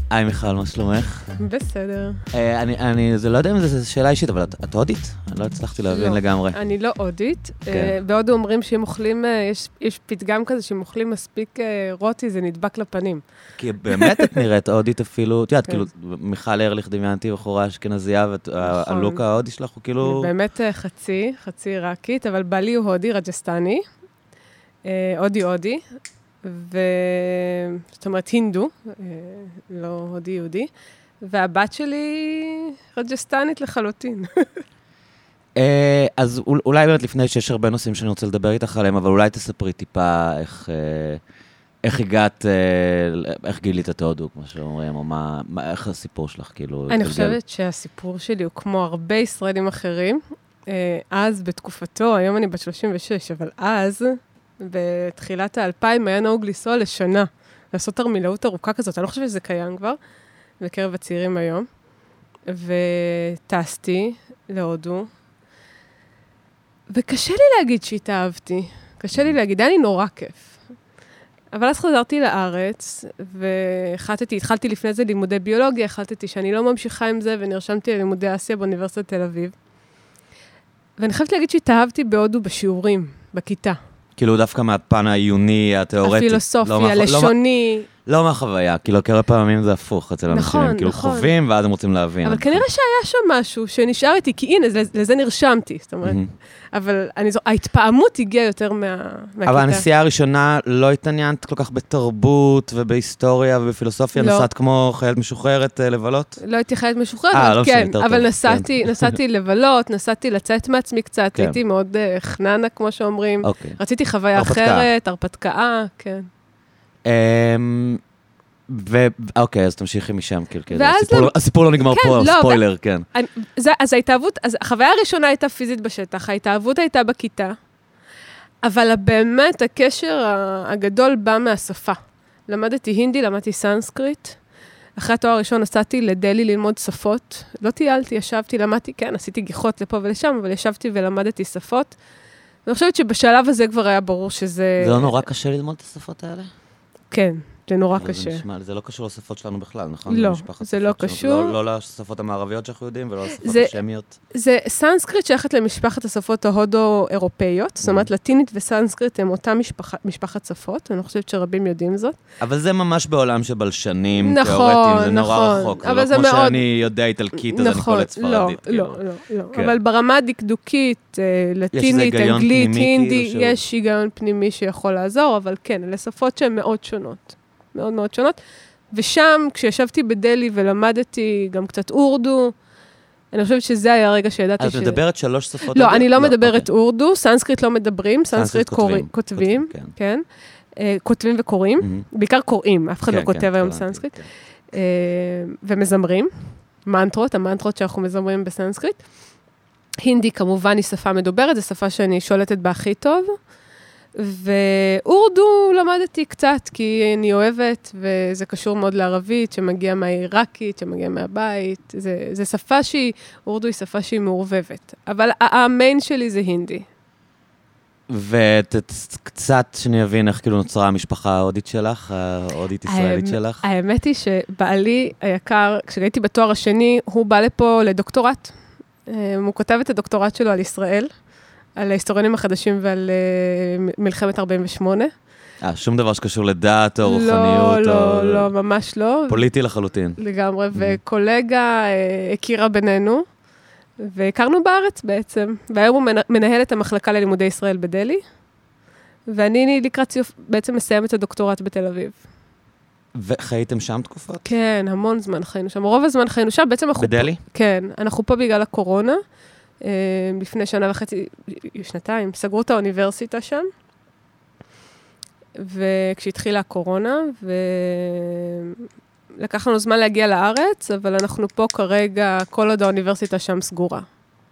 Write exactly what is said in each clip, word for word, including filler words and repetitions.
היי מיכל, מה שלומך? בסדר. אני, אני, זה לא יודע אם זו שאלה אישית, אבל את, את הודית? אני לא הצלחתי להבין לגמרי. אני לא הודית. בהודו אומרים שאם אוכלים, יש, יש פתגם כזה, שאם אוכלים מספיק רוטי, זה נדבק לפנים. כי באמת את נראית הודית אפילו, את יודעת, כאילו, מיכל ארליך דמיינתי בחורה אשכנזייה, והלוק ההודי שלך הוא כאילו... באמת חצי, חצי עיראקית, אבל בעלי הוא הודי, רג'סטני, הודי הודי. ו... זאת אומרת, הינדו, לא הודי יהודי, והבת שלי רג'סטנית לחלוטין. אז אולי באמת לפני שיש הרבה נושאים שאני רוצה לדבר איתך עליהם, אבל אולי תספרי טיפה איך, איך הגעת, איך גילית את הודו, כמו שאומרים, או מה, איך הסיפור שלך, כאילו... אני חושבת שהסיפור שלי הוא כמו הרבה ישראלים אחרים, אז בתקופתו, היום אני בת שלושים ושש, אבל אז... בתחילת האלפיים היה נהוג לנסוע לשנה, לעשות תרמילאות ארוכה כזאת, אני לא חושבת שזה קיים כבר, בקרב הצעירים היום, וטסתי להודו, וקשה לי להגיד שהתאהבתי, קשה לי להגיד, היה לי נורא כיף. אבל אז חזרתי לארץ, והחלטתי, התחלתי לפני זה לימודי ביולוגיה, החלטתי שאני לא ממשיכה עם זה, ונרשמתי ללימודי אסיה באוניברסיטת תל אביב, ואני חייבת להגיד שהתאהבתי בהודו בשיעורים, בכיתה. כאילו דווקא מהפן העיוני, התיאורטי. הפילוסופי, הלשוני. לא מהחוויה, כאילו כמה פעמים זה הפוך אצל אנשים, הם כאילו חווים ואז הם רוצים להבין. אבל כנראה שהיה שם משהו שנשאר איתי, כי הנה, לזה נרשמתי, זאת אומרת. אבל ההתפעמות הגיעה יותר מהכיתה. אבל הנסיעה הראשונה לא התעניינת כל כך בתרבות ובהיסטוריה ובפילוסופיה, נסעת כמו חיילת משוחררת לבלות? לא הייתי חיילת משוחררת, כן, אבל נסעתי לבלות, נסעתי לצאת מעצמי קצת, הייתי מאוד חננה, כמו שאומרים. רציתי חוויה אחרת, הרפתקה, כן. ואוקיי, אז תמשיכי משם, הסיפור לא נגמר פה, ספוילר, כן. אז ההתאהבות, אז החוויה הראשונה הייתה פיזית בשטח, ההתאהבות הייתה בכיתה, אבל באמת הקשר הגדול בא מהשפה. למדתי הינדי, למדתי סנסקריט, אחרי התואר הראשון נסעתי לדלי ללמוד שפות, לא טיילתי, ישבתי, למדתי, כן, עשיתי גיחות לפה ולשם, אבל ישבתי ולמדתי שפות, ואני חושבת שבשלב הזה כבר היה ברור שזה... זה לא נורא קשה ללמוד את השפות האלה? כן, זה נורא קשה. זה לא קשור לשפות שלנו בכלל, נכון? לא, זה לא קשור. לא לשפות המערביות שאנחנו יודעים, ולא לשפות השמיות. זה סנסקריט שייכת למשפחת השפות ההודו-אירופאיות, זאת אומרת, לטינית וסנסקריט הם אותה משפחת שפות, אני חושבת שרבים יודעים זאת. אבל זה ממש בעולם שבלשנים, תיאורטיים, זה נורא רחוק. זה לא כמו שאני יודע איטלקית, אז אני קולט ספרדית. לא, לא, לא. אבל ברמה הדקדוקית, לטינית, אנגלית, הינדי, יש היגיון פנימי שיכול לעזור, אבל כן, אלה שפות שהן מאוד שונות. מאוד מאוד שונות, ושם, כשישבתי בדלי ולמדתי גם קצת אורדו, אני חושבת שזה היה הרגע שידעתי ש... את מדברת שלוש שפות? לא, אני לא מדברת אורדו, סנסקריט לא מדברים, סנסקריט כותבים, כן, כותבים וקוראים, בעיקר קוראים, אף אחד לא כותב היום סנסקריט, ומזמרים, מנטרות, המנטרות שאנחנו מזמרים בסנסקריט. הינדי כמובן היא שפה מדוברת, זו שפה שאני שולטת בה הכי טוב, ואורדו למדתי קצת, כי אני אוהבת, וזה קשור מאוד לערבית, שמגיע מהעיראקית, שמגיע מהבית. זה, זה שפה שהיא, אורדו היא שפה שהיא מעורבבת. אבל המיין שלי זה הינדי. וקצת שאני אבין איך כאילו נוצרה המשפחה ההודית שלך, ההודית ישראלית שלך. האמת היא שבעלי היקר, כשהייתי בתואר השני, הוא בא לפה לדוקטורט. הוא כותב את הדוקטורט שלו על ישראל. על ההיסטוריונים החדשים ועל uh, מלחמת ארבעים ושמונה. אה, שום דבר שקשור לדת או רוחניות? לא, לא, או... לא, ממש לא. פוליטי לחלוטין. לגמרי, mm-hmm. וקולגה uh, הכירה בינינו, והכרנו בארץ בעצם, והיום הוא מנהל את המחלקה ללימודי ישראל בדלי, ואני לקראת סיוף בעצם מסיים את הדוקטורט בתל אביב. וחייתם שם תקופות? כן, המון זמן חיינו שם. רוב הזמן חיינו שם, בעצם אנחנו... בדלי? פה, כן, אנחנו פה בגלל הקורונה, לפני שנה וחצי, שנתיים, סגרו את האוניברסיטה שם, וכשהתחילה הקורונה, ולקח לנו זמן להגיע לארץ, אבל אנחנו פה כרגע, כל עוד האוניברסיטה שם סגורה.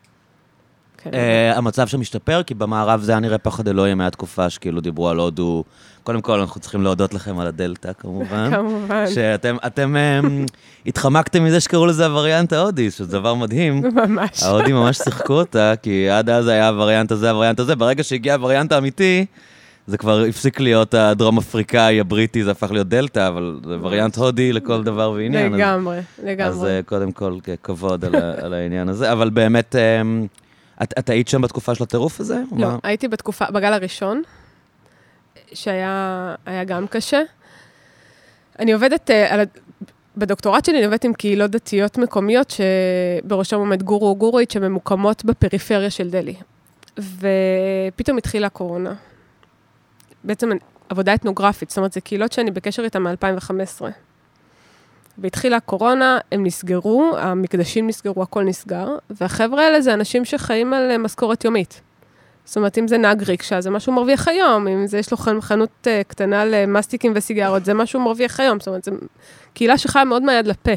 המצב שם משתפר, כי במערב זה היה נראה פחד אלוהי מהתקופה שכאילו דיברו על הודו. קודם כל אנחנו צריכים להודות לכם על הדלטה, כמובן. כמובן. שאתם התחמקתם מזה שקראו לזה הווריאנט ההודי, שזה דבר מדהים. ממש. ההודים ממש שיחקו אותה, כי עד אז היה הווריאנט הזה, הווריאנט הזה. ברגע שהגיע הווריאנט האמיתי, זה כבר הפסיק להיות הדרום אפריקאי, הבריטי, זה הפך להיות דלטה, אבל זה וריאנט הודי לכל דבר ועניין. לגמרי, לגמרי. אז קודם כל, כבוד על העניין הזה, אבל באמת, את היית שם בתקופה של הטירוף הזה? לא, הייתי בתקופה, בגל הראשון, שהיה גם קשה. אני עובדת, בדוקטורט שלי אני עובדת עם קהילות דתיות מקומיות, שבראשם עומד גורו או גורית, שממוקמות בפריפריה של דלי. ופתאום התחילה הקורונה. בעצם עבודה אתנוגרפית, זאת אומרת, זה קהילות שאני בקשר איתן מ-אלפיים וחמש עשרה. והתחילה הקורונה, הם נסגרו, המקדשים נסגרו, הכל נסגר, והחבר'ה האלה זה אנשים שחיים על משכורת יומית. זאת אומרת, אם זה נהג ריקשה, זה משהו מרוויח היום, אם זה יש לו חנות קטנה למסטיקים וסיגרות, זה משהו מרוויח היום, זאת אומרת, זו קהילה שחיה מאוד מהיד לפה.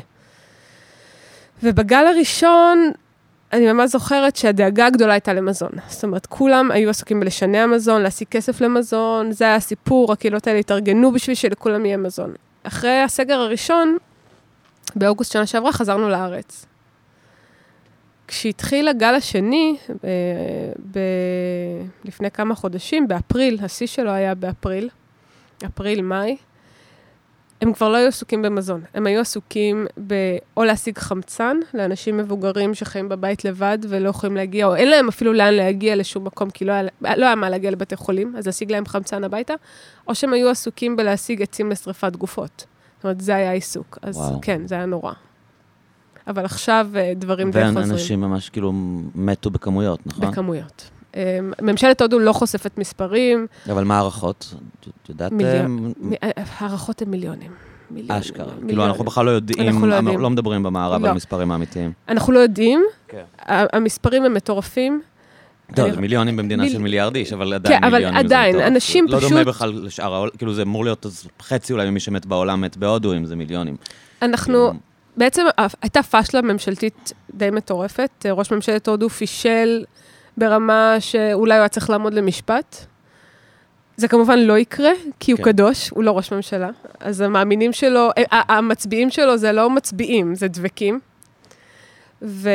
ובגל הראשון, אני ממש זוכרת שהדאגה הגדולה הייתה למזון. זאת אומרת, כולם היו עסוקים בלשנע מזון, להשיג כסף למזון, זה היה הסיפור, הקהילות האלה התארגנו בשביל שלכולם יהיה מזון. אחרי הסגר הראשון, באוגוסט שנה שעברה, חזרנו לארץ. כשהתחיל הגל השני, ב- ב- לפני כמה חודשים, באפריל, השיא שלו היה באפריל, אפריל, מאי, הם כבר לא היו עסוקים במזון. הם היו עסוקים ב- או להשיג חמצן, לאנשים מבוגרים שחיים בבית לבד ולא יכולים להגיע, או אין להם אפילו לאן להגיע לשום מקום, כי לא היה, לא היה מה להגיע לבתי חולים, אז להשיג להם חמצן הביתה, או שהם היו עסוקים בלהשיג עצים לשריפת גופות. זאת אומרת, זה היה עיסוק. אז וואו. כן, זה היה נורא. אבל עכשיו דברים די חוזרים. ואנשים ממש כאילו מתו בכמויות, נכון? בכמויות. ממשלת הודו לא חושפת מספרים. אבל מה הערכות? את יודעת? הערכות הן מיליונים. אשכרה. כאילו אנחנו בכלל לא יודעים, לא מדברים במערב על מספרים האמיתיים. אנחנו לא יודעים. המספרים הם מטורפים. טוב, זה מיליונים במדינה של מיליארד איש, אבל עדיין מיליונים. אבל עדיין, אנשים פשוט... לא דומה בכלל לשאר העולם, כאילו זה אמור להיות חצי אולי ממי שמת בעולם, מת בהודו, אם זה מיליונים. אנחנו... בעצם הייתה פשלה ממשלתית די מטורפת, ראש ממשלת הודו פישל ברמה שאולי הוא היה צריך לעמוד למשפט. זה כמובן לא יקרה, כי הוא קדוש, הוא לא ראש ממשלה. אז המאמינים שלו, המצביעים שלו זה לא מצביעים, זה דבקים. ו...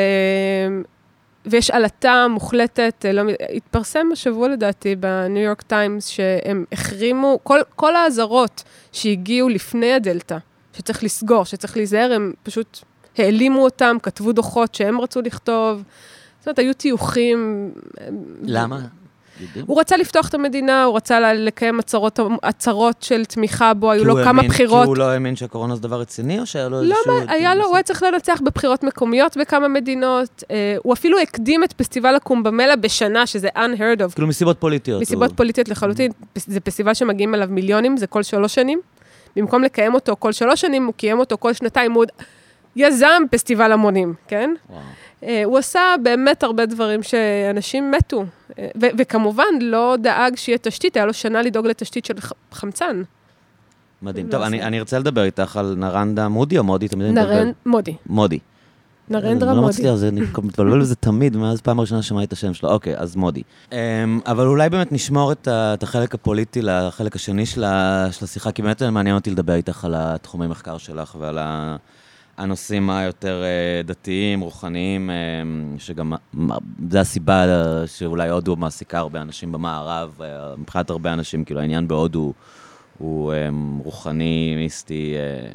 ויש עלתה מוחלטת, לא... התפרסם השבוע לדעתי בניו יורק טיימס, שהם החרימו, כל, כל העזרות שהגיעו לפני הדלטה, שצריך לסגור, שצריך להיזהר, הם פשוט העלימו אותם, כתבו דוחות שהם רצו לכתוב. זאת אומרת, היו תיוחים. למה? הוא רצה לפתוח את המדינה, הוא רצה לקיים הצהרות, הצהרות של תמיכה בו, היו לו כמה בחירות. כי הוא לא האמין שהקורונה זה דבר רציני, או שהיה לו איזשהו... לא, היה לו, הוא היה צריך לנצח בבחירות מקומיות בכמה מדינות. הוא אפילו הקדים את פסטיבל הקומבמלה בשנה, שזה unheard of. כאילו מסיבות פוליטיות. מסיבות פוליטיות לחלוטין. זה פסטיבל שמגיעים אליו מיליונים, זה כל שלוש שנים. במקום לקיים אותו כל שלוש שנים, הוא קיים אותו כל שנתיים, הוא יזם פסטיבל המונים, כן? הוא עשה באמת הרבה דברים שאנשים מתו, וכמובן לא דאג שיהיה תשתית, היה לו שנה לדאוג לתשתית של חמצן. מדהים. טוב, אני ארצה לדבר איתך על נרנדה מודי או מודי? נרנדה מודי. מודי. נרנדרה מודי. לא מצליח, זה מתבלבל בזה תמיד, מאז פעם הראשונה שמעתי את השם שלו. אוקיי, אז מודי. אבל אולי באמת נשמור את החלק הפוליטי לחלק השני של השיחה, כי באמת מעניין אותי לדבר איתך על התחומי מחקר שלך ועל הנושאים היותר דתיים, רוחניים, שגם זה הסיבה שאולי הודו מעסיקה הרבה אנשים במערב, מבחינת הרבה אנשים, כאילו העניין בהודו הוא רוחני, מיסטי.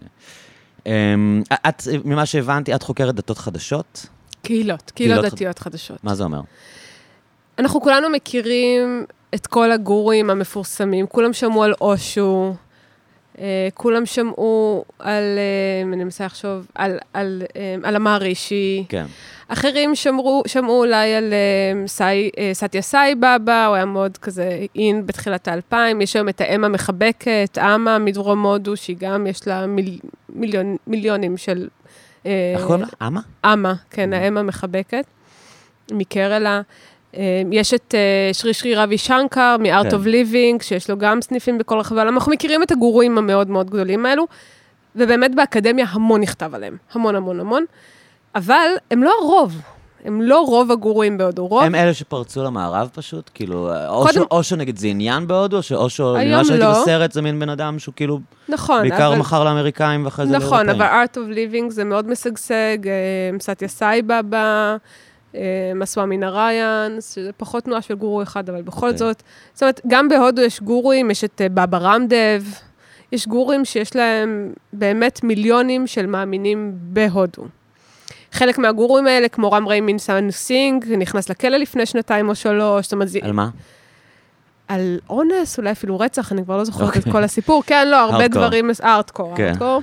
את, ממה שהבנתי, את חוקרת דתות חדשות? קהילות, קהילות דתיות חדשות. מה זה אומר? אנחנו כולנו מכירים את כל הגורים המפורסמים, כולם שמעו על אושו, כולם שמעו על, אני מנסה לחשוב, על, על, על המערישי. כן. אחרים שמעו, שמעו אולי על סאי, סטיה סאי בבא, הוא היה מאוד כזה אין בתחילת האלפיים, יש היום את האם המחבקת, אמה מדרום הודו, שהיא גם יש לה מיל, מיליון, מיליונים של... איך קוראים לה? אמה? אמה, כן, האם המחבקת, מקרלה. יש את שרי שרי רבי שנקר, מ-Art of Living, שיש לו גם סניפים בכל רחבי העולם. אנחנו מכירים את הגורואים המאוד מאוד גדולים האלו, ובאמת באקדמיה המון נכתב עליהם, המון המון המון, אבל הם לא הרוב, הם לא רוב הגורואים בהודו, רוב... הם אלה שפרצו למערב פשוט, כאילו, או שנגיד זה עניין בהודו, או שאו שהייתי בסרט זה מין בן אדם שהוא כאילו, בעיקר מחר לאמריקאים ואחרי זה לאירופאים. נכון, אבל Art of Living זה מאוד משגשג, סטיה סאי בבא, מסוואמי נראיין, שזה פחות תנועה של גורו אחד, אבל בכל זאת, זאת אומרת, גם בהודו יש גורואים, יש את בבא רמדב, יש גורואים שיש להם באמת מיליונים של מאמינים בהודו. חלק מהגורואים האלה, כמו רם ריימין סינג, נכנס לכלא לפני שנתיים או שלוש, זאת אומרת, על מה? על אונס, אולי אפילו רצח, אני כבר לא זוכרת את כל הסיפור. כן, לא, הרבה דברים, ארטקור, ארטקור.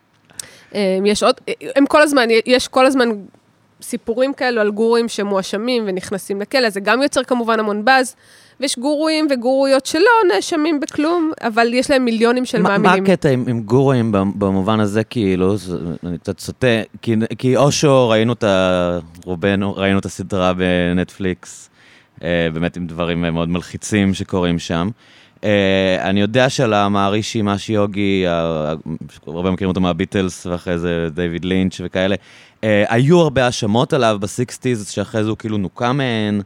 יש עוד, הם כל הזמן, יש כל הזמן סיפורים כאלו על גורואים שמואשמים ונכנסים לכלא, זה גם יוצר כמובן המון בז, ויש גורואים וגורויות שלא נאשמים בכלום, אבל יש להם מיליונים של מאמינים. מה הקטע עם גורואים במובן הזה, כאילו, אני קצת סוטה, כי אושו, ראינו את רובנו, ראינו את הסדרה בנטפליקס, באמת עם דברים מאוד מלחיצים שקורים שם. אני יודע של המערישי, משי יוגי, הרבה מכירים אותו מהביטלס, ואחרי זה דיוויד לינץ' וכאלה, היו הרבה האשמות עליו בסיקסטיז, שאחרי זה הוא כאילו נוקה מהן.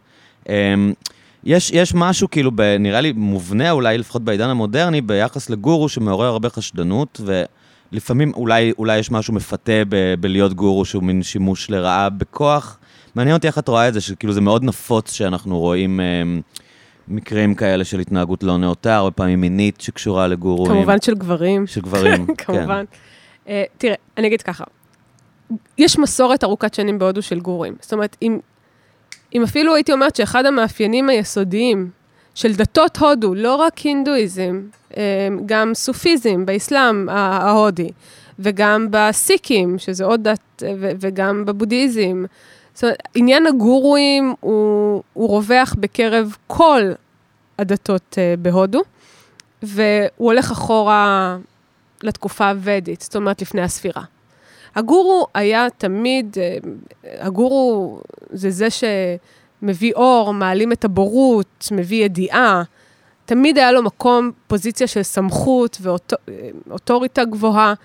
יש, יש משהו כאילו, נראה לי מובנה, אולי לפחות בעידן המודרני, ביחס לגורו שמעורר הרבה חשדנות, ולפעמים אולי, אולי יש משהו מפתה ב- בלהיות גורו, שהוא מין שימוש לרעה בכוח. מעניין אותי איך את רואה את זה, שכאילו זה מאוד נפוץ שאנחנו רואים אה, מקרים כאלה של התנהגות לא נאותה, הרבה פעמים מינית שקשורה לגורואים. כמובן של גברים. של גברים, כמובן. כן. Uh, תראה, אני אגיד ככה, יש מסורת ארוכת שנים בהודו של גורואים. זאת אומרת, אם, אם אפילו הייתי אומרת שאחד המאפיינים היסודיים של דתות הודו, לא רק הינדואיזם, גם סופיזם באסלאם ההודי, וגם בסיקים, שזה עוד דת, וגם בבודהיזם. זאת אומרת, עניין הגורואים הוא, הוא רווח בקרב כל הדתות בהודו, והוא הולך אחורה לתקופה הוודית, זאת אומרת לפני הספירה. הגורו היה תמיד, הגורו זה זה שמביא אור, מעלים את הבורות, מביא ידיעה, תמיד היה לו מקום, פוזיציה של סמכות ואוטוריטה גבוהה.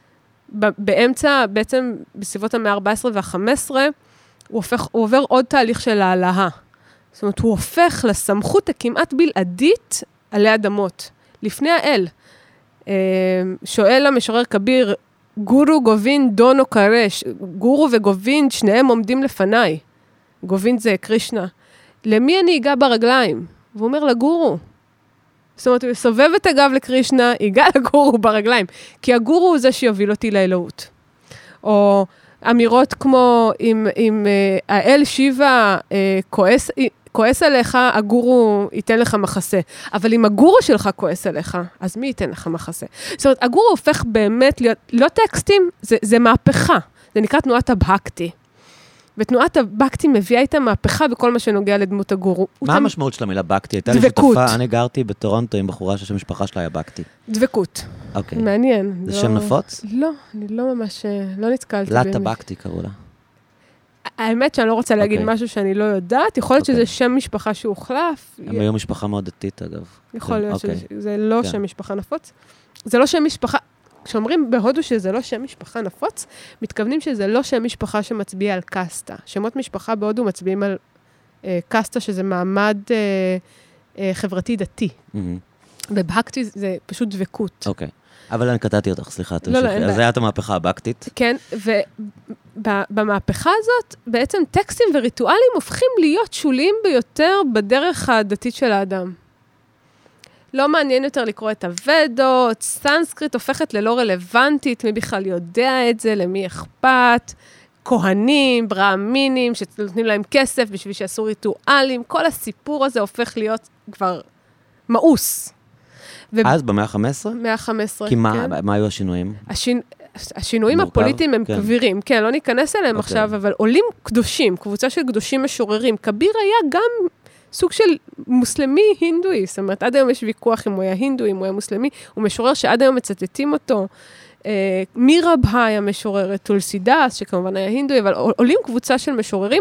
באמצע, בעצם בסביבות המאה ה-ארבע עשרה וה-חמש עשרה, הוא, הופך, הוא עובר עוד תהליך של העלאה. זאת אומרת, הוא הופך לסמכות הכמעט בלעדית עלי אדמות, לפני האל. שואל המשורר כביר, גורו גוביnd דונו קרש, גורו וגוביnd, שניהם עומדים לפניי. גוביnd זה קרישנה. למי אני אגע ברגליים? והוא אומר לגורו. זאת אומרת, הוא יסובב את הגב לקרישנה, ייגע לגורו ברגליים. כי הגורו הוא זה שיוביל אותי לאלוהות. או אמירות כמו, אם, אם uh, האל שיבה uh, כועס, כועס עליך, הגורו ייתן לך מחסה. אבל אם הגורו שלך כועס עליך, אז מי ייתן לך מחסה? זאת אומרת, הגורו הופך באמת להיות, לא טקסטים, זה, זה מהפכה. זה נקרא תנועת הבהקטי. ותנועת הבקטי מביאה איתה מהפכה בכל מה שנוגע לדמות הגורו. מה המשמעות של המילה בקטי? הייתה לי שותפה, אני גרתי בטורונטו עם בחורה שהשם משפחה שלה היה בקטי. דבקות. אוקיי. מעניין. זה שם נפוץ? לא, אני לא ממש, לא נתקלתי. לטה בקטי קראו לה. האמת שאני לא רוצה להגיד משהו שאני לא יודעת, יכול להיות שזה שם משפחה שהוחלף. הם היו משפחה מאוד דתית, אגב. יכול להיות שזה לא שם משפחה נפוץ. זה לא שם משפחה... כשאומרים בהודו שזה לא שם משפחה נפוץ, מתכוונים שזה לא שם משפחה שמצביע על קסטה. שמות משפחה בהודו מצביעים על אה, קסטה, שזה מעמד אה, אה, חברתי דתי. Mm-hmm. ובהקטי זה פשוט דבקות. אוקיי. Okay. אבל אני קטעתי אותך, סליחה. לא, לא, אז זה היה את המהפכה הבקטית. כן, ובמהפכה הזאת, בעצם טקסטים וריטואלים הופכים להיות שוליים ביותר בדרך הדתית של האדם. לא מעניין יותר לקרוא את הוודות, סנסקריט הופכת ללא רלוונטית, מי בכלל יודע את זה, למי אכפת, כהנים, ברהמינים, שנותנים להם כסף בשביל שיעשו ריטואלים, כל הסיפור הזה הופך להיות כבר מאוס. אז במאה ה-חמש עשרה? מאה ה-חמש עשרה, כי כן. מה, מה היו השינויים? השינ... השינויים מורכב? הפוליטיים הם כן. כבירים, כן, לא ניכנס אליהם okay. עכשיו, אבל עולים קדושים, קבוצה של קדושים משוררים, כביר היה גם... סוג של מוסלמי הינדואי, זאת אומרת, עד היום יש ויכוח אם הוא היה הינדואי, אם הוא היה מוסלמי, הוא משורר שעד היום מצטטים אותו. אה, מירבהה היה משוררת, טולסידס, שכמובן היה הינדואי, אבל עולים קבוצה של משוררים,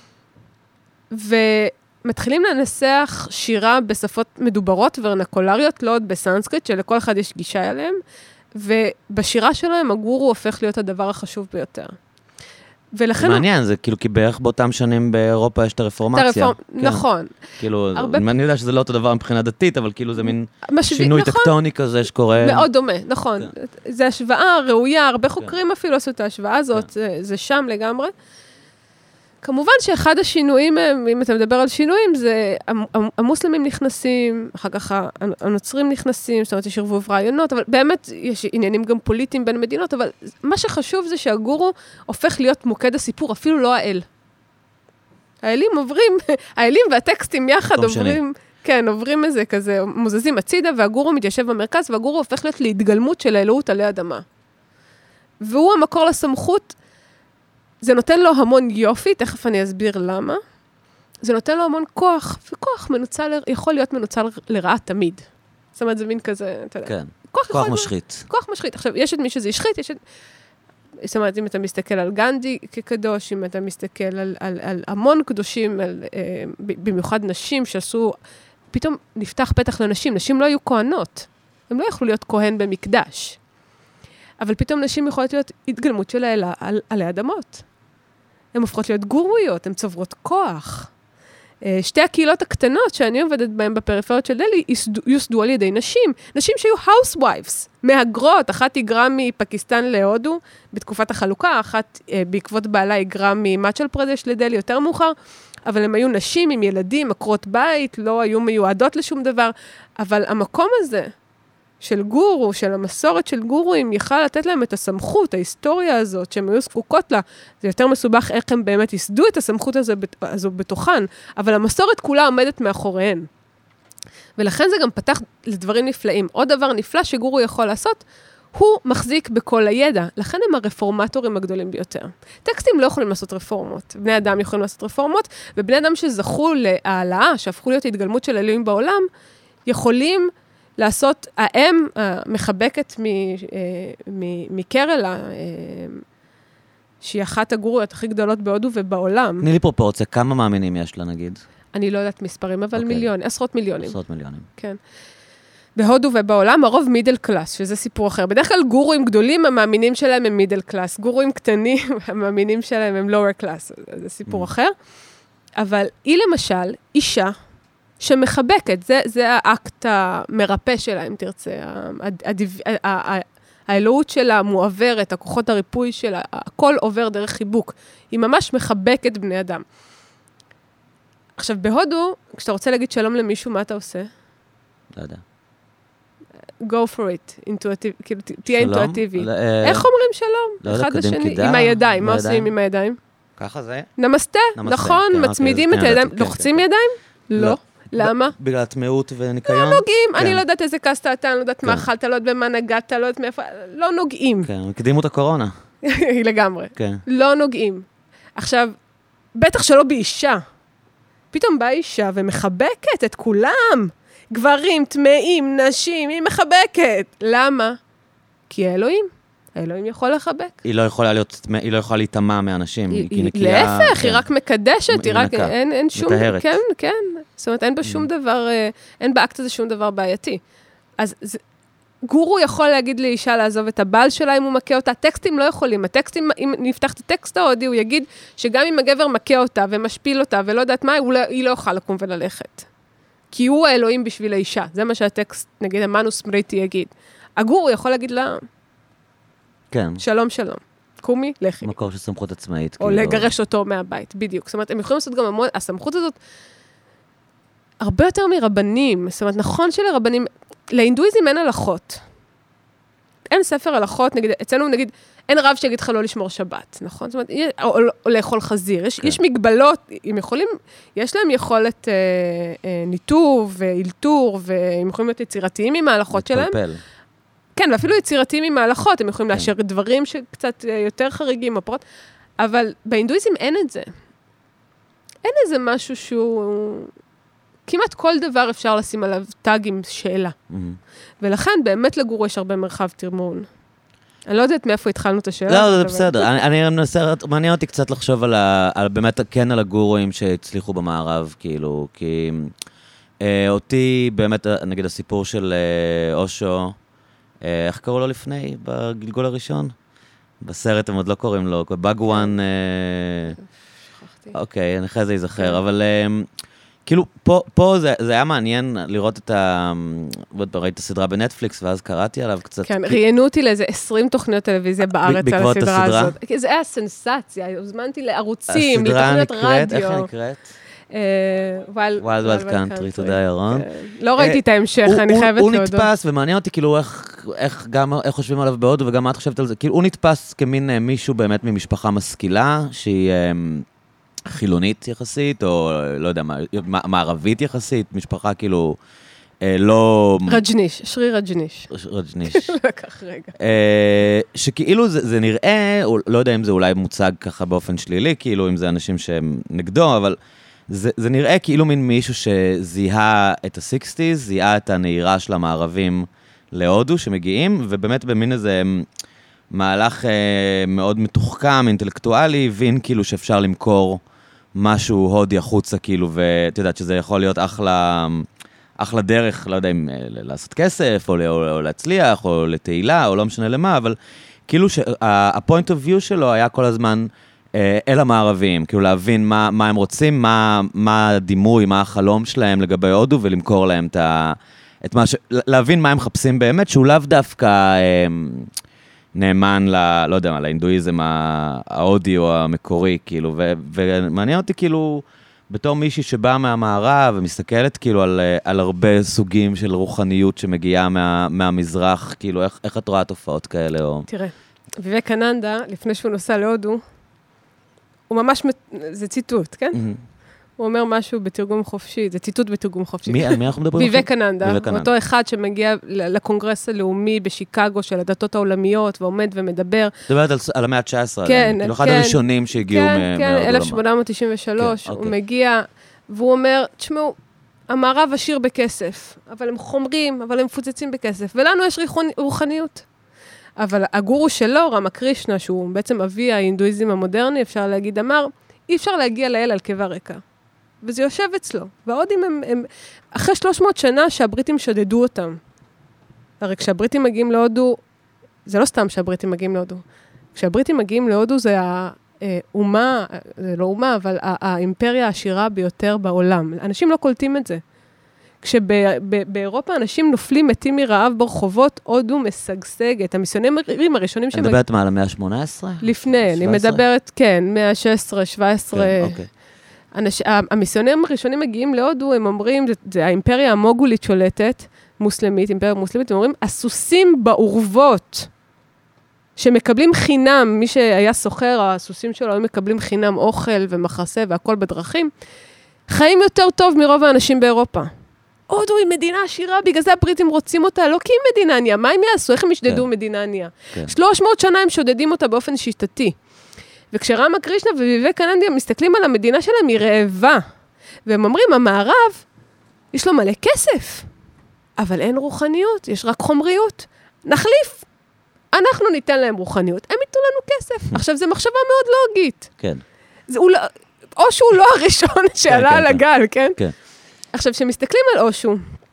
ומתחילים לנסח שירה בשפות מדוברות ורנקולריות, לא עוד בסנסקריט, שלכל אחד יש גישה אליהם, ובשירה שלהם הגורו הופך להיות הדבר החשוב ביותר. ולכן... מעניין, זה כאילו, כי בערך באותם שנים באירופה יש את הרפורמציה. את הרפורמ... כן. נכון. כאילו, הרבה... אני יודע שזה לא אותו דבר מבחינה דתית, אבל כאילו זה מין משבי... שינוי נכון. טקטוני כזה שקורה... מאוד דומה, נכון. כן. זה השוואה ראויה, הרבה חוקרים כן. אפילו עשו את ההשוואה הזאת, כן. זה, זה שם לגמרי. כמובן שאחד השינויים, אם אתה מדבר על שינויים, זה המוסלמים נכנסים, אחר כך הנוצרים נכנסים, זאת אומרת, יש ערבוב רעיונות, אבל באמת יש עניינים גם פוליטיים בין מדינות, אבל מה שחשוב זה שהגורו הופך להיות מוקד הסיפור, אפילו לא האל. האלים עוברים, האלים והטקסטים יחד עוברים, כן, עוברים איזה כזה, מוזזים הצידה, והגורו מתיישב במרכז, והגורו הופך להיות להתגלמות של האלוהות עלי אדמה. והוא המקור לסמכות, זה נותן לו המון יופי, תכף אני אסביר למה. זה נותן לו המון כוח, וכוח מנוצל, יכול להיות מנוצל לרעה תמיד. זאת אומרת, זה מין כזה, אתה יודע. כן, כוח, כוח משחית. כוח משחית. עכשיו, יש את מי שזה ישחית, יש את... זאת אומרת, אם אתה מסתכל על גנדי כקדוש, אם אתה מסתכל על, על, על המון קדושים, על, אה, במיוחד נשים שעשו, פתאום נפתח פתח לנשים, נשים לא היו כהנות. הם לא יכלו להיות כהן במקדש. אבל פתאום נשים יכולות להיות התגלמות של האלה על, על האדמות. הן הופכות להיות גורויות, הן צוברות כוח. שתי הקהילות הקטנות שאני עובדת בהן בפריפריות של דלי, יוסדו על ידי נשים. נשים שהיו housewives, מהגרות. אחת היגרה מפקיסטן להודו בתקופת החלוקה, אחת בעקבות בעלה היגרה ממאצ'ל פרדש לדלי יותר מאוחר, אבל הן היו נשים עם ילדים, עקרות בית, לא היו מיועדות לשום דבר. אבל המקום הזה, של גורו, של המסורת של גורוים, יכל לתת להם את הסמכות, ההיסטוריה הזאת, שהן היו זקוקות לה. זה יותר מסובך איך הם באמת יסדו את הסמכות הזו, הזו בתוכן, אבל המסורת כולה עומדת מאחוריהן. ולכן זה גם פתח לדברים נפלאים. עוד דבר נפלא שגורו יכול לעשות, הוא מחזיק בכל הידע. לכן הם הרפורמטורים הגדולים ביותר. טקסטים לא יכולים לעשות רפורמות. בני אדם יכולים לעשות רפורמות, ובני אדם שזכו להעלאה, שהפכו להיות התגלמות של אלוהים בעולם, יכולים לעשות, האם מחבקת מקרלה, שהיא אחת הגורויות הכי גדולות בהודו ובעולם. תני לי פרופורציה, כמה מאמינים יש לה נגיד? אני לא יודעת מספרים, אבל מיליון, עשרות מיליונים. עשרות מיליונים. כן. בהודו ובעולם, הרוב מידל קלאס, שזה סיפור אחר. בדרך כלל גורואים גדולים, המאמינים שלהם הם מידל קלאס. גורואים קטנים, המאמינים שלהם הם לואוור קלאס. זה סיפור אחר. אבל היא למשל, אישה, שמחבקת, זה, זה האקט המרפא שלה, אם תרצה, האלוהות שלה מועברת, הכוחות הריפוי שלה, הכל עובר דרך חיבוק. היא ממש מחבקת בני אדם. עכשיו, בהודו, כשאתה רוצה להגיד שלום למישהו, מה אתה עושה? לא יודע. go for it, אינטואיטיבי, כאילו, תהיה אינטואיטיבי. איך אומרים שלום? אחד לשני, עם הידיים, מה עושים עם הידיים? ככה זה? נמסטה, נכון, מצמידים את הידיים, לוחצים ידיים? לא. למה? בגלל התמאות וניקיון? לא נוגעים, אני לא יודעת איזה קסטה אתה, אני לא יודעת מה אכלת, לא יודעת במה נגעת, לא יודעת מאיפה, לא נוגעים. כן, הקדימו את הקורונה. לגמרי. כן. לא נוגעים. עכשיו, בטח שלא באישה. פתאום באה אישה ומחבקת את כולם. גברים, טמאים, נשים, היא מחבקת. למה? כי האלוהים. האלוהים יכול לחבק. היא לא יכולה להיות, היא לא יכולה להתאמה מאנשים, היא, היא נקייה. להפך, היא רק מקדשת, היא רק, אין, אין שום, מטהרת. כן, כן. זאת אומרת, אין בה שום דבר, אין באקט הזה שום דבר בעייתי. אז זה, גורו יכול להגיד לאישה לעזוב את הבעל שלה אם הוא מכה אותה, טקסטים לא יכולים. הטקסטים, אם נפתח את הטקסט ההודי, הוא יגיד שגם אם הגבר מכה אותה ומשפיל אותה ולא יודעת מה, לא, היא לא יכולה לקום וללכת. כי הוא האלוהים בשביל האישה. זה מה שהטקסט, נגיד, המנוס מריטי יגיד. הגורו יכול להגיד לה, כן. שלום, שלום. קומי, לכי. מקור של סמכות עצמאית. או לגרש אותו מהבית, בדיוק. זאת אומרת, הם יכולים לעשות גם המון, הסמכות הזאת, הרבה יותר מרבנים. זאת אומרת, נכון שלרבנים, להינדואיזם אין הלכות. אין ספר הלכות, נגיד, אצלנו נגיד, אין רב שיגיד לך לא לשמור שבת, נכון? זאת אומרת, או, או, או לאכול חזיר. יש, כן. יש מגבלות, הם יכולים, יש להם יכולת אה, אה, ניתוב ואילתור, והם יכולים להיות יצירתיים עם ההלכות שלהם. מתפלפל. כן, ואפילו יצירתיים עם ההלכות, הם יכולים לאשר דברים שקצת יותר חריגים או פחות, אבל בהינדואיזם אין את זה. אין איזה משהו שהוא... כמעט כל דבר אפשר לשים עליו טאג עם שאלה. ולכן באמת לגורו יש הרבה מרחב תרמון. אני לא יודעת מאיפה התחלנו את השאלה. לא, זה בסדר. אני מנסה, מעניין אותי קצת לחשוב על באמת, כן, על הגורואים שהצליחו במערב, כאילו, כי אותי באמת, נגיד הסיפור של אושו, איך קראו לו לפני, בגלגול הראשון? בסרט הם עוד לא קוראים לו, בגוואן, אוקיי, אני אחרי זה ייזכר, אבל כאילו, פה, פה זה, זה היה מעניין לראות את ה... ראיתי את הסדרה בנטפליקס, ואז קראתי עליו קצת. כן, ראיינו אותי לאיזה עשרים תוכניות טלוויזיה בארץ על הסדרה הזאת. זה היה סנסציה, הוזמנתי לערוצים, לתוכניות רדיו. איך היא נקראת? ווילד ווילד קאנטרי, תודה ירון. לא ראיתי את ההמשך, אני חייבת הוא להודות. נתפס, ומעניין אותי כאילו איך גם, איך חושבים עליו בהודו, וגם מה את חושבת על זה. כאילו, הוא נתפס כמין מישהו באמת ממשפחה משכילה, שהיא חילונית יחסית, או לא יודע, מערבית יחסית, משפחה כאילו לא... רג'ניש, שרי רג'ניש. רג'ניש. לקח רגע. שכאילו זה נראה, לא יודע אם זה אולי מוצג ככה באופן שלילי, כאילו אם זה אנשים שהם נגדו, אבל זה, זה נראה כאילו מין מישהו שזיהה את ה-שישים, זיהה את הנהירה של המערבים להודו שמגיעים, ובאמת במין איזה מהלך מאוד מתוחכם, אינטלקטואלי, הבין כאילו שאפשר למכור משהו הודי החוצה, כאילו, ואת יודעת שזה יכול להיות אחלה, אחלה דרך, לא יודע אם לעשות כסף, או, או, או להצליח, או לתהילה, או לא משנה למה, אבל כאילו שה-point of view שלו היה כל הזמן אל המערבים, כאילו להבין מה, מה הם רוצים, מה, מה הדימוי, מה החלום שלהם לגבי הודו, ולמכור להם את ה... את מה ש... להבין מה הם מחפשים באמת, שהוא לאו דווקא נאמן ל... לא יודע מה, לאינדואיזם ההודי או המקורי, כאילו, ו... ומעניין אותי כאילו, בתור מישהי שבאה מהמערב, ומסתכלת כאילו על, על הרבה סוגים של רוחניות שמגיעה מה, מהמזרח, כאילו, איך, איך את רואה תופעות כאלה? או... תראה, ויבקאננדה, לפני שהוא נוסע להודו, הוא ממש, זה ציטוט, כן? Mm-hmm. הוא אומר משהו בתרגום חופשי, זה ציטוט בתרגום חופשי. מי, מי אנחנו מדברים? ויבקאננדה, אותו אחד שמגיע לקונגרס הלאומי בשיקגו של הדתות העולמיות, ועומד ומדבר. מדברת על, על המאה ה-תשע עשרה, כן, כאילו כן, אחד הראשונים שהגיעו כן, מהודו. כן, אלף שמונה מאות תשעים ושלוש, כן, הוא אוקיי. מגיע, והוא אומר, תשמעו, המערב עשיר בכסף, אבל הם חומרים, אבל הם מפוצצים בכסף, ולנו יש רוחניות. אבל הגורו שלו, רמה קרישנה, שהוא בעצם אבי ההינדואיזם המודרני, אפשר להגיד, אמר, אי אפשר להגיע לאל על קבע ריקה. וזה יושב אצלו. וההודים הם, הם, אחרי שלוש מאות שנה שהבריטים שדדו אותם. הרי כשהבריטים מגיעים להודו, זה לא סתם שהבריטים מגיעים להודו. כשהבריטים מגיעים להודו זה האומה, זה לא אומה, אבל האימפריה העשירה ביותר בעולם. אנשים לא קולטים את זה. כשבאירופה אנשים נופלים מתים מרעב ברחובות, הודו משגשגת. המיסיונרים הראשונים שמגיעים... אני מדברת מה, על המאה ה-שמונה עשרה? לפני, אני מדברת, כן, מאה ה-שש עשרה, שבע עשרה... כן, אוקיי. אנש, המיסיונרים הראשונים מגיעים להודו, הם אומרים, זה, זה האימפריה המוגולית שולטת, מוסלמית, אימפריה מוסלמית, הם אומרים, הסוסים בעורבות, שמקבלים חינם, מי שהיה סוחר, הסוסים שלו, הם מקבלים חינם אוכל ומחסה והכל בדרכים, חיים יותר טוב מרוב האנשים באירופה. הודו היא מדינה עשירה, בגלל זה הבריטים רוצים אותה, לא כי היא מדינה ענייה, מה הם יעשו? איך הם ישדדו כן. מדינה ענייה? כן. שלוש מאות שנה הם שודדים אותה באופן שיטתי. וכשרמה קרישנה וויבקאננדה מסתכלים על המדינה שלהם, היא רעבה. והם אומרים, המערב, יש לו מלא כסף, אבל אין רוחניות, יש רק חומריות. נחליף. אנחנו ניתן להם רוחניות, הם ייתנו לנו כסף. עכשיו, זו מחשבה מאוד לוגית. כן. זה, לא, אושו הוא לא הראשון שעלה כן, על כן, הגל, כן? כן. עכשיו, כשמסתכלים על אושו,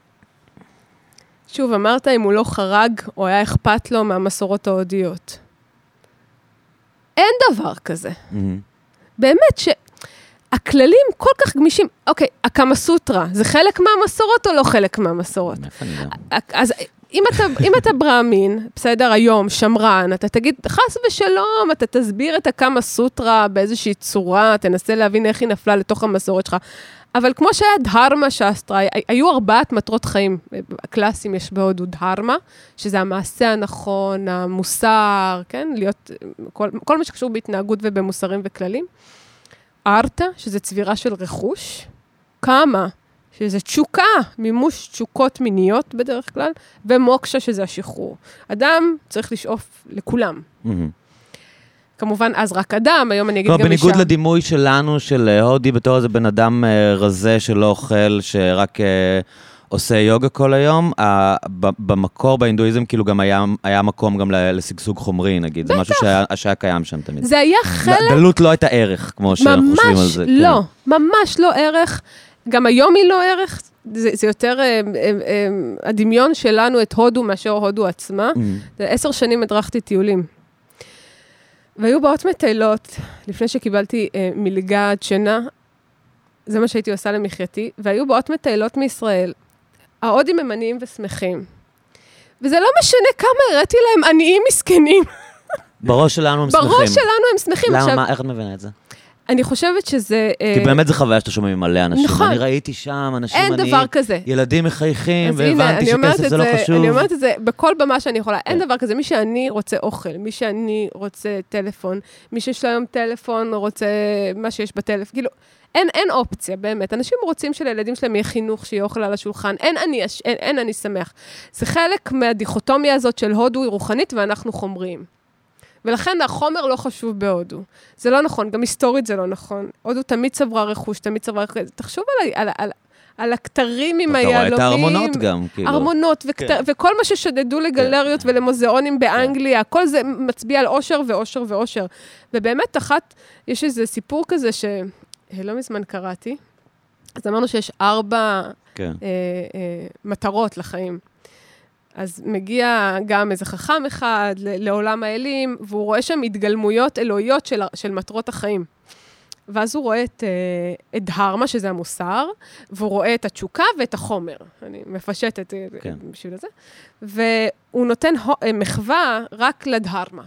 שוב, אמרת אם הוא לא חרג, או היה אכפת לו מהמסורות ההודיות. אין דבר כזה. Mm-hmm. באמת שהכללים כל כך גמישים. אוקיי, הקמה סוטרה, זה חלק מהמסורות או לא חלק מהמסורות? אז אם אתה, אם אתה ברמין, בסדר, היום, שמרן, אתה תגיד, חס ושלום, אתה תסביר את הקמה סוטרה באיזושהי צורה, תנסה להבין איך היא נפלה לתוך המסורת שלך. אבל כמו שהיה דהרמה שסטרה, היו ארבעת מטרות חיים, הקלאסיים יש בהודו דהרמה, שזה המעשה הנכון, המוסר, כן? להיות, כל, כל מה שקשור בהתנהגות ובמוסרים וכללים. ארתה, שזה צבירה של רכוש. קמה, שזה תשוקה, מימוש תשוקות מיניות בדרך כלל, ומוקשה, שזה השחרור. אדם צריך לשאוף לכולם. Mm-hmm. כמובן, אז רק אדם, היום אני אגיד גם אישה. בניגוד לדימוי שלנו, של הודי, בתור איזה בן אדם רזה שלא אוכל, שרק עושה יוגה כל היום, במקור באינדואיזם כאילו גם היה מקום גם לסגסוג חומרי, נגיד. זה משהו שהיה קיים שם תמיד. זה היה חלק... דלות לא הייתה ערך, כמו שאנחנו חושבים על זה. ממש לא, ממש לא ערך. גם היום היא לא ערך. זה יותר הדמיון שלנו את הודו מאשר הודו עצמה. עשר שנים הדרכתי טיולים. והיו באות מטיילות, לפני שקיבלתי אה, מלגת שינה, זה מה שהייתי עושה למחייתי, והיו באות מטיילות מישראל, ההודים הם עניים ושמחים. וזה לא משנה כמה הראיתי להם עניים מסכנים. בראש שלנו הם שמחים. בראש שלנו הם שמחים. למה, עכשיו, מה, איך את מבינה את זה? אני חושבת שזה... כי באמת זה חוויה שאתה שומע ממלא אנשים. נכון. אני ראיתי שם אנשים אין עניים. אין דבר כזה. ילדים מחייכים, אז הנה, והבנתי אני אומרת שכסף את זה לא זה- חשוב. אני אומרת את זה בכל במה שאני יכולה. אין כן. דבר כזה. מי שאני רוצה אוכל, מי שאני רוצה טלפון, מי שיש לו היום טלפון רוצה מה שיש בטלפון. כאילו, אין, אין אופציה, באמת. אנשים רוצים שלילדים שלהם יהיה חינוך, שיהיה אוכל על השולחן. אין אני, אין, אין אני שמח. זה חלק מהדיכוטומיה הזאת של הודו היא רוחנית ואנחנו חומריים. ולכן החומר לא חשוב בהודו. זה לא נכון, גם היסטורית זה לא נכון. הודו תמיד צברה רכוש, תמיד צברה רכוש. תחשוב על, על, על, על הכתרים עם היהלומים. אתה רואה את הארמונות גם, כאילו. ארמונות, וכתר, כן. וכל מה ששדדו לגלריות כן. ולמוזיאונים באנגליה, כל זה מצביע על אושר ואושר ואושר. ובאמת, אחת, יש איזה סיפור כזה שלא מזמן קראתי, אז אמרנו שיש ארבע כן. אה, אה, מטרות לחיים. אז מגיע גם איזה חכם אחד לעולם האלים, והוא רואה שם התגלמויות אלוהיות של, של מטרות החיים. ואז הוא רואה את, את דהרמה, שזה המוסר, והוא רואה את התשוקה ואת החומר. אני מפשטת כן. בשביל זה. והוא נותן מחווה רק לדהרמה.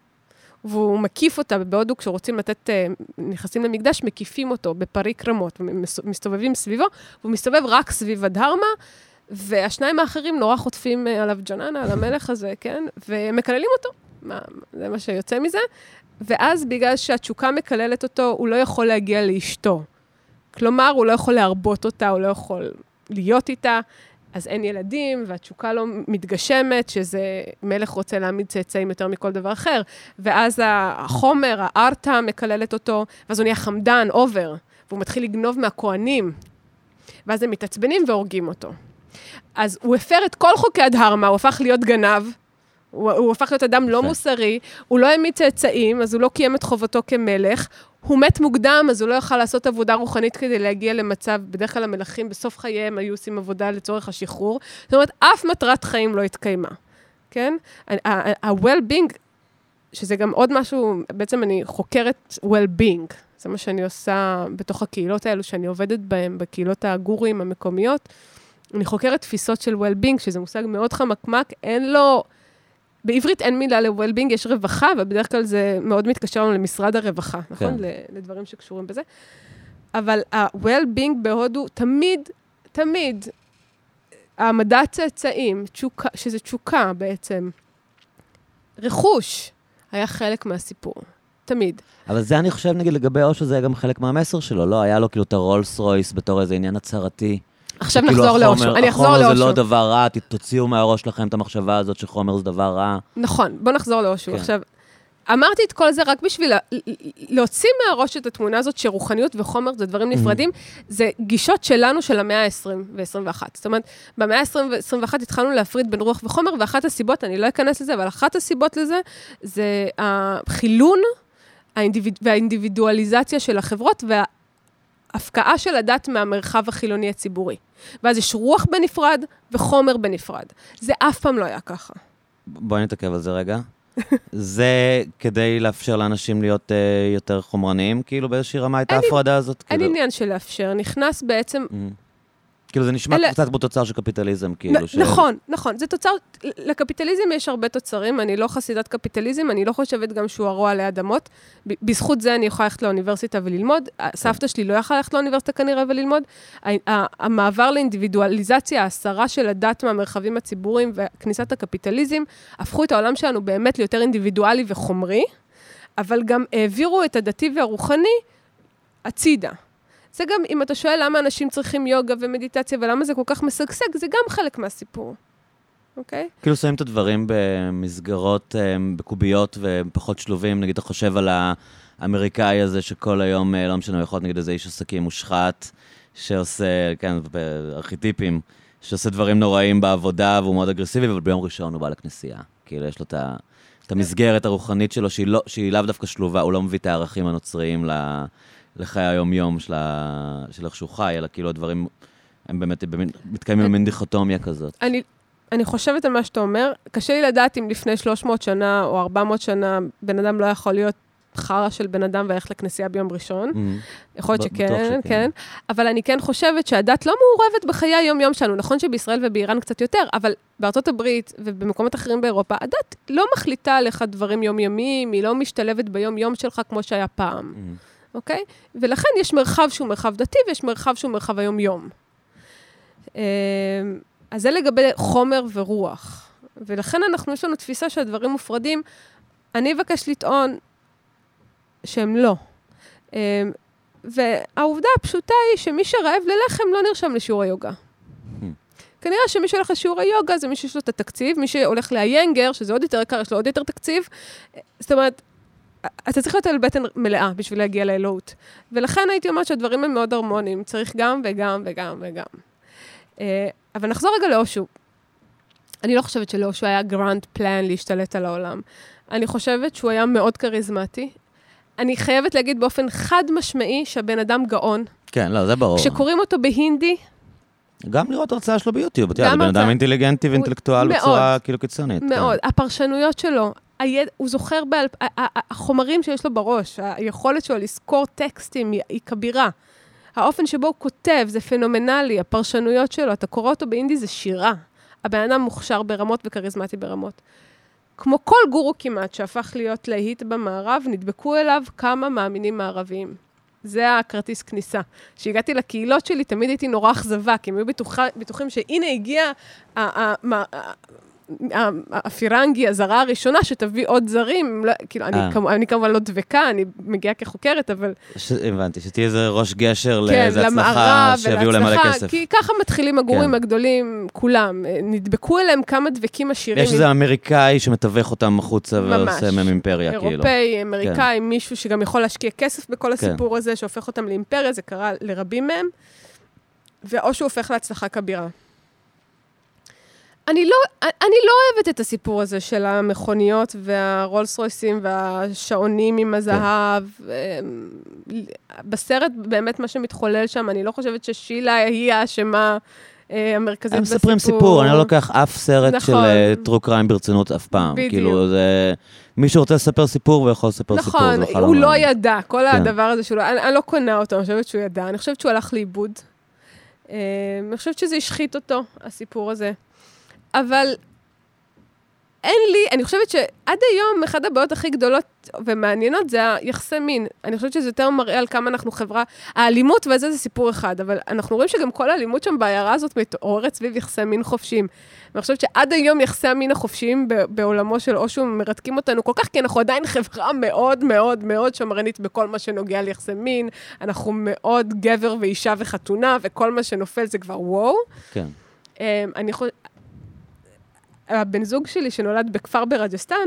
והוא מקיף אותה, בהודו כשרוצים לתת, נכנסים למקדש, מקיפים אותו בפריק רמות, ומסתובבים סביבו, והוא מסתובב רק סביב הדהרמה, והשניים האחרים נורא חוטפים עליו ג'ננה, על המלך הזה, כן? ומקללים אותו. מה, זה מה שיוצא מזה. ואז בגלל שהתשוקה מקללת אותו, הוא לא יכול להגיע לאשתו. כלומר, הוא לא יכול להרבות אותה, הוא לא יכול להיות איתה, אז אין ילדים, והתשוקה לא מתגשמת, שזה מלך רוצה להעמיד צאצאים יותר מכל דבר אחר. ואז החומר, הארטה, מקללת אותו, ואז הוא נהיה חמדן, אובר, והוא מתחיל לגנוב מהכהנים. ואז הם מתעצבנים והורגים אותו. אז הוא הפר את כל חוקי הדהרמה, הוא הפך להיות גנב, הוא, הוא הפך להיות אדם לא מוסרי, הוא לא העמיד צאצאים, אז הוא לא קיים את חובתו כמלך, הוא מת מוקדם, אז הוא לא יוכל לעשות עבודה רוחנית כדי להגיע למצב, בדרך כלל המלכים בסוף חייהם היו עושים עבודה לצורך השחרור, זאת אומרת, אף מטרת חיים לא התקיימה, כן? ה-well-being, שזה גם עוד משהו, בעצם אני חוקרת well-being, זה מה שאני עושה בתוך הקהילות האלו, שאני עובדת בהן, בקהילות הגורים המקומיות, אני חוקרת תפיסות של well-being, שזה מושג מאוד חמקמק, אין לו, בעברית אין מילה ל-well-being, יש רווחה, ובדרך כלל זה מאוד מתקשר לנו למשרד הרווחה, נכון? לדברים שקשורים בזה. אבל ה-well-being בהודו תמיד, תמיד, העמדת צאצאים, שזה תשוקה בעצם, רכוש, היה חלק מהסיפור. תמיד. אבל זה אני חושב, נגיד, לגבי אושו, זה היה גם חלק מהמסר שלו, לא? היה לו כאילו את הרולס רויס בתור איזה עניין הצהרתי. עכשיו נחזור לאושו. אני אחזור לאושו. החומר זה לא דבר רע, תוציאו מהראש שלכם את המחשבה הזאת שחומר זה דבר רע. נכון, בוא נחזור לאושו. עכשיו, אמרתי את כל זה רק בשביל להוציא מהראש את התמונה הזאת שרוחניות וחומר זה דברים נפרדים, זה גישות שלנו של המאה ה-עשרים ו-עשרים ואחת. זאת אומרת, במאה ה-עשרים ו-עשרים ואחת התחלנו להפריד בין רוח וחומר, ואחת הסיבות, אני לא אכנס לזה, אבל אחת הסיבות לזה, זה החילון והאינדיבידואליזציה של החברות, וההפקעה של הדת מהמרחב החילוני הציבורי. ואז יש רוח בנפרד וחומר בנפרד. זה אף פעם לא היה ככה. בואי נתעכב על זה רגע. זה כדי לאפשר לאנשים להיות uh, יותר חומרניים, כאילו באיזושהי רמה הייתה ההפרדה הזאת? אין כאילו... עניין של לאפשר, נכנס בעצם... Mm. כאילו זה נשמע אלה... קצת בתוצר של קפיטליזם, כאילו נ- ש... נכון, נכון, זה תוצר... לקפיטליזם יש הרבה תוצרים, אני לא חסידת קפיטליזם, אני לא חושבת גם שהוא הרוע עלי אדמות, ב- בזכות זה אני יכולה ללכת לאוניברסיטה וללמוד, סבתא שלי לא יכולה ללכת לאוניברסיטה כנראה וללמוד, המעבר לאינדיבידואליזציה, ההסרה של הדת מהמרחבים הציבוריים וכניסת הקפיטליזם, הפכו את העולם שלנו באמת ליותר אינדיבידואלי וחומרי, אבל גם העבירו את הדתי והרוחני הצידה. זה גם, אם אתה שואל למה אנשים צריכים יוגה ומדיטציה, ולמה זה כל כך משגשג, זה גם חלק מהסיפור. אוקיי? כאילו שמים את הדברים במסגרות, בקוביות ופחות שלובים, נגיד, אתה חושב על האמריקאי הזה שכל היום, לא משנה, יכול להיות נגיד איזה איש עסקים מושחת, שעושה, כן, ארכיטיפים, שעושה דברים נוראים בעבודה, והוא מאוד אגרסיבי, אבל ביום ראשון הוא בא לכנסייה. כאילו, יש לו את ה... את המסגרת הרוחנית שלו, שהיא לא, שהיא לאו דווקא שלובה, הוא לא מביא את הערכים הנוצריים לחיי היום-יום של, של איך שהוא חי, אלא כאילו הדברים, הם באמת מתקיימים במין דיכוטומיה כזאת. אני, אני חושבת על מה שאתה אומר, קשה לי לדעת אם לפני שלוש מאות שנה או ארבע מאות שנה, בן אדם לא יכול להיות חרא של בן אדם והלך לכנסייה ביום ראשון. יכול להיות שכן, בטוח שכן. כן. אבל אני כן חושבת שהדת לא מעורבת בחיי היום-יום שלנו. נכון שבישראל ובאיראן קצת יותר, אבל בארצות הברית ובמקומות אחרים באירופה, הדת לא מחליטה עליך דברים יומיומיים, היא לא משתלבת ביום-יום שלך כמו שהיה פעם. אוקיי? ולכן יש מרחב שהוא מרחב דתי, ויש מרחב שהוא מרחב היום-יום. אז זה לגבי חומר ורוח. ולכן אנחנו, יש לנו תפיסה שהדברים מופרדים. אני אבקש לטעון שהם לא. והעובדה הפשוטה היא שמי שרעב ללחם לא נרשם לשיעור היוגה. כנראה שמי שהולך לשיעור היוגה זה מי שיש לו את התקציב, מי שהולך להיינגר, שזה עוד יותר יקר, יש לו עוד יותר תקציב. זאת אומרת, אתה צריך להיות על בטן מלאה בשביל להגיע לאלוהות. ולכן הייתי אומרת שהדברים הם מאוד הרמוניים. צריך גם וגם וגם וגם. אבל נחזור רגע לאושו. אני לא חושבת שלאושו היה גרנד פלן להשתלט על העולם. אני חושבת שהוא היה מאוד קריזמטי. אני חייבת להגיד באופן חד משמעי שהבן אדם גאון. כן, לא, זה ברור. כשקוראים אותו בהינדי... גם לראות הרצאה שלו ביוטיוב. זה בן אדם אינטליגנטי ואינטלקטואל בצורה כאילו קיצונית. מאוד. הפרשנויות שלו, הוא זוכר, החומרים שיש לו בראש, היכולת שלו לזכור טקסטים היא כבירה. האופן שבו הוא כותב זה פנומנלי, הפרשנויות שלו, אתה קורא אותו בהינדי זה שירה. הבן אדם מוכשר ברמות וקריזמטי ברמות. כמו כל גורו כמעט שהפך להיות להיט במערב, נדבקו אליו כמה מאמינים מערביים. זה הכרטיס כניסה. כשהגעתי לקהילות שלי, תמיד הייתי נורא אכזבה, כי הם היו בטוחים שהנה הגיע הפירנגי, הזרה הראשונה, שתביא עוד זרים. כאילו, אני כמובן לא דבקה, אני מגיעה כחוקרת, אבל... הבנתי, שתהיה איזה ראש גשר לאיזה הצלחה, שיביאו להם מלא כסף. כי ככה מתחילים הגורים הגדולים, כולם. נדבקו אליהם כמה דבקים עשירים. יש איזה אמריקאי שמתווך אותם החוצה ועושה מהם אימפריה, כאילו. אירופאי, אמריקאי, מישהו שגם יכול להשקיע כסף בכל הסיפור הזה, שהופך אותם לאימפריה, זה קרה לרבים מהם, ואו שהוא הופך להצלחה כבירה. אני לא, אני לא אוהבת את הסיפור הזה של המכוניות והרולס רויסים והשעונים עם הזהב. בסרט באמת מה שמתחולל שם, אני לא חושבת ששילה היא האשמה המרכזית בסיפור. הם מספרים סיפור, אני לא לוקח אף סרט של טרו קריים ברצינות אף פעם. בדיוק. כאילו זה, מי שרוצה לספר סיפור ויכול לספר סיפור. נכון, הוא לא ידע, כל הדבר הזה שהוא לא, אני לא קונה אותו, אני חושבת שהוא ידע, אני חושבת שהוא הלך לאיבוד. אני חושבת שזה השחית אותו, הסיפור הזה. אבל אין לי, אני חושבת שעד היום, אחד הבעיות הכי גדולות ומעניינות זה היחסי מין. אני חושבת שזה יותר מראה על כמה אנחנו חברה, האלימות וזה זה סיפור אחד, אבל אנחנו רואים שגם כל האלימות שם בעיירה הזאת מתעוררת סביב יחסי מין חופשיים. ואני חושבת שעד היום יחסי המין החופשיים בעולמו של אושו מרתקים אותנו כל כך, כי אנחנו עדיין חברה מאוד מאוד מאוד שמרנית בכל מה שנוגע ליחסי מין, אנחנו מאוד גבר ואישה וחתונה, וכל מה שנופל זה כבר וואו. כן. אני חושבת, הבן זוג שלי שנולד בכפר ברג'סטן,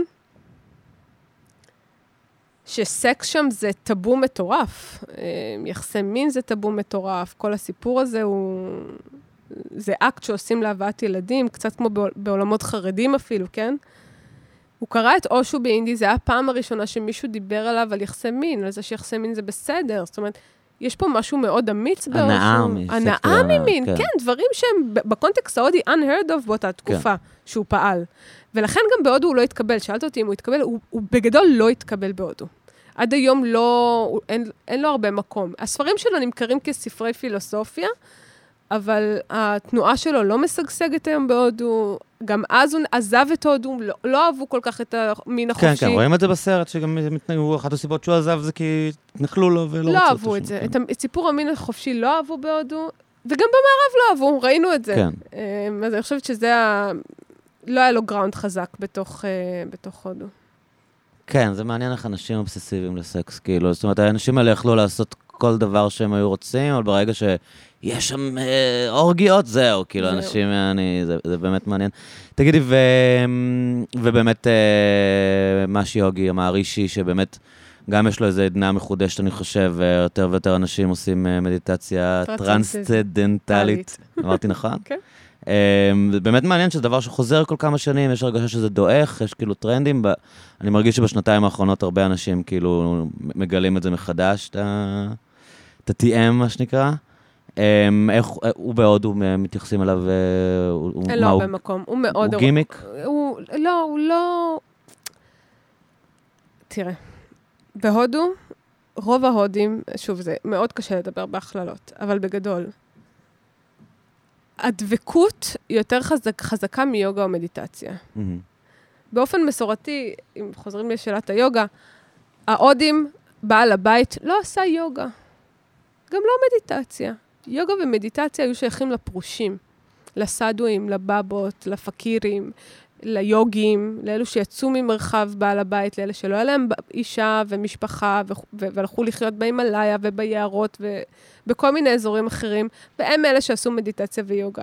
שסקס שם זה טאבו מטורף. יחסי מין זה טאבו מטורף. כל הסיפור הזה הוא... זה אקט שעושים להבאת ילדים, קצת כמו בעולמות חרדים אפילו, כן? הוא קרא את אושו באינדי, זה היה הפעם הראשונה שמישהו דיבר עליו על יחסי מין, על זה שיחסי מין זה בסדר. זאת אומרת, יש פה משהו מאוד אמיץ באושו. הנאה ממין. הנאה ממין, כן. כן, דברים שהם בקונטקסט ההודי unheard of באותה תקופה כן. שהוא פעל. ולכן גם בהודו הוא לא התקבל. שאלת אותי אם הוא התקבל, הוא, הוא בגדול לא התקבל בהודו. עד היום לא, אין, אין לו הרבה מקום. הספרים שלו נמכרים כספרי פילוסופיה, אבל התנועה שלו לא משגשגת היום בהודו. גם אז הוא עזב את הודו, לא, לא אהבו כל כך את המין החופשי. כן, כן, רואים את זה בסרט, שגם מתנגעו, אחת הסיבות שהוא עזב זה כי נחלו לו ולא לא אהבו את זה. כן. את סיפור המין החופשי לא אהבו בהודו, וגם במערב לא אהבו, ראינו את זה. כן. אז אני חושבת שזה ה... לא היה לו גראונד חזק בתוך, בתוך הודו. כן, זה מעניין איך אנשים אובססיביים לסקס, כאילו, זאת אומרת, האנשים האלה יכלו לעשות כל דבר שהם היו רוצים, אבל ברגע שיש שם אה, אורגיות, זהו, כאילו, זהו. אנשים, אני, זה, זה באמת מעניין. תגידי, ו, ובאמת, אה, משי יוגי, המערישי, שבאמת, גם יש לו איזו עדנה מחודשת, אני חושב, יותר ויותר אנשים עושים מדיטציה טרנסצדנטלית. אמרתי נכון? כן. זה באמת מעניין שזה דבר שחוזר כל כמה שנים, יש הרגשה שזה דועך, יש כאילו טרנדים, אני מרגיש שבשנתיים האחרונות הרבה אנשים כאילו מגלים את זה מחדש, את ה-טי אם, מה שנקרא. איך הוא בהודו מתייחסים אליו? אין לו הרבה מקום, הוא מאוד... הוא גימיק? לא, הוא לא... תראה, בהודו, רוב ההודים, שוב, זה מאוד קשה לדבר בהכללות, אבל בגדול, הדבקות היא יותר חזק, חזקה מיוגה או מדיטציה. Mm-hmm. באופן מסורתי, אם חוזרים לשאלת היוגה, ההודים, בעל הבית, לא עשה יוגה. גם לא מדיטציה. יוגה ומדיטציה היו שייכים לפרושים, לסדואים, לבבות, לפקירים, ליוגים, לאלו שיצאו ממרחב בעל הבית, לאלה שלא היה להם אישה ומשפחה, ו- ו- והלכו לחיות בהימלאיה וביערות ובכל מיני אזורים אחרים, והם אלה שעשו מדיטציה ויוגה.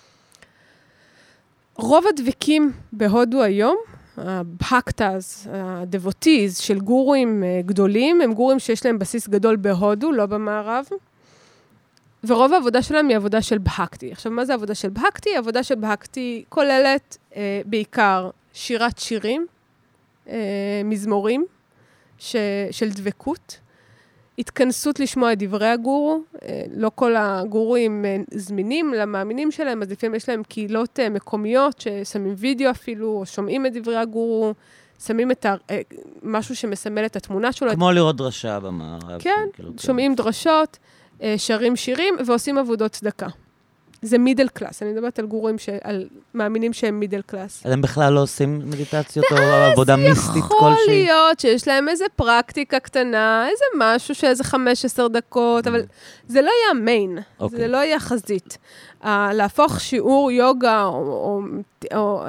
רוב הדבקים בהודו היום, הבהקטאז, הדבוטיז של גורואים גדולים, הם גורואים שיש להם בסיס גדול בהודו, לא במערב, ורוב העבודה שלהם היא עבודה של בהקטי. עכשיו, מה זה עבודה של בהקטי? העבודה של בהקטי כוללת אה, בעיקר שירת שירים, אה, מזמורים ש, של דבקות, התכנסות לשמוע את דברי הגורו, אה, לא כל הגורואים אה, זמינים למאמינים שלהם, אז לפעמים יש להם קהילות אה, מקומיות ששמים וידאו אפילו, או שומעים את דברי הגורו, שמים את ה, אה, משהו שמסמל את התמונה שלו. כמו לראות דרשה במערב. כן, שומעים דרשות, שרים שירים ועושים עבודות צדקה. זה מידל קלאס, אני מדברת על גורואים, על מאמינים שהם מידל קלאס. אז הם בכלל לא עושים מדיטציות או עבודה מיסטית כלשהי? יכול להיות שיש להם איזה פרקטיקה קטנה, איזה משהו שאיזה חמש עשר דקות, אבל זה לא יהיה המיין, זה לא יהיה חזית. להפוך שיעור יוגה או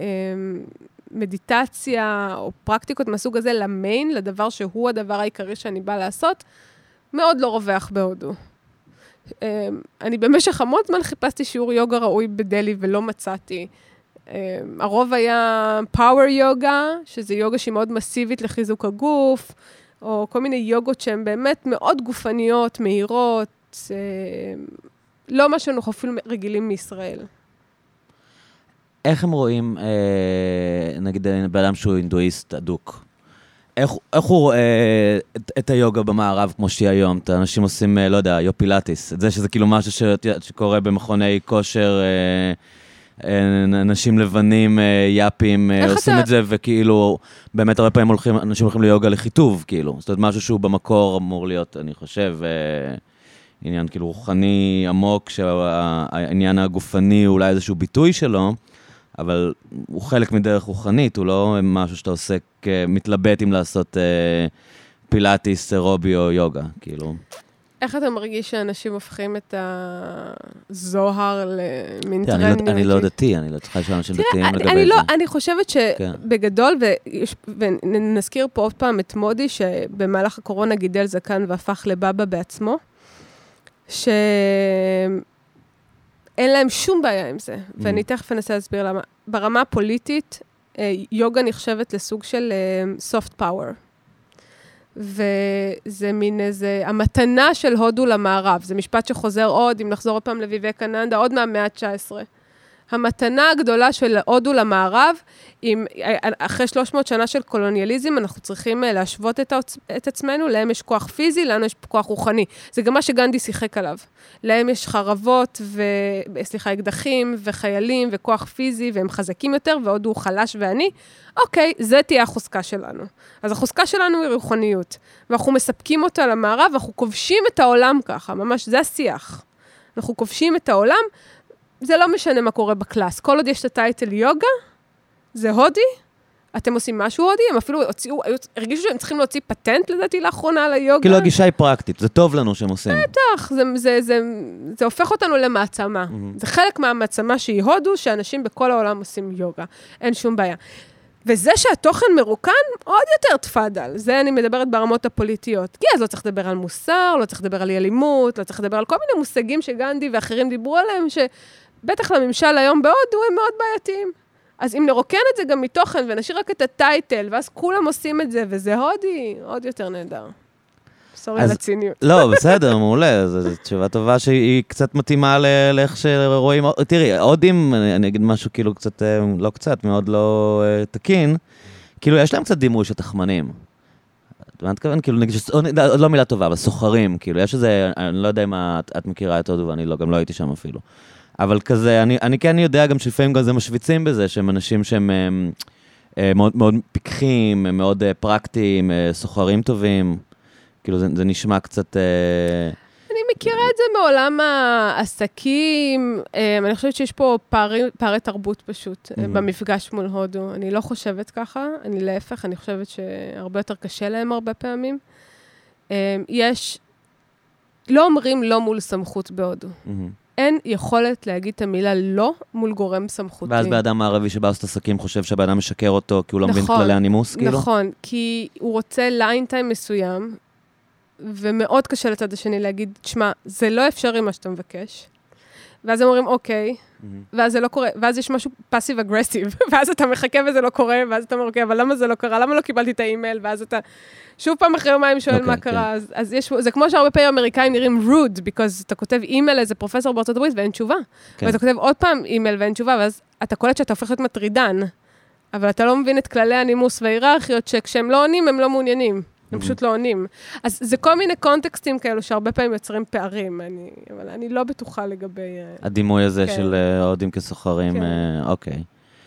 מדיטציה או פרקטיקות מהסוג הזה למיין, לדבר שהוא הדבר העיקרי שאני באה לעשות, מאוד לא רווח בהודו. אני במשך המון זמן חיפשתי שיעור יוגה ראוי בדלי ולא מצאתי. הרוב היה פאוור יוגה, שזה יוגה שהיא מאוד מסיבית לחיזוק הגוף, או כל מיני יוגות שהן באמת מאוד גופניות, מהירות, לא מה שאנחנו אפילו רגילים מישראל. איך הם רואים, נגיד, באדם שהוא אינדואיסט אדוק? איך, איך הוא רואה את, את היוגה במערב כמו שהיא היום? את האנשים עושים, לא יודע, יופילאטיס. את זה שזה כאילו משהו ש, שקורה במכוני כושר, אנשים לבנים, יאפים, עושים אתה... את זה, וכאילו, באמת הרבה פעמים הולכים, אנשים הולכים ליוגה לחיטוב, כאילו. זאת אומרת, משהו שהוא במקור אמור להיות, אני חושב, עניין כאילו רוחני עמוק, שהעניין הגופני הוא אולי איזשהו ביטוי שלו, אבל הוא חלק מדרך רוחנית, הוא לא משהו שאתה עוסק, מתלבט אם לעשות אה, פילאטיס, אירובי או יוגה, כאילו. איך אתה מרגיש שאנשים הופכים את הזוהר למין טרנד? אני לא דתי, אני לא צריכה לשאול אנשים דתיים לגבי זה. אני חושבת שבגדול, ונזכיר פה עוד פעם את מודי, שבמהלך הקורונה גידל זקן והפך לבבא בעצמו, ש... אין להם שום בעיה עם זה, mm. ואני תכף אנסה להסביר למה. ברמה הפוליטית, יוגה נחשבת לסוג של soft power. וזה מין איזה, המתנה של הודו למערב. זה משפט שחוזר עוד, אם נחזור עוד פעם לויבקאננדה, עוד מהמאה ה-תשע עשרה. המתנה הגדולה של הודו למערב, עם, אחרי שלוש מאות שנה של קולוניאליזם, אנחנו צריכים להשוות את, את עצמנו, להם יש כוח פיזי, לנו יש כוח רוחני. זה גם מה שגנדי שיחק עליו. להם יש חרבות, ו, סליחה, אקדחים וחיילים וכוח פיזי, והם חזקים יותר, והודו הוא חלש ואני. אוקיי, זה תהיה החוזקה שלנו. אז החוזקה שלנו היא רוחניות, ואנחנו מספקים אותה למערב, ואנחנו כובשים את העולם ככה, ממש, זה השיח. אנחנו כובשים את העולם, זה לא משנה מה קורה בקלאס. כל עוד יש את הטייטל יוגה, זה הודי, אתם עושים משהו הודי, הם אפילו הוציאו, הרגישו שהם צריכים להוציא פטנט לדעתי לאחרונה על היוגה. כאילו הגישה היא פרקטית, זה טוב לנו שהם עושים. בטח, זה, זה, זה, זה הופך אותנו למעצמה. Mm-hmm. זה חלק מהמעצמה שהיא הודו, שאנשים בכל העולם עושים יוגה. אין שום בעיה. וזה שהתוכן מרוקן, עוד יותר תפדל. זה אני מדברת ברמות הפוליטיות. כי אז לא צריך לדבר על מוסר, לא צריך לדבר על אלימות, לא צריך לדבר על כל מיני מושגים שגנדי ואחרים דיברו עליהם, שבטח לממשל היום בהודו הם מאוד בעייתיים. אז אם נרוקן את זה גם מתוכן, ונשאיר רק את הטייטל, ואז כולם עושים את זה, וזה הודי, עוד יותר נהדר. סורי על הציניות. לא, בסדר, מעולה. זו תשובה טובה שהיא קצת מתאימה לאיך שרואים. תראי, הודים, אני אגיד משהו כאילו קצת, לא קצת, מאוד לא תקין, כאילו יש להם קצת דימוי של תחמנים. אתה מתכוון, כאילו, נגיד, עוד לא מילה טובה, אבל סוחרים, כאילו, יש איזה, אני לא יודע אם את מכירה את הודו, ואני גם לא הייתי שם אפילו. אבל כזה, אני, אני כן יודע גם שלפעמים גם זה משוויצים בזה, שהם אנשים שהם מאוד, מאוד פיקחים, מאוד פרקטיים, סוחרים טובים. כאילו, זה, זה נשמע קצת... אני מכירה את זה מעולם העסקים. אני חושבת שיש פה פערי, פערי תרבות פשוט, mm-hmm. במפגש מול הודו. אני לא חושבת ככה, אני להפך, אני חושבת שהרבה יותר קשה להם הרבה פעמים. יש... לא אומרים לא מול סמכות בהודו. Mm-hmm. אין יכולת להגיד את המילה לא מול גורם סמכותי. ואז באדם מערבי שבא לעשות עסקים חושב שהבאדם משקר אותו, כי הוא לא מבין כללי הנימוס, כאילו? נכון, כי הוא רוצה ליין טיים מסוים, ומאוד קשה לצד השני להגיד, תשמע, זה לא אפשרי מה שאתה מבקש. ואז הם אומרים, אוקיי, ואז זה לא קורה, ואז יש משהו פאסיב-אגרסיב, ואז אתה מחכה וזה לא קורה, ואז אתה אומר, אוקיי, אבל למה זה לא קרה? למה לא קיבלתי את האימייל? ואז אתה שוב פעם אחרי יומיים שואל מה קרה. אז יש, זה כמו שהרבה פעמים אמריקאים נראים rude, because אתה כותב אימייל לאיזה פרופסור בארצות הברית ואין תשובה. ואתה כותב עוד פעם אימייל ואין תשובה, ואז אתה קולט שאתה הופך להיות מטרידן, אבל אתה לא מבין את כללי הנימוס וההיררכיות, שכשהם לא עונים, הם לא מעוניינים. הם פשוט לא עונים. אז זה כל מיני קונטקסטים כאלו שהרבה פעמים יוצרים פערים, אני, אבל אני לא בטוחה לגבי... הדימוי הזה כן. של עודים כסוחרים, כן. אוקיי.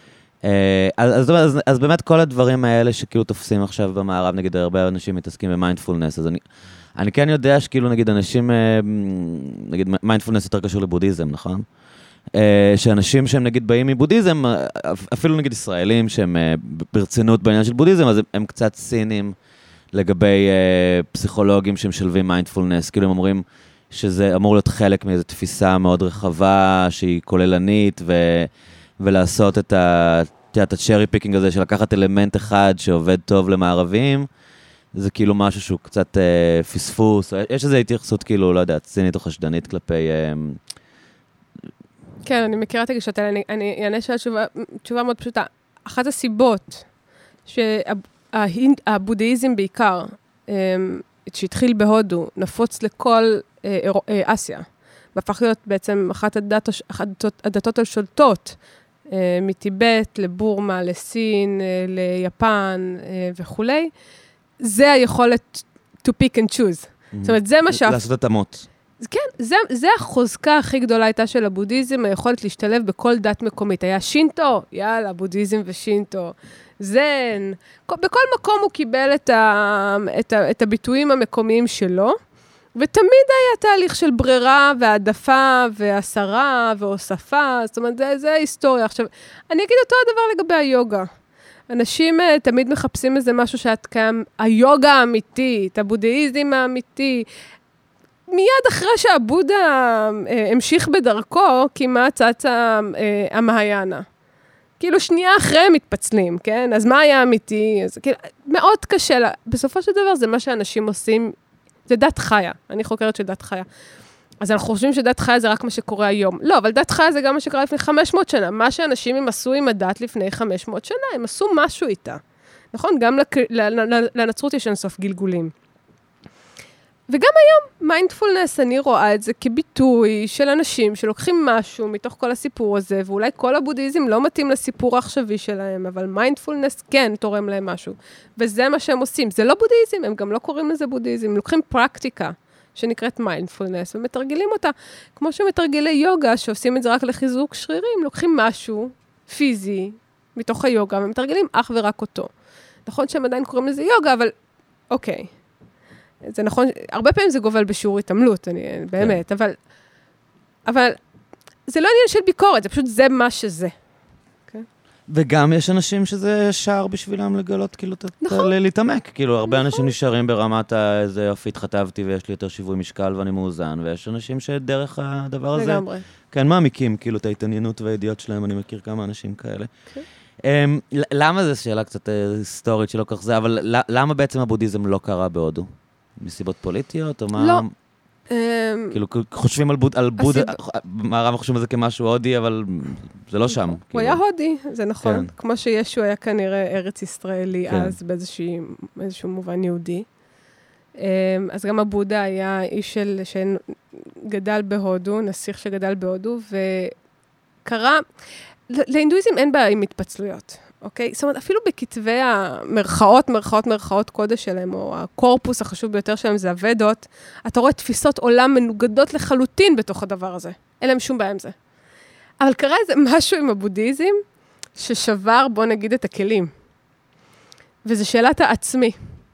אז, אז, אז באמת כל הדברים האלה שכאילו תופסים עכשיו במערב, נגיד הרבה אנשים מתעסקים במיינדפולנס, אז אני, אני כן יודע שכאילו נגיד אנשים, נגיד מיינדפולנס יותר קשור לבודהיזם, נכון? שאנשים שהם נגיד באים מבודהיזם, אפילו נגיד ישראלים שהם ברצינות בעניין של בודהיזם, אז הם, הם קצת סינים, לגבי uh, פסיכולוגים שמשלבים מיינדפולנס, כאילו הם אומרים שזה אמור להיות חלק מאיזו תפיסה מאוד רחבה, שהיא כוללנית, ו... ולעשות את ה... את הצ'רי פיקינג הזה, של לקחת אלמנט אחד שעובד טוב למערבים, זה כאילו משהו שהוא קצת uh, פספוס, יש איזו התייחסות כאילו, לא יודע, צינית או חשדנית כלפי... Uh... כן, אני מכירה את הגישות האלה, אני, אני אענה של תשובה, תשובה מאוד פשוטה. אחת הסיבות שה... הבודהיזם בעיקר, שהתחיל בהודו, נפוץ לכל אסיה, והפך להיות בעצם אחת הדתות השולטות, מטיבט לבורמה, לסין, ליפן וכו'. זה היכולת to pick and choose. זאת אומרת, זה מה ש... לעשות התאמות. כן, זה, זה החוזקה הכי גדולה הייתה של הבודהיזם, היכולת להשתלב בכל דת מקומית. היה שינטו, יאללה, בודהיזם ושינטו. זן, בכל מקום הוא קיבל את, ה, את, ה, את הביטויים המקומיים שלו, ותמיד היה תהליך של ברירה והעדפה והסרה והוספה, זאת אומרת, זה, זה ההיסטוריה. עכשיו, אני אגיד אותו הדבר לגבי היוגה. אנשים uh, תמיד מחפשים איזה משהו שאת קיים, היוגה האמיתית, הבודהיזם האמיתי, מיד אחרי שהבודה uh, המשיך בדרכו, כמעט צצה uh, המהיאנה. כאילו שנייה אחרי הם מתפצלים, כן? אז מה היה אמיתי? אז, כאילו, מאוד קשה לה. בסופו של דבר זה מה שאנשים עושים, זה דת חיה. אני חוקרת של דת חיה. אז אנחנו חושבים שדת חיה זה רק מה שקורה היום. לא, אבל דת חיה זה גם מה שקרה לפני חמש מאות שנה. מה שאנשים הם עשו עם הדת לפני חמש מאות שנה, הם עשו משהו איתה. נכון? גם לנצרות יש אינסוף גלגולים. וגם היום, מיינדפולנס, אני רואה את זה כביטוי של אנשים שלוקחים משהו מתוך כל הסיפור הזה, ואולי כל הבודהיזם לא מתאים לסיפור העכשווי שלהם, אבל מיינדפולנס כן תורם להם משהו. וזה מה שהם עושים. זה לא בודהיזם, הם גם לא קוראים לזה בודהיזם, הם לוקחים פרקטיקה שנקראת מיינדפולנס, ומתרגלים אותה, כמו שמתרגילי יוגה, שעושים את זה רק לחיזוק שרירים, לוקחים משהו פיזי מתוך היוגה, ומתרגלים אך ורק אותו. נכון שהם עדיין קוראים לזה יוגה, אבל אוקיי. זה נכון, הרבה פעמים זה גובל בשיעור התעמלות, אני, באמת, אבל, אבל זה לא עניין של ביקורת, זה פשוט זה מה שזה. וגם יש אנשים שזה שער בשבילם לגלות, כאילו, להתעמק, כאילו, הרבה אנשים נשארים ברמת איזה יופי, התחתבתי ויש לי יותר שיווי משקל ואני מאוזן, ויש אנשים שדרך הדבר הזה, כן, מעמיקים, כאילו, את ההתעניינות והידיעות שלהם, אני מכיר כמה אנשים כאלה. למה זו שאלה קצת היסטורית שלא כך זה, אבל למה בעצם הבודהיזם לא קרה בהודו? מסיבות פוליטיות, או מה? לא. כאילו, חושבים על בודה, מערב חושבים על זה כמשהו הודי, אבל זה לא שם. הוא היה הודי, זה נכון. כמו שישו היה כנראה ארץ ישראלי אז, באיזשהו מובן יהודי. אז גם הבודה היה איש שגדל בהודו, נסיך שגדל בהודו, וקרא, להינדואיזם אין בעיה עם התפצלויות. אוקיי? זאת אומרת, אפילו בכתבי המרכאות, מרכאות, מרכאות קודש שלהם, או הקורפוס החשוב ביותר שלהם, זה הוודות, אתה רואה תפיסות עולם מנוגדות לחלוטין בתוך הדבר הזה. אין להם שום בעיה עם זה. אבל קרה איזה משהו עם הבודהיזם, ששבר, בוא נגיד, את הכלים. וזה שאלת העצמי.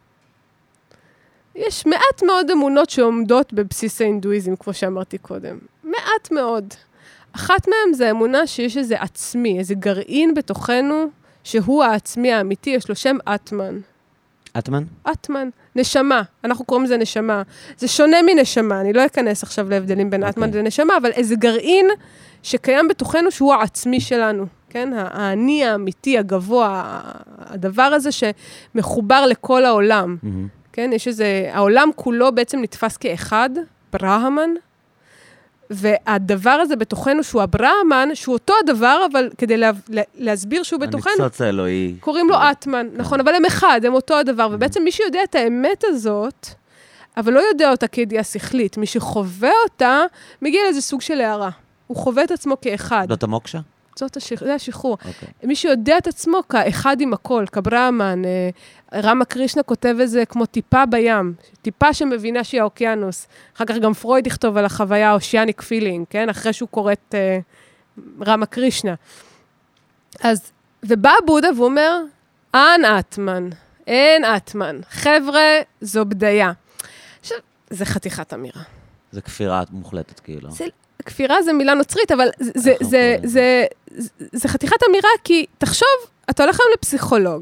יש מעט מאוד אמונות שעומדות בבסיס ההינדואיזם, כמו שאמרתי קודם. מעט מאוד. אחת מהן זה האמונה שיש איזה עצמי, איזה גרעין בתוכנו, שהוא העצמי האמיתי, יש לו שם אטמן. אטמן? אטמן. נשמה. אנחנו קוראים לזה נשמה. זה שונה מנשמה, אני לא אכנס עכשיו להבדלים בין אטמן לנשמה, אבל איזה גרעין שקיים בתוכנו שהוא העצמי שלנו. כן? האני האמיתי, הגבוה, הדבר הזה שמחובר לכל העולם. כן? יש איזה, העולם כולו בעצם נתפס כאחד, ברהמן, והדבר הזה בתוכנו שהוא הברהמן, שהוא אותו הדבר, אבל כדי לה, להסביר שהוא בתוכנו, הניצוץ האלוהי. קוראים לו אטמן, נכון, אבל הם אחד, הם אותו הדבר, ובעצם מי שיודע את האמת הזאת, אבל לא יודע אותה כידיעה שכלית, מי שחווה אותה, מגיע לאיזה סוג של הערה. הוא חווה את עצמו כאחד. זאת המוקשה? זאת השחרור, זה השחרור. Okay. מי שיודע את עצמו כאחד עם הכל, כברהמן, רמה קרישנה כותב איזה כמו טיפה בים, טיפה שמבינה שהיא האוקיינוס. אחר כך גם פרויד יכתוב על החוויה האושיאניק פילינג, כן? אחרי שהוא קורא את uh, רמה קרישנה. אז, ובא בודה והוא אומר, אין אטמן, אין אטמן. חבר'ה, זו בדיה. עכשיו, זה חתיכת אמירה. זה כפירה מוחלטת, כאילו. זה... כפירה זה מילה נוצרית, אבל זה, זה, זה, זה, זה, זה חתיכת אמירה, כי תחשוב, אתה הולך היום לפסיכולוג.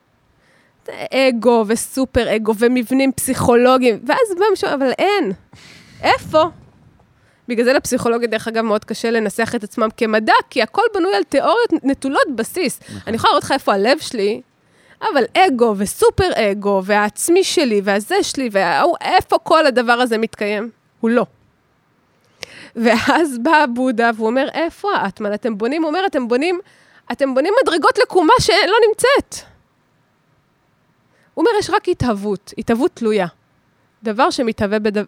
אגו וסופר אגו ומבנים פסיכולוגיים, ואז בא משהו, אבל אין. איפה? בגלל זה לפסיכולוגיה, דרך אגב, מאוד קשה לנסח את עצמם כמדע, כי הכל בנוי על תיאוריות נטולות בסיס. אני יכולה לראות לך איפה הלב שלי, אבל אגו וסופר אגו, והעצמי שלי, והזה שלי, ואיפה כל הדבר הזה מתקיים? הוא לא. ואז בא בודה, והוא אומר, איפה האטמן? אתם בונים, הוא אומר, אתם בונים, אתם בונים מדרגות לקומה שלא נמצאת. הוא אומר, יש רק התהוות, התהוות תלויה. דבר שמתהווה בדבר,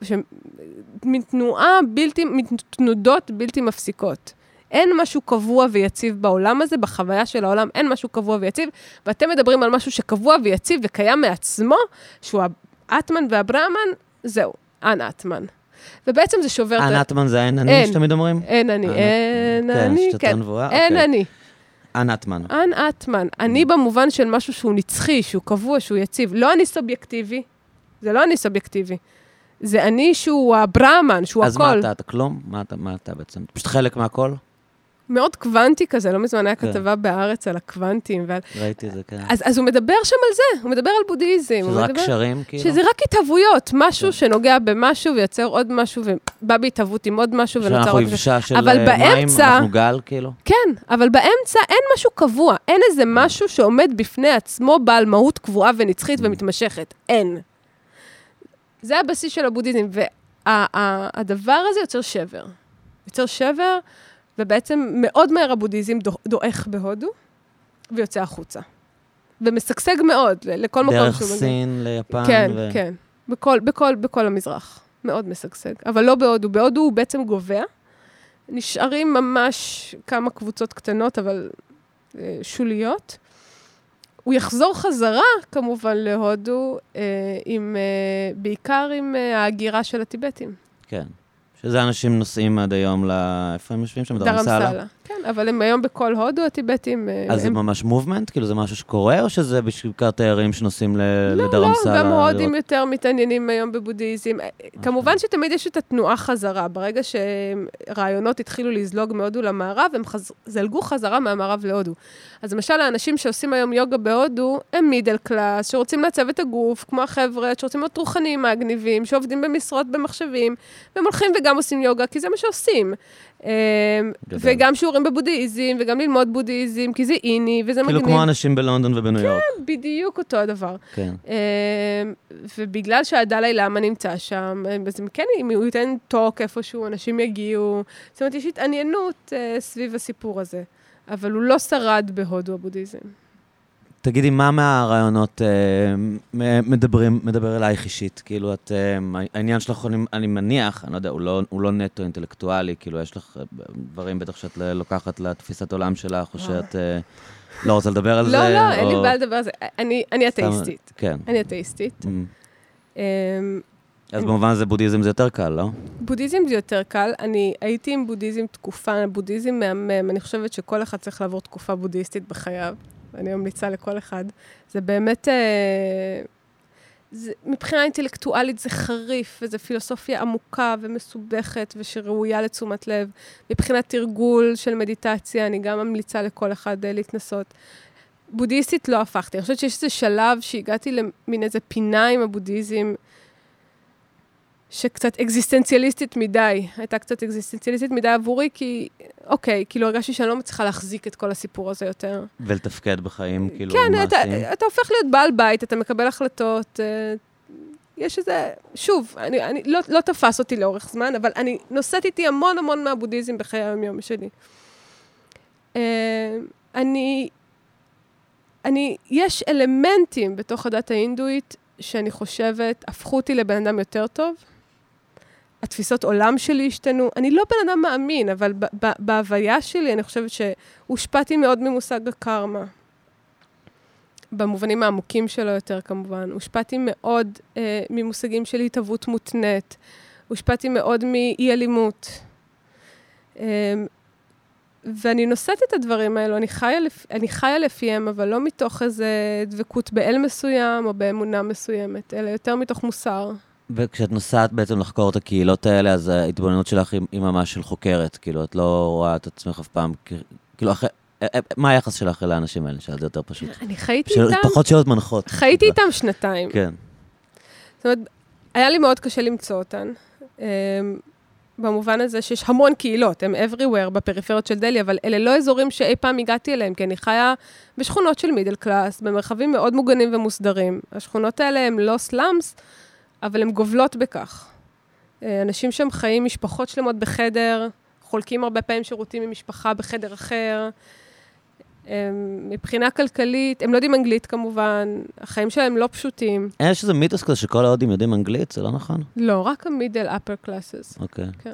מתנועה בלתי, מתנודות בלתי מפסיקות. אין משהו קבוע ויציב בעולם הזה, בחוויה של העולם, אין משהו קבוע ויציב, ואתם מדברים על משהו שקבוע ויציב וקיים מעצמו, שהוא האטמן והברהמן, זהו, אין אטמן. ובעצם זה שובר... אין אטמן זה אין אני, שתמיד אומרים? אין אני, אין אני, כן, אין אני. אין אטמן. אין אטמן. אני במובן של משהו שהוא נצחי, שהוא קבוע, שהוא יציב. לא אני סובייקטיבי, זה לא אני סובייקטיבי. זה אני שהוא הברהמן, שהוא אז הכל. אז מה אתה? אתה כלום? מה אתה, מה אתה בעצם? פשוט חלק מהכל? מאוד קוונטי כזה, לא מזמן היה כתבה בארץ על הקוונטים. ועל... ראיתי זה, כן. אז, אז הוא מדבר שם על זה, הוא מדבר על בודהיזם. שזה רק מדבר... קשרים, כאילו? שזה רק התהוויות, משהו כן. שנוגע במשהו ויוצר עוד משהו, ובא בהתהוות עם עוד משהו ונוצר עוד משהו. שאנחנו יבשה של מים, באמצע... אנחנו גל, כאילו? כן, אבל באמצע אין משהו קבוע, אין איזה משהו שעומד בפני עצמו בעל מהות קבועה ונצחית ומתמשכת. אין. זה הבסיס של הבודהיזם, והדבר הזה יוצר שבר. יוצר שבר, ובעצם מאוד מהר הבודהיזם דועך בהודו, ויוצא החוצה. ומשגשג מאוד, לכל מקום שהוא מגיע. דרך סין ליפן. כן, ו... כן. בכל, בכל, בכל המזרח. מאוד משגשג. אבל לא בהודו. בהודו הוא בעצם גובע. נשארים ממש כמה קבוצות קטנות, אבל אה, שוליות. הוא יחזור חזרה, כמובן, להודו, אה, עם, אה, בעיקר עם אה, ההגירה של הטיבטים. כן. שזה אנשים נוסעים עד היום לאיפה הם יושבים שם? דרמסלה. כן, אבל הם היום בכל הודו, הטיבטים... אז זה ממש מובמנט? כאילו זה משהו שקורה, או שזה בעיקר תיירים שנוסעים לדרמסלה? לא, לא, גם הודים יותר מתעניינים היום בבודהיזם. כמובן שתמיד יש את התנועה חזרה. ברגע שרעיונות התחילו לזלוג מהודו למערב, הם זלגו חזרה מהמערב להודו. אז למשל, האנשים שעושים היום יוגה בהודו, הם מידל קלאס, שרוצים לעצב את הגוף, כמו החבר'ה, שרוצים להיות רוחניים מגניבים, שעובדים במשרות במחשבים, והם הולכים וגם עושים יוגה, כי זה מה שעושים. וגם שיעורים בבודהיזם, וגם ללמוד בודהיזם, כי זה איני, וזה מגניב. כאילו כמו אנשים בלונדון ובניו יורק. כן, בדיוק אותו הדבר. כן. ובגלל שהדלי למה נמצא שם, אז הם כן, אם הוא ייתן טוק איפשהו, אנשים יגיעו. זאת אומרת, יש התעניינות סביב הסיפור הזה. אבל הוא לא שרד בהודו הבודהיזם. תגידי, מה מהרעיונות אה, מדברים, מדבר אלייך אישית? כאילו, את, אה, העניין שלך, אני, אני מניח, אני לא יודע, הוא לא, הוא לא נטו אינטלקטואלי, כאילו, יש לך דברים בטח שאת לוקחת לתפיסת עולם שלך, או שאת אה, לא רוצה לדבר על זה? לא, לא, או... אין לי בעיה לדבר על זה. אני, אני אתאיסטית. כן. אני אתאיסטית. Mm. אז במובן הזה בודהיזם זה יותר קל, לא? בודהיזם זה יותר קל. אני הייתי עם בודהיזם תקופה, בודהיזם מהמם. אני חושבת שכל אחד צריך לעבור תקופה בודהיסטית בחייו. אני ממליצה לכל אחד. זה באמת, זה, מבחינה אינטלקטואלית זה חריף, וזה פילוסופיה עמוקה ומסובכת, ושראויה לתשומת לב. מבחינת תרגול של מדיטציה, אני גם ממליצה לכל אחד להתנסות. בודהיסטית לא הפכתי. אני חושבת שיש איזה שלב שהגעתי למין איזה פינה עם הבודהיזם, שקצת אקזיסטנציאליסטית מדי. הייתה קצת אקזיסטנציאליסטית מדי עבורי, כי, אוקיי, כאילו הרגשתי שאני לא מצליחה להחזיק את כל הסיפור הזה יותר. ולתפקד בחיים, כאילו, כן, מעשים. אתה, אתה הופך להיות בעל בית, אתה מקבל החלטות, יש איזה, שוב, אני, אני, לא, לא תפס אותי לאורך זמן, אבל אני נושאת איתי המון המון מהבודהיזם בחיי היום-יום שלי. אני, אני, יש אלמנטים בתוך הדת ההינדואית, שאני חושבת, הפכו אותי לבן אדם יותר טוב. התפיסות עולם שלי השתנו. אני לא בן אדם מאמין, אבל ב- ב- בהוויה שלי, אני חושבת שהושפעתי מאוד ממושג הקרמה. במובנים העמוקים שלו יותר, כמובן. הושפעתי מאוד אה, ממושגים של התהוות מותנית. הושפעתי מאוד מאי אלימות. אה, ואני נושאת את הדברים האלו, אני חיה, לפ... אני חיה לפיהם, אבל לא מתוך איזה דבקות באל מסוים או באמונה מסוימת, אלא יותר מתוך מוסר. וכשאת נוסעת בעצם לחקור את הקהילות האלה, אז ההתבוננות שלך היא, היא ממש של חוקרת, כאילו, את לא רואה את עצמך אף פעם, כאילו, אחרי, מה היחס שלך אל האנשים האלה, שזה יותר פשוט? אני חייתי של... איתם... פחות שאלות מנחות. חייתי איתם שנתיים. כן. זאת אומרת, היה לי מאוד קשה למצוא אותן. במובן הזה שיש המון קהילות, הם everywhere בפריפריות של דלי, אבל אלה לא אזורים שאי פעם הגעתי אליהם, כי אני חיה בשכונות של מידל קלאס, במרחבים מאוד מוגנים ומוסדרים. השכונות האלה הם לא סלאמס, אבל הן גובלות בכך. אנשים שם חיים משפחות שלמות בחדר, חולקים הרבה פעמים שירותים ממשפחה בחדר אחר. מבחינה כלכלית, הם לא יודעים אנגלית כמובן, החיים שלהם לא פשוטים. יש איזה מיתוס כזה שכל ההודים יודעים אנגלית, זה לא נכון? לא, רק המידל upper classes. אוקיי. כן.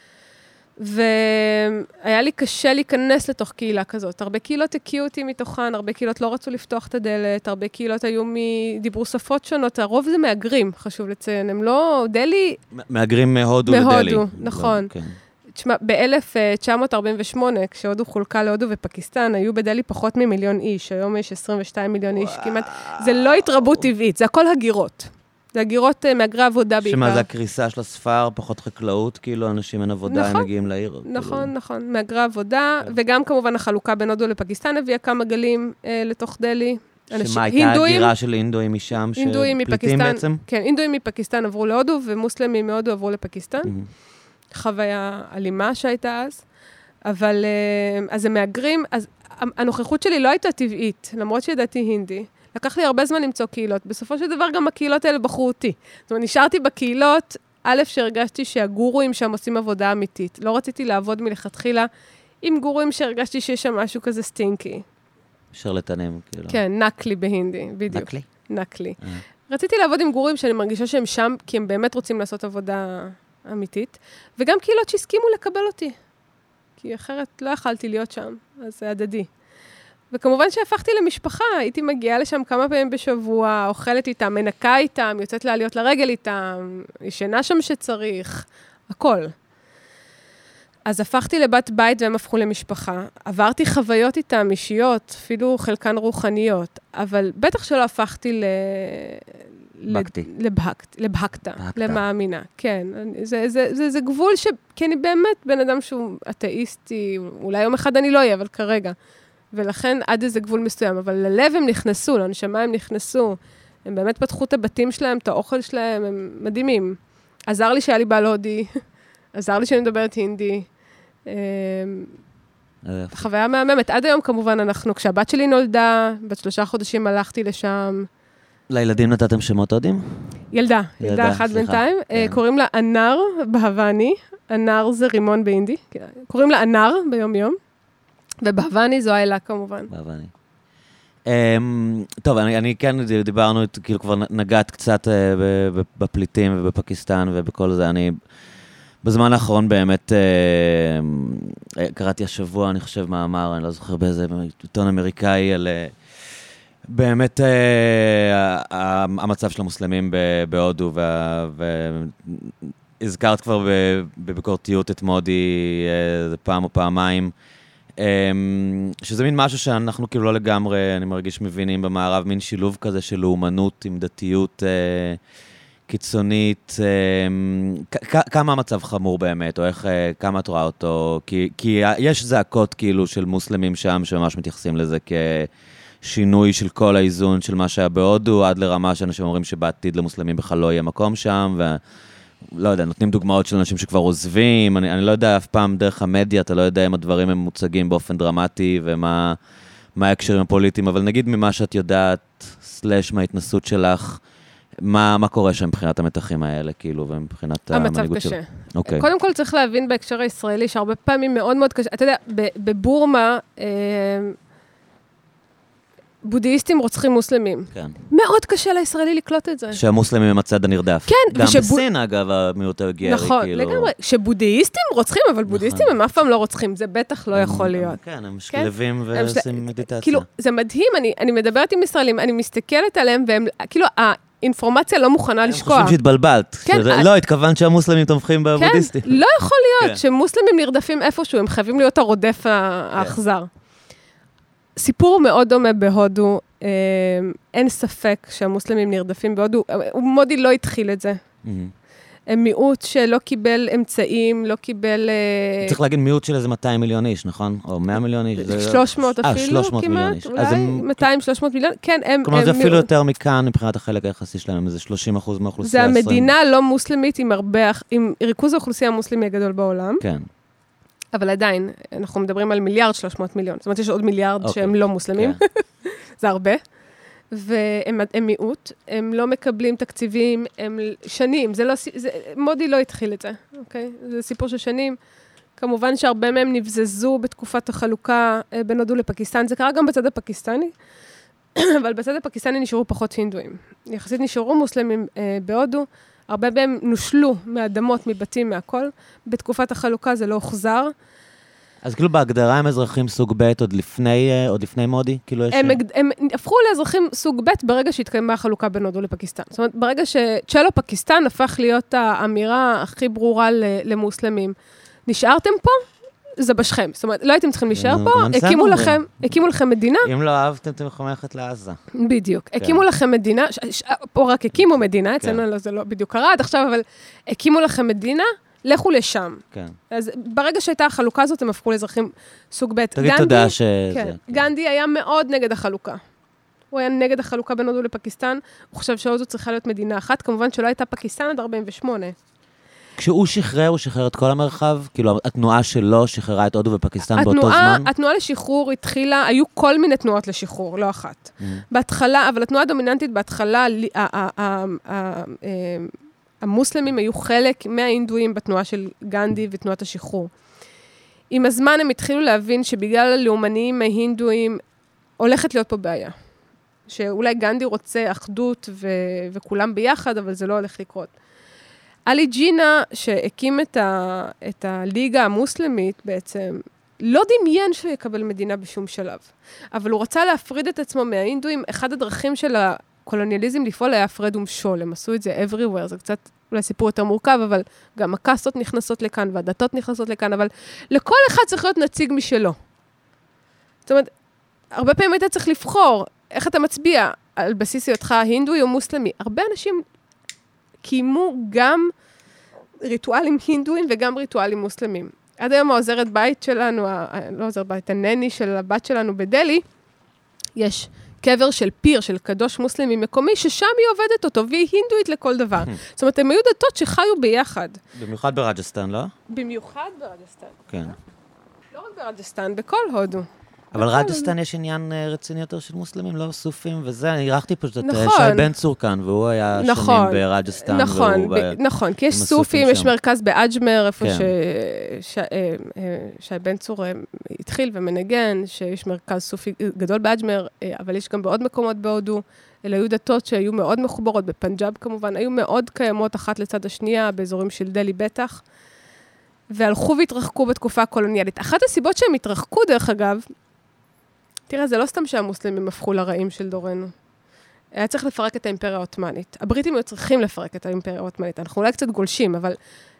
והיה לי קשה להיכנס לתוך קהילה כזאת. הרבה קהילות הקיעו אותי מתוכן, הרבה קהילות לא רצו לפתוח את הדלת, הרבה קהילות היו מדיברו שפות שונות, הרוב זה מאגרים, חשוב לציין, הם לא, דלי... מאגרים מהודו לדלי. מהודו, נכון. תשמע, ב-אלף תשע מאות ארבעים ושמונה, כשהודו חולקה להודו ופקיסטן, היו בדלי פחות ממיליון איש, היום יש עשרים ושניים מיליון איש כמעט. זה לא התרבות טבעית, זה הכל הגירות. זה הגירות מהגרי עבודה בעיקר. שמה זה הקריסה של הספר, פחות חקלאות, כאילו אנשים אין עבודה, הם מגיעים לעיר. נכון, נכון, מהגרי עבודה, וגם כמובן החלוקה בין הודו לפקיסטן הביאה כמה גלים לתוך דלי. שמה הייתה הגירה של אינדואים משם, שפליטים בעצם? כן, אינדואים מפקיסטן עברו להודו, ומוסלמים מהודו עברו לפקיסטן. חוויה אלימה שהייתה אז, אבל אז הם מאגרים, אז הנוכחות שלי לא הייתה טבעית, למרות שידעתי הינדי. לקח לי הרבה זמן למצוא קהילות. בסופו של דבר גם הקהילות האלה בחרו אותי. זאת אומרת, נשארתי בקהילות, א', שהרגשתי שהגורואים שם עושים עבודה אמיתית. לא רציתי לעבוד מלכתחילה עם גורואים שהרגשתי שיש שם משהו כזה סטינקי. שרלטנים, כאילו. כן, נקלי בהינדי, בדיוק. נקלי? נקלי. רציתי לעבוד עם גורואים שאני מרגישה שהם שם, כי הם באמת רוצים לעשות עבודה אמיתית, וגם קהילות שהסכימו לקבל אותי. כי אחרת לא יכלתי להיות שם, אז זה הדדי. וכמובן שהפכתי למשפחה, הייתי מגיעה לשם כמה פעמים בשבוע, אוכלת איתם, מנקה איתם, יוצאת לעליות לרגל איתם, ישנה שם שצריך, הכל. אז הפכתי לבת בית והם הפכו למשפחה. עברתי חוויות איתם אישיות, אפילו חלקן רוחניות, אבל בטח שלא הפכתי ל... בקתי. לבהקת, לבהקתה, למאמינה. כן, זה, זה, זה, זה גבול ש... כי אני באמת בן אדם שהוא אתאיסטי, אולי יום אחד אני לא אהיה, אבל כרגע. ולכן עד איזה גבול מסוים, אבל ללב הם נכנסו, לנשמה הם נכנסו, הם באמת פתחו את הבתים שלהם, את האוכל שלהם, הם מדהימים. עזר לי שהיה לי בעל הודי, עזר לי שאני מדברת הינדי. חוויה מהממת. עד היום כמובן אנחנו, כשהבת שלי נולדה, בת שלושה חודשים הלכתי לשם. לילדים נתתם שמות הודים? ילדה, ילדה אחת בינתיים. קוראים לה אנר בהווני, אנר זה רימון בהינדי. קוראים לה אנר ביום יום. ובהווני זו האלה כמובן. בהווני. טוב, אני כן דיברנו, כאילו כבר נגעת קצת בפליטים ובפקיסטן ובכל זה. אני בזמן האחרון באמת קראתי השבוע, אני חושב מאמר, אני לא זוכר באיזה עיתון אמריקאי, על באמת המצב של המוסלמים בהודו, והזכרת כבר בביקורתיות את מודי פעם או פעמיים, שזה מין משהו שאנחנו כאילו לא לגמרי, אני מרגיש מבינים במערב, מין שילוב כזה של לאומנות עם דתיות קיצונית. כמה המצב חמור באמת, או איך, כמה את רואה אותו? כי, כי יש זעקות כאילו של מוסלמים שם שממש מתייחסים לזה כשינוי של כל האיזון של מה שהיה בהודו, עד לרמה שאנשים אומרים שבעתיד למוסלמים בכלל לא יהיה מקום שם, ו... לא יודע, נותנים דוגמאות של אנשים שכבר עוזבים, אני, אני לא יודע אף פעם דרך המדיה, אתה לא יודע אם הדברים הם מוצגים באופן דרמטי, ומה מה ההקשרים הפוליטיים, אבל נגיד ממה שאת יודעת, סלש מההתנסות שלך, מה, מה קורה שם מבחינת המתחים האלה, כאילו, ומבחינת המנהיגות שלך? המצב קשה. Okay. קודם כל צריך להבין בהקשר הישראלי, שהרבה פעמים מאוד מאוד קשה, אתה יודע, בבורמה, אה, בודהיסטים רוצחים מוסלמים. כן. מאוד קשה לישראלי לקלוט את זה. שהמוסלמים הם הצד הנרדף. כן. גם ושבו... בסין, אגב, המיעוט הגרי, נכון, כאילו... נכון, לגמרי. שבודהיסטים רוצחים, אבל נכון. בודהיסטים הם אף פעם לא רוצחים. זה בטח לא יכול להיות. כן, הם משלבים כן? ועושים של... מדיטציה. כאילו, זה מדהים, אני, אני מדברת עם ישראלים, אני מסתכלת עליהם, והם, כאילו, האינפורמציה לא מוכנה לשקוע. הם חושבים שהתבלבלת. כן. שזה... ה... לא, התכוונת שהמוסלמים תומכים בבודהיסטים. כן, לא יכול להיות כן. שמוסלמים נרדפים איפשהו, הם חייבים להיות הרודף האכזר. כן. סיפור מאוד דומה בהודו, אין ספק שהמוסלמים נרדפים בהודו, מודי לא התחיל את זה. הם מיעוט שלא קיבל אמצעים, לא קיבל... צריך להגיד מיעוט של איזה מאתיים מיליון איש, נכון? או מאה מיליון איש. שלוש מאות אפילו כמעט, אולי מאתיים שלוש מאות מיליון, כן, הם... כלומר, זה אפילו יותר מכאן, מבחינת החלק היחסי שלהם, איזה שלושים אחוז מהאוכלוסייה. זה המדינה לא מוסלמית עם הרבה, עם ריכוז האוכלוסייה המוסלמי הגדול בעולם. כן. אבל עדיין, אנחנו מדברים על מיליארד שלוש מאות מיליון. זאת אומרת, יש עוד מיליארד שהם לא מוסלמים. זה הרבה. והם מיעוט, הם לא מקבלים תקציבים, הם שנים. זה לא, זה, מודי לא התחיל את זה, אוקיי? זה סיפור של שנים. כמובן שהרבה מהם נבזזו בתקופת החלוקה בין הודו לפקיסטן. זה קרה גם בצד הפקיסטני, אבל בצד הפקיסטני נשארו פחות הינדואים. יחסית נשארו מוסלמים בהודו, הרבה מהם נושלו מאדמות, מבתים, מהכל. בתקופת החלוקה זה לא הוחזר. אז כאילו בהגדרה הם אזרחים סוג ב' עוד לפני, עוד לפני מודי? כאילו יש... הם, הם הפכו לאזרחים סוג ב' ברגע שהתקיימה החלוקה בין הודו לפקיסטן. זאת אומרת, ברגע שצ'לו פקיסטן הפך להיות האמירה הכי ברורה למוסלמים. נשארתם פה? זה בשכם. זאת אומרת, לא הייתם צריכים להישאר פה, הקימו לכם, הקימו לכם מדינה. אם לא אהבתם, אתם יכולים ללכת לעזה. בדיוק. הקימו לכם מדינה, פה רק הקימו מדינה, אצלנו זה לא בדיוק קרה עד עכשיו, אבל הקימו לכם מדינה, לכו לשם. כן. אז ברגע שהייתה החלוקה הזאת, הם הפכו לאזרחים סוג ב'. תגיד תודה ש... גנדי היה מאוד נגד החלוקה. הוא היה נגד החלוקה בין הודו לפקיסטן, הוא חושב שהודו צריכה להיות מדינה אחת, כמובן שלא הייתה פקיסטן עד ארבעים ושמונה. כשהוא שחרר, הוא שחרר את כל המרחב? כאילו, התנועה שלו שחררה את הודו ופקיסטן באותו זמן? התנועה לשחרור התחילה, היו כל מיני תנועות לשחרור, לא אחת. בהתחלה, אבל התנועה הדומיננטית בהתחלה, המוסלמים היו חלק מההינדואים בתנועה של גנדי ותנועת השחרור. עם הזמן הם התחילו להבין שבגלל הלאומניים ההינדואים הולכת להיות פה בעיה. שאולי גנדי רוצה אחדות וכולם ביחד, אבל זה לא הולך לקרות. אלי ג'ינה, שהקים את, ה, את הליגה המוסלמית בעצם, לא דמיין שהוא יקבל מדינה בשום שלב. אבל הוא רצה להפריד את עצמו מהאינדואים. אחד הדרכים של הקולוניאליזם לפעול היה הפרד ומשול. הם עשו את זה everywhere. זה קצת אולי סיפור יותר מורכב, אבל גם הקאסטות נכנסות לכאן, והדתות נכנסות לכאן, אבל לכל אחד צריך להיות נציג משלו. זאת אומרת, הרבה פעמים היית צריך לבחור איך אתה מצביע על בסיס היותך הינדואי או מוסלמי. הרבה אנשים קיימו גם ריטואלים הינדואים וגם ריטואלים מוסלמים. עד היום העוזרת בית שלנו, לא עוזרת בית, הנני של הבת שלנו בדלי, יש קבר של פיר, של קדוש מוסלמי מקומי, ששם היא עובדת אותו, והיא הינדואית לכל דבר. זאת אומרת, הם היו דתות שחיו ביחד. במיוחד ברג'סטן, לא? במיוחד ברג'סטן. כן. לא רק ברג'סטן, בכל הודו. אבל רג'סטן יש עניין רציני יותר של מוסלמים, לא סופים וזה. אני ערכתי פשוט את שי בן צור כאן, והוא היה שנים ברג'סטן. נכון, נכון, כי יש סופים, יש מרכז באג'מר, איפה שי בן צור התחיל ומנגן, שיש מרכז סופי גדול באג'מר, אבל יש גם בעוד מקומות בהודו. אלה היו דתות שהיו מאוד מחוברות, בפנג'אב כמובן, היו מאוד קיימות אחת לצד השנייה, באזורים של דלי בטח, והלכו והתרחקו בתקופה הקולוניאלית. אחת הסיבות שהם התרחקו, דרך אגב, תראה, זה לא סתם שהמוסלמים הפכו לרעים של דורנו. היה צריך לפרק את האימפריה העות'מאנית. הבריטים היו צריכים לפרק את האימפריה העות'מאנית. אנחנו אולי קצת גולשים, אבל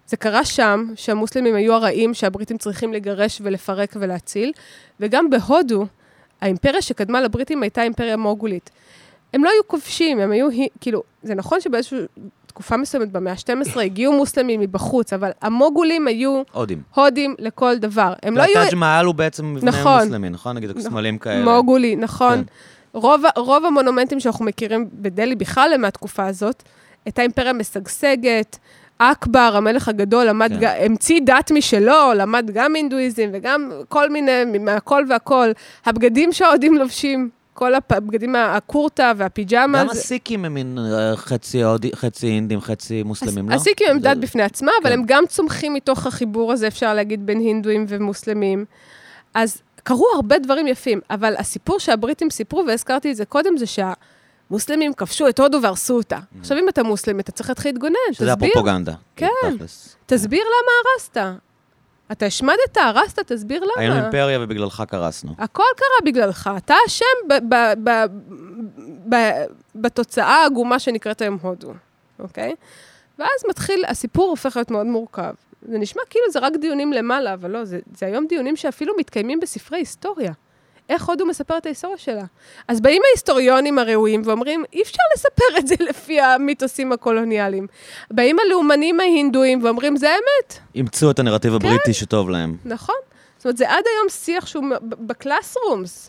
זה קרה שם, שהמוסלמים היו הרעים שהבריטים צריכים לגרש ולפרק ולהציל, וגם בהודו, האימפריה שקדמה לבריטים הייתה אימפריה מוגולית. הם לא היו כובשים, הם היו, כאילו, זה נכון שבאיזושהי תקופה מסוימת במאה ה-שתים עשרה הגיעו מוסלמים מבחוץ, אבל המוגולים היו הודים, הודים לכל דבר. הם לא היו... והטאג' מאהל הוא בעצם מבנה נכון, מוסלמי, נכון? נגיד, סמלים כאלה. מוגולי, נכון. כן. רוב, רוב המונומנטים שאנחנו מכירים בדלי בכלל הם מהתקופה הזאת, הייתה אימפריה משגשגת, אכבר, המלך הגדול, למד כן. ג... המציא דת משלו, למד גם הינדואיזם וגם כל מיני, מהכל והכל. הבגדים שההודים לובשים, כל הבגדים, הקורטה והפיג'מה. גם זה... הסיקים הם מין חצי, חצי הינדים, חצי מוסלמים, לא? הסיקים הם דת בפני עצמה, אבל כן. הם גם צומחים מתוך החיבור הזה, אפשר להגיד, בין הינדואים ומוסלמים. אז קרו הרבה דברים יפים, אבל הסיפור שהבריטים סיפרו, והזכרתי את זה קודם, זה שהמוסלמים כבשו את הודו והרסו אותה. עכשיו, אם אתה מוסלמי, אתה צריך להתחיל להתגונן, שזה תסביר. הפרופוגנדה. כן, תסביר למה הרסת. אתה השמדת, הרסת, תסביר למה. היינו אימפריה ובגללך קרסנו. הכל קרה בגללך. אתה אשם ב- ב- ב- ב- בתוצאה העגומה שנקראת היום הודו, אוקיי? ואז מתחיל, הסיפור הופך להיות מאוד מורכב. זה נשמע כאילו זה רק דיונים למעלה, אבל לא, זה, זה היום דיונים שאפילו מתקיימים בספרי היסטוריה. איך הודו מספר את ההיסטוריה שלה? אז באים ההיסטוריונים הראויים ואומרים, אי אפשר לספר את זה לפי המיתוסים הקולוניאליים. באים הלאומנים ההינדואים ואומרים, זה האמת. אימצו את הנרטיב הבריטי כן. שטוב להם. נכון. זאת אומרת, זה עד היום שיח שהוא בקלאסרומס.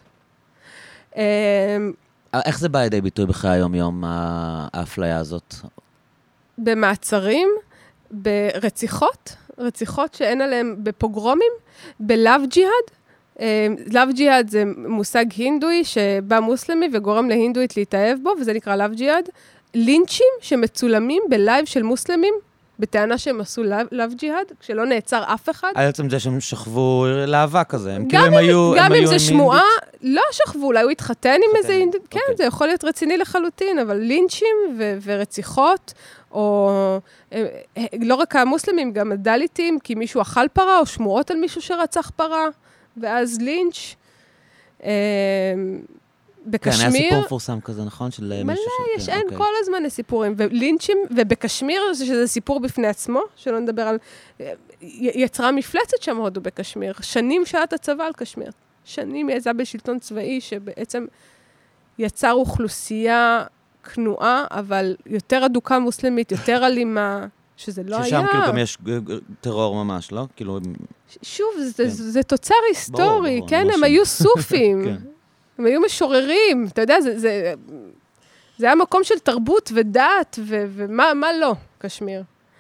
איך זה בא לידי ביטוי בחיי היום-יום, האפליה הזאת? במעצרים, ברציחות, רציחות שאין עליהם בפוגרומים, בלאו ג'יהאד. לאו ג'יהאד זה מושג הינדואי שבא מוסלמי וגורם להינדואית להתאהב בו, וזה נקרא לאו ג'יהאד. לינצ'ים שמצולמים בלייב של מוסלמים, בטענה שהם עשו לאו ג'יהאד, כשלא נעצר אף אחד. על עצם זה שהם שכבו להבה כזה. גם אם זה שמועה, לא שכבו, אולי הוא התחתן עם איזה הינדואית. כן, זה יכול להיות רציני לחלוטין, אבל לינצ'ים ורציחות, או לא רק המוסלמים, גם הדליטים, כי מישהו אכל פרה, או שמועות על מישהו שרצח פרה. ואז לינץ', בקשמיר... כן, היה סיפור מפורסם כזה, נכון? מלא, יש אין כל הזמן סיפורים. ולינצ'ים, ובקשמיר, שזה סיפור בפני עצמו, שלא נדבר על... יצרה מפלצת שם הודו בקשמיר. שנים שעת הצבא על קשמיר. שנים יעזה בשלטון צבאי, שבעצם יצר אוכלוסייה כנועה, אבל יותר אדוקה מוסלמית, יותר אלימה... שזה לא היה. ששם כאילו גם יש טרור ממש, לא? כאילו... שוב, זה תוצר היסטורי, כן? הם היו סופים. הם היו משוררים. אתה יודע, זה היה מקום של תרבות ודת, ומה לא, קשמיר.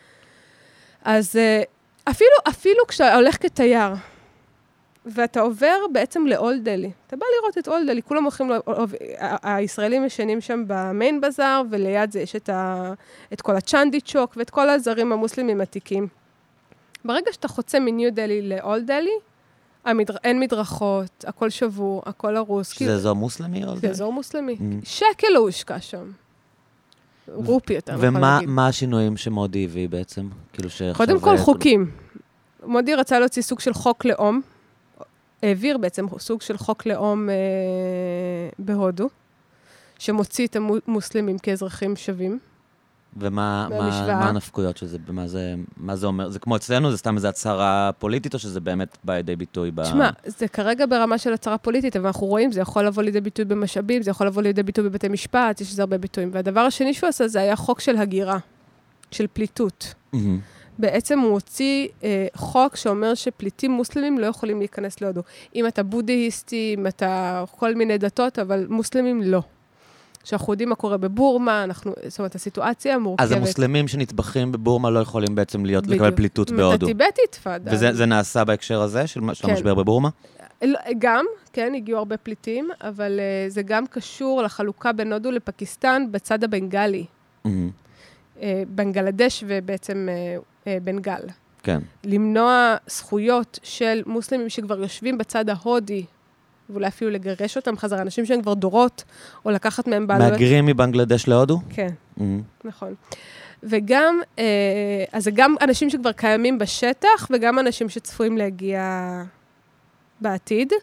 אז אפילו כשאתה הולך כתייר, ואתה עובר בעצם לאולד דלי. אתה בא לראות את אולד דלי, כולם הולכים, הישראלים ישנים שם במיין בזאר, וליד זה יש את, ה, את כל הצ'אנדי צ'וק, ואת כל הזרים המוסלמים עתיקים. ברגע שאתה חוצה מניו דלי לאולד דלי, המדר... אין מדרכות, הכל שבור, הכל הרוס. שזה אזור מוסלמי? זה אזור מוסלמי. Mm. שקל לא הושקע שם. רופי יותר, נכון להגיד. ומה השינויים שמודי הביא בעצם? כאילו קודם כל חוקים. מודי רצה להוציא סוג של חוק לאום, העביר בעצם סוג של חוק לאום אה, בהודו, שמוציא את המוסלמים כאזרחים שווים. ומה מה, מה הנפקויות של זה? במה זה, מה זה אומר? זה כמו אצלנו, זה סתם איזו הצהרה פוליטית, או שזה באמת בא לידי ביטוי? תשמע, ב... זה כרגע ברמה של הצהרה פוליטית, אבל אנחנו רואים, זה יכול לבוא לידי ביטוי במשאבים, זה יכול לבוא לידי ביטוי בבתי משפט, יש לזה הרבה ביטויים. והדבר השני שהוא עשה, זה היה חוק של הגירה, של פליטות. Mm-hmm. בעצם הוא הוציא אה, חוק שאומר שפליטים מוסלמים לא יכולים להיכנס להודו. אם אתה בודהיסטי, אם אתה כל מיני דתות, אבל מוסלמים לא. שאנחנו יודעים מה קורה בבורמה, אנחנו, זאת אומרת, הסיטואציה מורכבת. אז המוסלמים שנטבחים בבורמה לא יכולים בעצם להיות, לקבל פליטות בהודו. הטיבטית, תפאדה. וזה זה נעשה בהקשר הזה, של, של כן. המשבר בבורמה? גם, כן, הגיעו הרבה פליטים, אבל uh, זה גם קשור לחלוקה בין הודו לפקיסטן בצד הבנגלי. Mm-hmm. Uh, בנגלדש ובעצם uh, uh, בנגל. כן. למנוע זכויות של מוסלמים שכבר יושבים בצד ההודי, ואולי אפילו לגרש אותם חזרה, אנשים שהם כבר דורות, או לקחת מהם בעלויות. מהגרים מבנגלדש להודו? כן, mm-hmm. נכון. וגם, אז זה גם אנשים שכבר קיימים בשטח, וגם אנשים שצפויים להגיע בעתיד.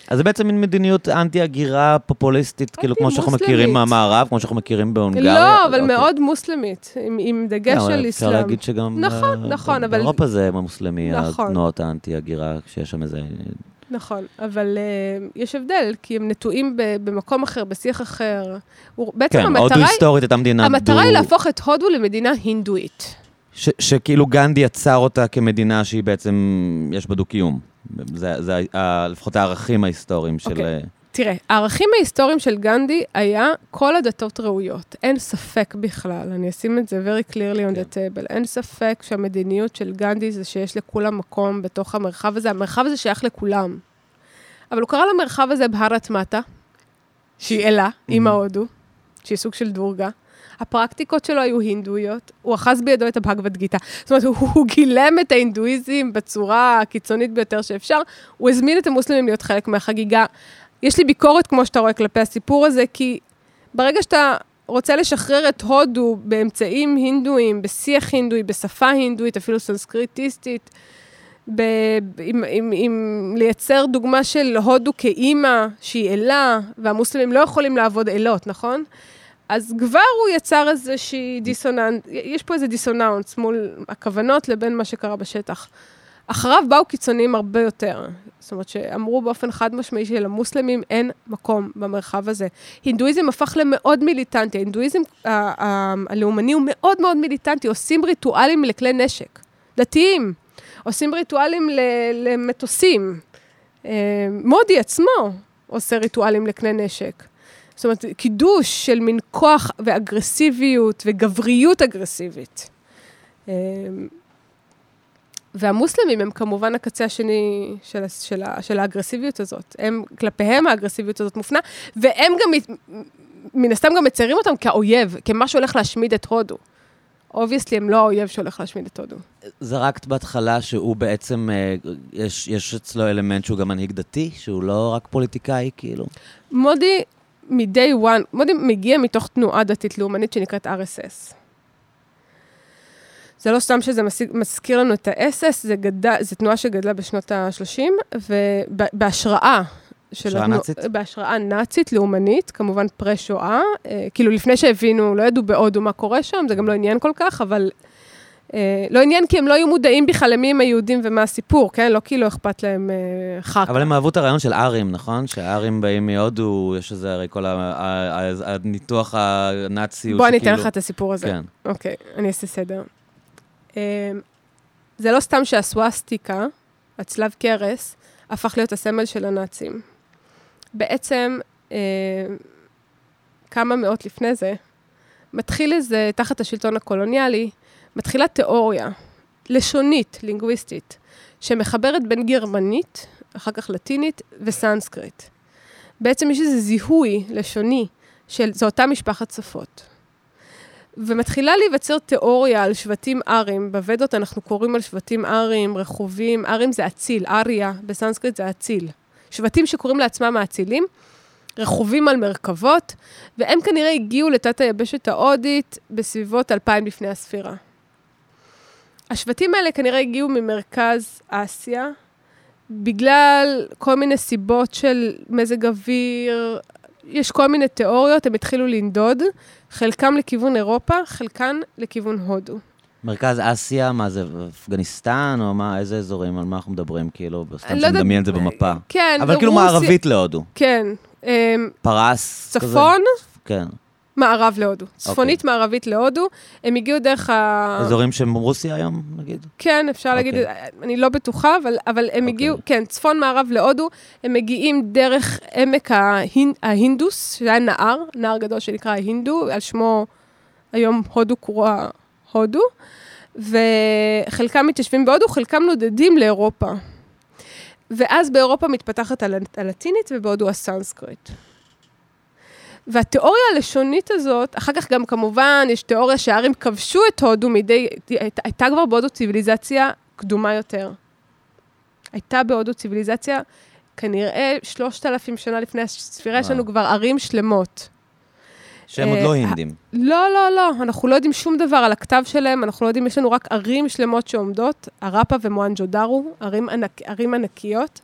אז זה בעצם מין מדיניות אנטי-הגירה פופוליסטית, כאילו כמו שאנחנו מכירים מהמערב, כמו שאנחנו מכירים בהונגריה. לא, אבל מאוד מוסלמית, עם דגש על אסלאם. אפשר להגיד שגם... נכון, נכון, אבל... באירופה זה מוסלמי, התנועות האנטי-הגירה, שיש שם איזה... נכון, אבל יש הבדל, כי הם נטועים במקום אחר, בשיח אחר. כן, הודו היסטורית הייתה מדינה... המטרה היא להפוך את הודו למדינה הינדואית. שכאילו גנדי יצר אותה כמדינה שהיא בעצם, יש בה דו-קיום. זה לפחות הערכים ההיסטוריים של... תראה, הערכים ההיסטוריים של גנדי היה כל הדתות ראויות. אין ספק בכלל, אני אשים את זה very clearly on the table. אין ספק שהמדיניות של גנדי זה שיש לכולם מקום בתוך המרחב הזה. המרחב הזה שייך לכולם. אבל הוא קרא למרחב הזה בהרת מטה, שהיא אלה, אמא הודו, שהיא סוג של דורגה. הפרקטיקות שלו היו הינדואיות, הוא אחז בידו את הבהגבד גיטה. זאת אומרת, הוא, הוא גילם את ההינדואיזם בצורה הקיצונית ביותר שאפשר, הוא הזמין את המוסלמים להיות חלק מהחגיגה. יש לי ביקורת, כמו שאתה רואה, כלפי הסיפור הזה, כי ברגע שאתה רוצה לשחרר את הודו באמצעים הינדואיים, בשיח הינדואי, בשפה הינדואית, אפילו סנסקריטיסטית, ב, עם, עם, עם לייצר דוגמה של הודו כאימא שהיא אלה, והמוסלמים לא יכולים לעבוד אלות, נכון? אז כבר הוא יצר איזושהי דיסוננס, יש פה איזה דיסוננס מול הכוונות לבין מה שקרה בשטח. אחריו באו קיצוניים הרבה יותר. זאת אומרת שאמרו באופן חד משמעי שלמוסלמים אין מקום במרחב הזה. הינדואיזם הפך למאוד מיליטנטי. ההינדואיזם הלאומני הוא מאוד מאוד מיליטנטי. עושים ריטואלים לכלי נשק. דתיים. עושים ריטואלים למטוסים. מודי עצמו עושה ריטואלים לכלי נשק. זאת אומרת, קידוש של מין כוח ואגרסיביות וגבריות אגרסיבית. והמוסלמים הם כמובן הקצה השני של, של, של האגרסיביות הזאת. הם, כלפיהם האגרסיביות הזאת מופנה, והם גם, מן הסתם גם מציירים אותם כאויב, כמה שהולך להשמיד את הודו. obviously הם לא האויב שהולך להשמיד את הודו. זרקת בהתחלה שהוא בעצם, יש, יש אצלו אלמנט שהוא גם מנהיג דתי, שהוא לא רק פוליטיקאי, כאילו. מודי, מ-day one, מודי מגיע מתוך תנועה דתית לאומנית שנקראת אר אס אס. זה לא סתם שזה מזכיר לנו את ה-אס אס, זה, גדל, זה תנועה שגדלה בשנות ה-שלושים, ובהשראה, בהשראה נאצית? בהשראה נאצית, לאומנית, כמובן פרה-שואה, כאילו לפני שהבינו, לא ידעו בהודו מה קורה שם, זה גם לא עניין כל כך, אבל לא עניין כי הם לא היו מודעים בכלל למי הם היהודים ומה הסיפור, כן? לא כי לא אכפת להם חק. אבל הם אהבו את הרעיון של ארים, נכון? שהארים באים מהודו, יש איזה הרי כל הניתוח הנאצי. בוא אני אתן לך את הסיפור הזה. כן. אוקיי, אני אעשה סדר. זה לא סתם שהסווסטיקה, הצלב קרס, הפך להיות הסמל של הנאצים. בעצם, כמה מאות לפני זה, מתחיל איזה, תחת השלטון הקולוניאלי, מתחילה תיאוריה, לשונית, לינגוויסטית, שמחברת בין גרמנית, אחר כך לטינית, וסנסקריט. בעצם יש איזה זיהוי לשוני, של, זו אותה משפחת שפות. ומתחילה להיווצר תיאוריה על שבטים ארים, בוודות אנחנו קוראים על שבטים ארים, רחובים, ארים זה אציל, אריה, בסנסקריט זה אציל. שבטים שקוראים לעצמם האצילים, רחובים על מרכבות, והם כנראה הגיעו לתת היבשת ההודית בסביבות אלפיים לפני הספירה. השבטים האלה כנראה הגיעו ממרכז אסיה, בגלל כל מיני סיבות של מזג אוויר, יש כל מיני תיאוריות, הם התחילו לנדוד, חלקם לכיוון אירופה, חלקן לכיוון הודו. מרכז אסיה, מה זה, אפגניסטן, או מה, איזה אזורים, על מה אנחנו מדברים, כאילו, סתם שנדמיין את זה במפה. כן, אבל כאילו מערבית להודו. כן. פרס. צפון. כן. מערב להודו. צפונית מערבית להודו, הם הגיעו דרך ה... אזורים שהם רוסיה היום, נגיד? כן, אפשר להגיד, אני לא בטוחה, אבל הם הגיעו, כן, צפון מערב להודו, הם מגיעים דרך עמק ההינדוס, שזה נהר, נהר גדול שנקרא ההינדו, על שמו היום הודו קורא הודו, וחלקם מתיישבים בהודו, חלקם נודדים לאירופה. ואז באירופה מתפתחת הלטינית, ובהודו הסנסקריט. והתיאוריה הלשונית הזאת, אחר כך גם כמובן יש תיאוריה שהארים כבשו את הודו מדי, הייתה כבר בהודו ציביליזציה קדומה יותר. הייתה בהודו ציביליזציה, כנראה שלושת אלפים שנה לפני הספירה, יש לנו כבר ערים שלמות. שהם עוד לא הינדים. לא, לא, לא, אנחנו לא יודעים שום דבר על הכתב שלהם, אנחנו לא יודעים, יש לנו רק ערים שלמות שעומדות, הרפה ומואנג'ודרו, ערים ענק, ערים ענקיות,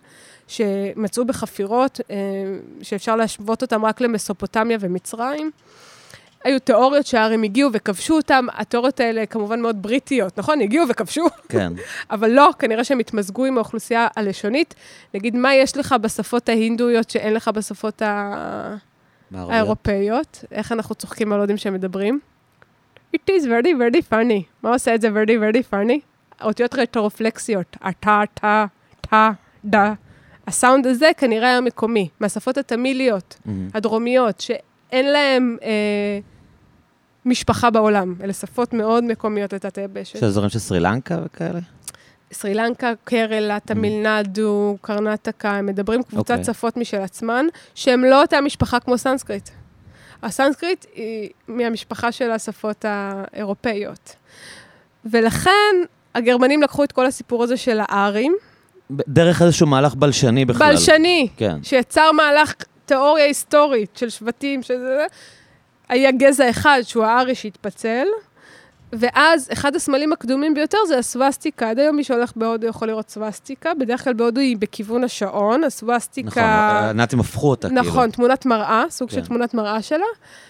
שמצאו בחפירות, שאפשר להשוות אותם רק למסופוטמיה ומצרים. היו תיאוריות שהארים הגיעו וכבשו אותם, התיאוריות האלה כמובן מאוד בריטיות, נכון? הגיעו וכבשו. כן. אבל לא, כנראה שהם התמזגו עם האוכלוסייה הלשונית. נגיד, מה יש לך בשפות ההינדואיות שאין לך בשפות האירופאיות? איך אנחנו צוחקים על יודעים שהם מדברים? It is very, very funny. מה עושה את זה very, very funny? האותיות רטרופלקסיות. אתה, אתה, אתה, דה. הסאונד הזה כנראה היה מקומי, מהשפות התמיליות, הדרומיות, שאין להם אה, משפחה בעולם. אלה שפות מאוד מקומיות לתת היבשת. של אזורים של סרילנקה וכאלה? סרילנקה, קרלה, תמילנדו, קרנטקה, הם מדברים קבוצת okay. שפות משל עצמן, שהם לא אותה משפחה כמו סנסקריט. הסנסקריט היא מהמשפחה של השפות האירופאיות. ולכן הגרמנים לקחו את כל הסיפור הזה של הארים. דרך איזשהו מהלך בלשני בכלל. בלשני, כן. שיצר מהלך תיאוריה היסטורית של שבטים, שזה היה גזע אחד שהוא הארי שהתפצל, ואז אחד הסמלים הקדומים ביותר זה הסווסטיקה. עד היום מי שהולך בהודו יכול לראות סווסטיקה, בדרך כלל בהודו היא בכיוון השעון, הסווסטיקה... נכון, הנאצים הפכו אותה נכון, כאילו. נכון, תמונת מראה, סוג כן. של תמונת מראה שלה,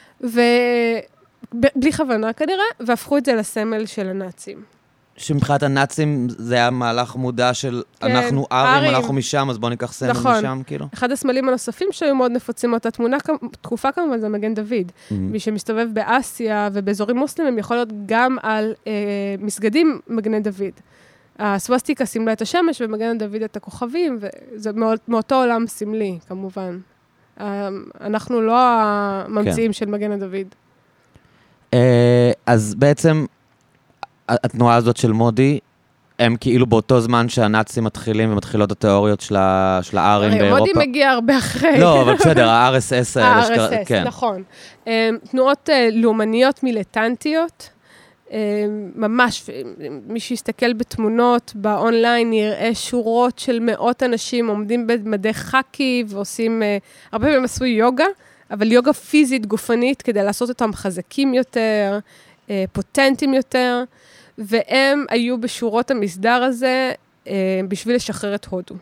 ובלי כוונה כנראה, והפכו את זה לסמל של הנאצים. שמבחינת הנאצים זה היה מהלך מודע של כן, אנחנו ארים, אנחנו משם, אז בואו ניקח סמל נכון. משם, כאילו. אחד הסמלים הנוספים שהיו מאוד נפוצים אותה תמונה, תקופה כמובן זה מגן דוד. Mm-hmm. מי שמסתובב באסיה ובאזורים מוסלמים יכול להיות גם על אה, מסגדים מגני דוד. הסווסטיקה סימלה את השמש ומגן דוד את הכוכבים, וזה מאוד, מאותו עולם סמלי, כמובן. אה, אנחנו לא הממציאים כן. של מגן דוד. אה, אז בעצם... התנועה הזאת של מודי, הם כאילו באותו זמן שהנאצים מתחילים ומתחילות התיאוריות של הארים באירופה. מודי מגיע הרבה אחרי. לא, אבל בסדר, ה-אר אס אס האלה. ה-אר אס אס, נכון. תנועות לאומניות מיליטנטיות, ממש, מי שיסתכל בתמונות באונליין, יראה שורות של מאות אנשים עומדים במדי חקי ועושים, הרבה פעמים עשו יוגה, אבל יוגה פיזית, גופנית, כדי לעשות אותם חזקים יותר, פוטנטים יותר, והם היו בשורות המסדר הזה אה, בשביל לשחרר את הודו.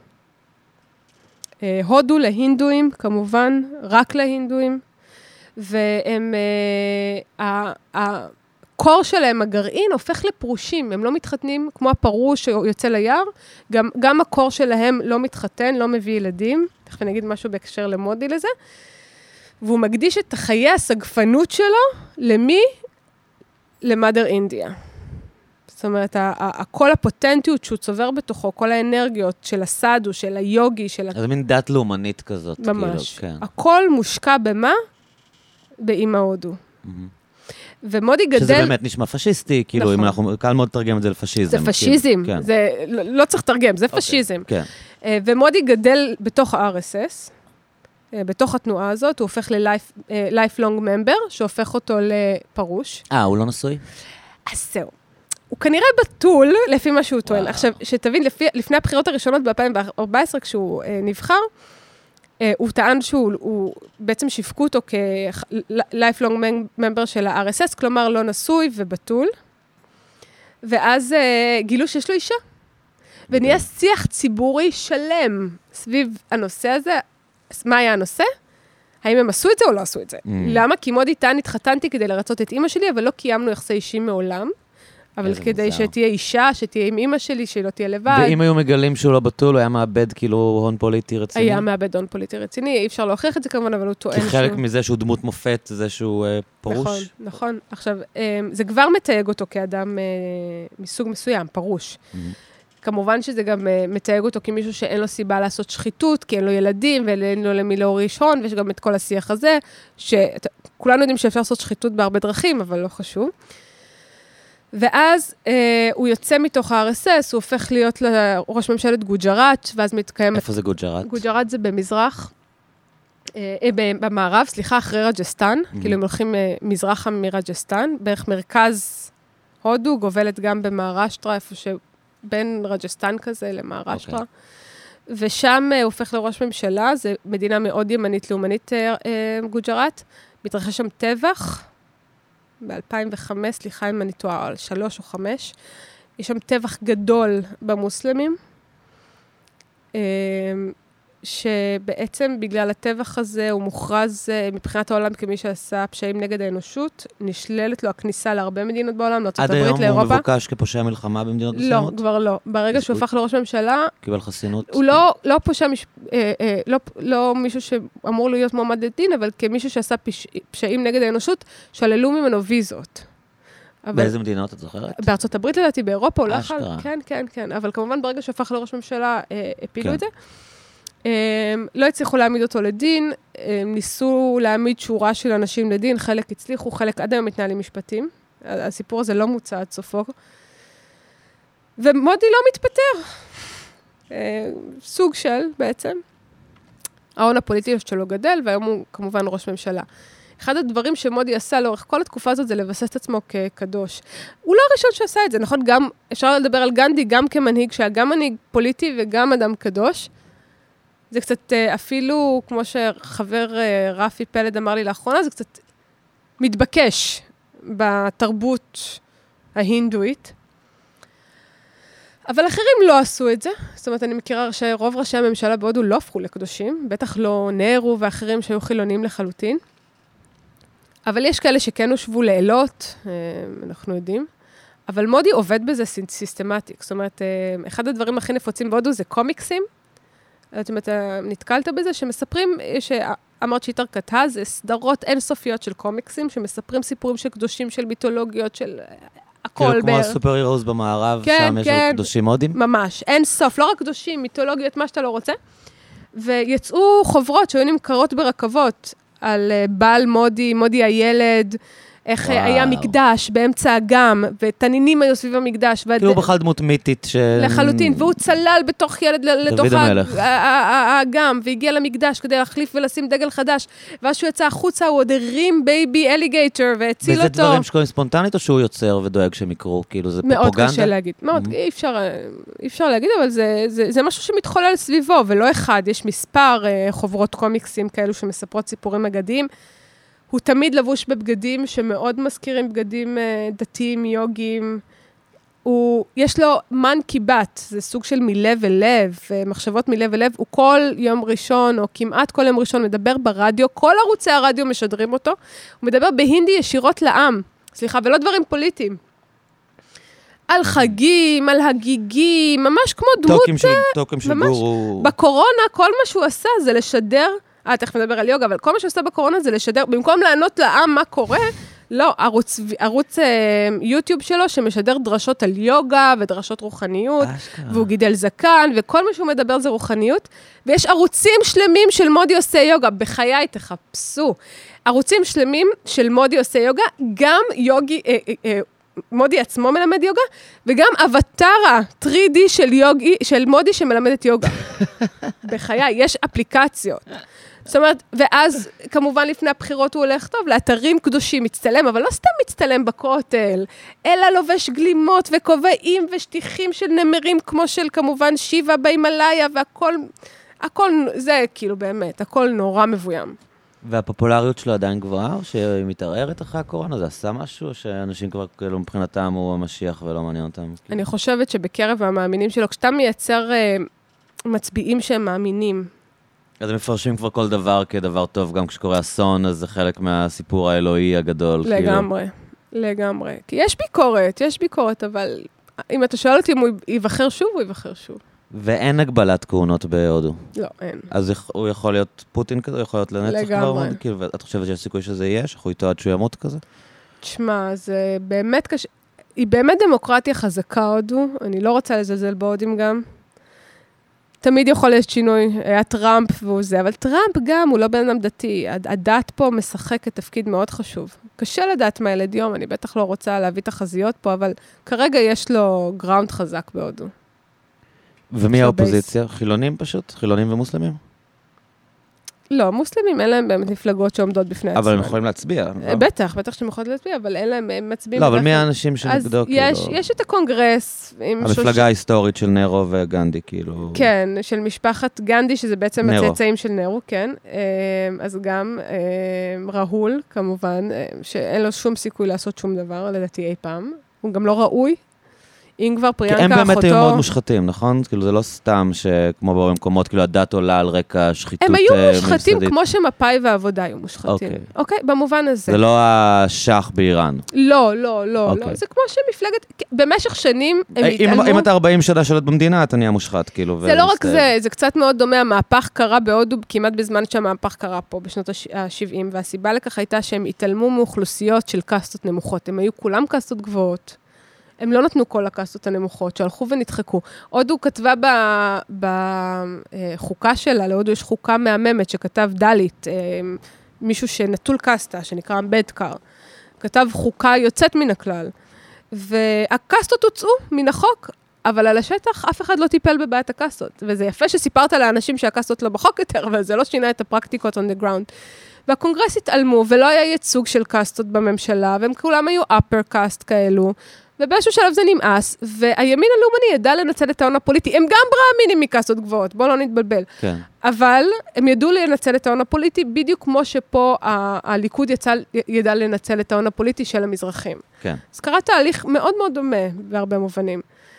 אה, הודו להינדואים, כמובן, רק להינדואים, והם, אה, הקור שלהם, הגרעין, הופך לפרושים, הם לא מתחתנים כמו הפרוש שיוצא ליער, גם, גם הקור שלהם לא מתחתן, לא מביא ילדים, תכף אני אגיד משהו בהקשר למודי לזה, והוא מקדיש את חיי הסגפנות שלו, למי? למאדר אינדיה. זאת אומרת, כל הפוטנטיות שהוא צובר בתוכו, כל האנרגיות של הסאדו, של היוגי, של... זה מין דת לאומנית כזאת. ממש. כאילו, כן. הכל מושקע במה? באמא הודו. Mm-hmm. ומודי גדל... שזה באמת נשמע פשיסטי, כאילו, נכון. אם אנחנו, קל מאוד לתרגם את זה לפשיזם. זה פשיזם, כאילו, כן. זה לא, לא צריך לתרגם, זה okay. פשיזם. כן. ומודי גדל בתוך ה-אר אס אס, בתוך התנועה הזאת, הוא הופך ל-lifelong member, שהופך אותו לפרוש. אה, הוא לא נשוי? אז זהו. הוא כנראה בטול, לפי מה שהוא טוען. עכשיו, שתבין, לפי, לפני הבחירות הראשונות ב-אלפיים וארבע עשרה, כשהוא אה, נבחר, אה, הוא טען שהוא הוא, בעצם שיווקו אותו כ-lifelong member של ה-אר אס אס, כלומר לא נשוי ובטול. ואז אה, גילו שיש לו אישה. ונהיה שיח ציבורי שלם סביב הנושא הזה. מה היה הנושא? האם הם עשו את זה או לא עשו את זה? Mm. למה? כי מודי טען, התחתנתי כדי לרצות את אמא שלי, אבל לא קיימנו יחסי אישים מעולם. אבל כדי מוזר. שתהיה אישה, שתהיה עם אמא שלי, שהיא לא תהיה לבד. ואם היו מגלים שהוא לא בטול, הוא היה מאבד כאילו הון פוליטי רציני? היה מאבד הון פוליטי רציני, אי אפשר להוכיח את זה כמובן, אבל הוא טוען שהוא... כי חלק מזה שהוא דמות מופת, זה שהוא אה, פרוש. נכון, נכון. עכשיו, אה, זה כבר מתייג אותו כאדם אה, מסוג מסוים, פרוש. Mm-hmm. כמובן שזה גם uh, מתייג אותו כמישהו שאין לו סיבה לעשות שחיתות, כי אין לו ילדים ואין לו למי להוריש הון, ויש גם את כל השיח הזה, שכולנו יודעים שאפשר לעשות שחיתות בהרבה דרכים, אבל לא חשוב. ואז uh, הוא יוצא מתוך ה-אר אס אס, הוא הופך להיות לראש ממשלת גוג'ראט, ואז מתקיים... איפה זה גוג'ראט? גוג'ראט זה במזרח, uh, במערב, סליחה, אחרי רג'סטן, mm-hmm. כאילו הם הולכים uh, מזרחה מרג'סטן, בערך מרכז הודו, גובלת גם במהראשטרה, איפה ש... בין רג'סטן כזה למהראשטרה, okay. ושם הוא הופך לראש ממשלה, זו מדינה מאוד ימנית לאומנית גוג'ראט, מתרחש שם טבח, ב-אלפיים וחמש, סליחה אם אני טועה, על שלוש או חמש, יש שם טבח גדול במוסלמים, שבעצם בגלל הטבח הזה הוא מוכרז מבחינת העולם כמי שעשה פשעים נגד האנושות, נשללת לו הכניסה להרבה מדינות בעולם, לארצות הברית, לאירופה. עד היום הוא מבוקש כפושע מלחמה במדינות מסוימות? לא, כבר לא. ברגע שהוא הפך לראש ממשלה, קיבל חסינות? הוא לא, לא פושע, אה, אה, לא, לא מישהו שאמור להיות מועמד לדין, אבל כמישהו שעשה פש, פשעים נגד האנושות, שללו ממנו ויזות. באיזה מדינות את זוכרת? בארצות הברית לדעתי, באירופה, הוא לא יכול, כן, כן, כן, אבל כמובן ברגע שהפך לראש ממשלה, הפילו את זה. לא הצליחו להעמיד אותו לדין, ניסו להעמיד שורה של אנשים לדין, חלק הצליחו, חלק עד היום מתנהלים משפטים. הסיפור הזה לא מוצא עד סופו. ומודי לא מתפטר. סוג של, בעצם. ההון הפוליטי שלו גדל, והיום הוא כמובן ראש ממשלה. אחד הדברים שמודי עשה לאורך כל התקופה הזאת, זה לבסס את עצמו כקדוש. הוא לא הראשון שעשה את זה, נכון? גם, אפשר לדבר על גנדי גם כמנהיג, שהיה גם מנהיג פוליטי וגם אדם קדוש. זה קצת אפילו, כמו שחבר רפי פלד אמר לי לאחרונה, זה קצת מתבקש בתרבות ההינדואית. אבל אחרים לא עשו את זה. זאת אומרת, אני מכירה שרוב ראשי הממשלה בהודו לא הפכו לקדושים, בטח לא נהרו ואחרים שהיו חילונים לחלוטין. אבל יש כאלה שכן הושבו לעילות, אנחנו יודעים. אבל מודי עובד בזה סיסטמטיק. זאת אומרת, אחד הדברים הכי נפוצים בהודו זה קומיקסים. זאת אומרת, נתקלת בזה שמספרים, שאמרת שיטר כתה, זה סדרות אינסופיות של קומיקסים, שמספרים סיפורים של קדושים, של מיתולוגיות, של הכל. כאילו כמו הסופר הירוס במערב, שם יש קדושים הודים? ממש, אין סוף, לא רק קדושים, מיתולוגיות, מה שאתה לא רוצה. ויצאו חוברות שהיו נמכרות ברכבות, על בעל מודי, מודי הילד, איך וואו. היה מקדש באמצע האגם, ותנינים היו סביב המקדש. כאילו בכלל דמות מיתית ש... לחלוטין, והוא צלל בתוך ילד לתוך האגם, והגיע למקדש כדי להחליף ולשים דגל חדש, ואז שהוא יצא החוצה, הוא עוד הרים בייבי אליגייטר, והציל אותו. וזה דברים שקוראים ספונטנית, או שהוא יוצר ודואג שהם יקרו? כאילו זה פרופוגנדה? מאוד קשה להגיד, מאוד, אי אפשר, אי אפשר להגיד, אבל זה, זה, זה משהו שמתחולל סביבו, ולא אחד, יש מספר חוברות קומיקסים כאלו שמספרות סיפורים אגדיים, הוא תמיד לבוש בבגדים שמאוד מזכירים בגדים דתיים, יוגיים. הוא, יש לו מן קיבת, זה סוג של מלב ולב, מחשבות מלב ולב. הוא כל יום ראשון, או כמעט כל יום ראשון, מדבר ברדיו, כל ערוצי הרדיו משדרים אותו. הוא מדבר בהינדי ישירות לעם. סליחה, ולא דברים פוליטיים. על חגים, על הגיגים, ממש כמו דמות... טוקים של, טוקים של גורו. בקורונה, כל מה שהוא עשה זה לשדר... אה, תכף נדבר על יוגה, אבל כל מה שעושה בקורונה זה לשדר, במקום לענות לעם מה קורה, לא, ערוץ, ערוץ אה, יוטיוב שלו שמשדר דרשות על יוגה ודרשות רוחניות, והוא גידל זקן, וכל מה שהוא מדבר זה רוחניות, ויש ערוצים שלמים של מודי עושה יוגה, בחיי תחפשו, ערוצים שלמים של מודי עושה יוגה, גם יוגי, אה, אה, אה, מודי עצמו מלמד יוגה, וגם אבטרה תרי די של יוגי, של מודי שמלמדת יוגה. בחיי, יש אפליקציות. זאת אומרת, ואז כמובן לפני הבחירות הוא הולך טוב, לאתרים קדושים מצטלם, אבל לא סתם מצטלם בכותל, אלא לובש גלימות וכובעים ושטיחים של נמרים, כמו של כמובן שיבה בהימלאיה, והכל, הכל, זה כאילו באמת, הכל נורא מבוים. והפופולריות שלו עדיין גבוהה, או שהיא מתערערת אחרי הקורונה? זה עשה משהו, או שאנשים כבר כאילו מבחינתם הוא המשיח ולא מעניין אותם? אני חושבת שבקרב המאמינים שלו, כשאתה מייצר uh, מצביעים שהם מאמינים, אז הם מפרשים כבר כל דבר כדבר טוב, גם כשקורה אסון, אז זה חלק מהסיפור האלוהי הגדול. לגמרי, כאילו. לגמרי. כי יש ביקורת, יש ביקורת, אבל אם אתה שואל אותי אם הוא יבחר שוב, הוא יבחר שוב. ואין הגבלת כהונות בהודו. לא, אין. אז הוא יכול להיות פוטין כזה, הוא יכול להיות לנצח כבר? לגמרי. כאילו, ואת חושבת שיש סיכוי שזה יהיה, שאנחנו איתו עד שהוא ימות כזה? תשמע, זה באמת קשה. היא באמת דמוקרטיה חזקה הודו, אני לא רוצה לזלזל בהודים גם. תמיד יכול להיות שינוי, היה טראמפ והוא זה, אבל טראמפ גם, הוא לא בן אדם דתי. הדת פה משחקת תפקיד מאוד חשוב. קשה לדעת מה ילד יום, אני בטח לא רוצה להביא תחזיות פה, אבל כרגע יש לו גראונד חזק בהודו. ומי האופוזיציה? חילונים פשוט? חילונים ומוסלמים? לא, מוסלמים אין להם באמת מפלגות שעומדות בפני עצמם. אבל הם יכולים להצביע. בטח, בטח שהם יכולים להצביע, אבל אין להם, הם מצביעים. לא, אבל מי האנשים שנגדו? אז יש את הקונגרס. המפלגה ההיסטורית של נרו וגנדי, כאילו. כן, של משפחת גנדי, שזה בעצם הצאצאים של נרו, כן. אז גם ראול, כמובן, שאין לו שום סיכוי לעשות שום דבר, לדעתי אי פעם. הוא גם לא ראוי. אם כבר פריאנקה אחותו... כי הם באמת אחותו... היו מאוד מושחתים, נכון? כאילו זה לא סתם שכמו ברוב המקומות, כאילו הדת עולה על רקע שחיתות ממסדית. הם היו מושחתים ממסדית. כמו שמפאי ועבודה היו מושחתים. אוקיי. אוקיי, במובן הזה. זה לא השח באיראן. לא, לא, לא, אוקיי. לא. זה כמו שמפלגת... במשך שנים הם אם, התעלמו... אם אתה ארבעים שנה שולט במדינה, אתה נהיה מושחת, כאילו. זה לא רק זה, זה קצת מאוד דומה. המהפך קרה בהודו כמעט בזמן שהמהפך קרה פה, בשנות ה-שבעים, והסיבה לכך הייתה שהם התעלמו מאוכלוסיות של קסטות נמוכות. הם היו כולם קסטות גבוהות. הם לא נתנו כל הקסטות הנמוכות, שהלכו ונדחקו. הודו כתבה בחוקה שלה, להודו יש חוקה מהממת שכתב דלית, מישהו שנטול קסטה, שנקרא אמבדקר, כתב חוקה יוצאת מן הכלל, והקסטות הוצאו מן החוק, אבל על השטח אף אחד לא טיפל בבעיית הקסטות, וזה יפה שסיפרת לאנשים שהקסטות לא בחוק יותר, אבל זה לא שינה את הפרקטיקות on the ground. והקונגרס התעלמו, ולא היה ייצוג של קסטות בממשלה, והם כולם היו upper cast כאלו, ובאיזשהו שלב זה נמאס, והימין הלאומני ידע לנצל את ההון הפוליטי, הם גם ברעמינים מקסטות גבוהות, בואו לא נתבלבל. כן. אבל הם ידעו לנצל את ההון הפוליטי, בדיוק כמו שפה ה- הליכוד יצא, ידע לנצל את ההון הפוליטי של המזרחים. כן. אז קרה תהליך מאוד מאוד דומה, בהרבה מובנים.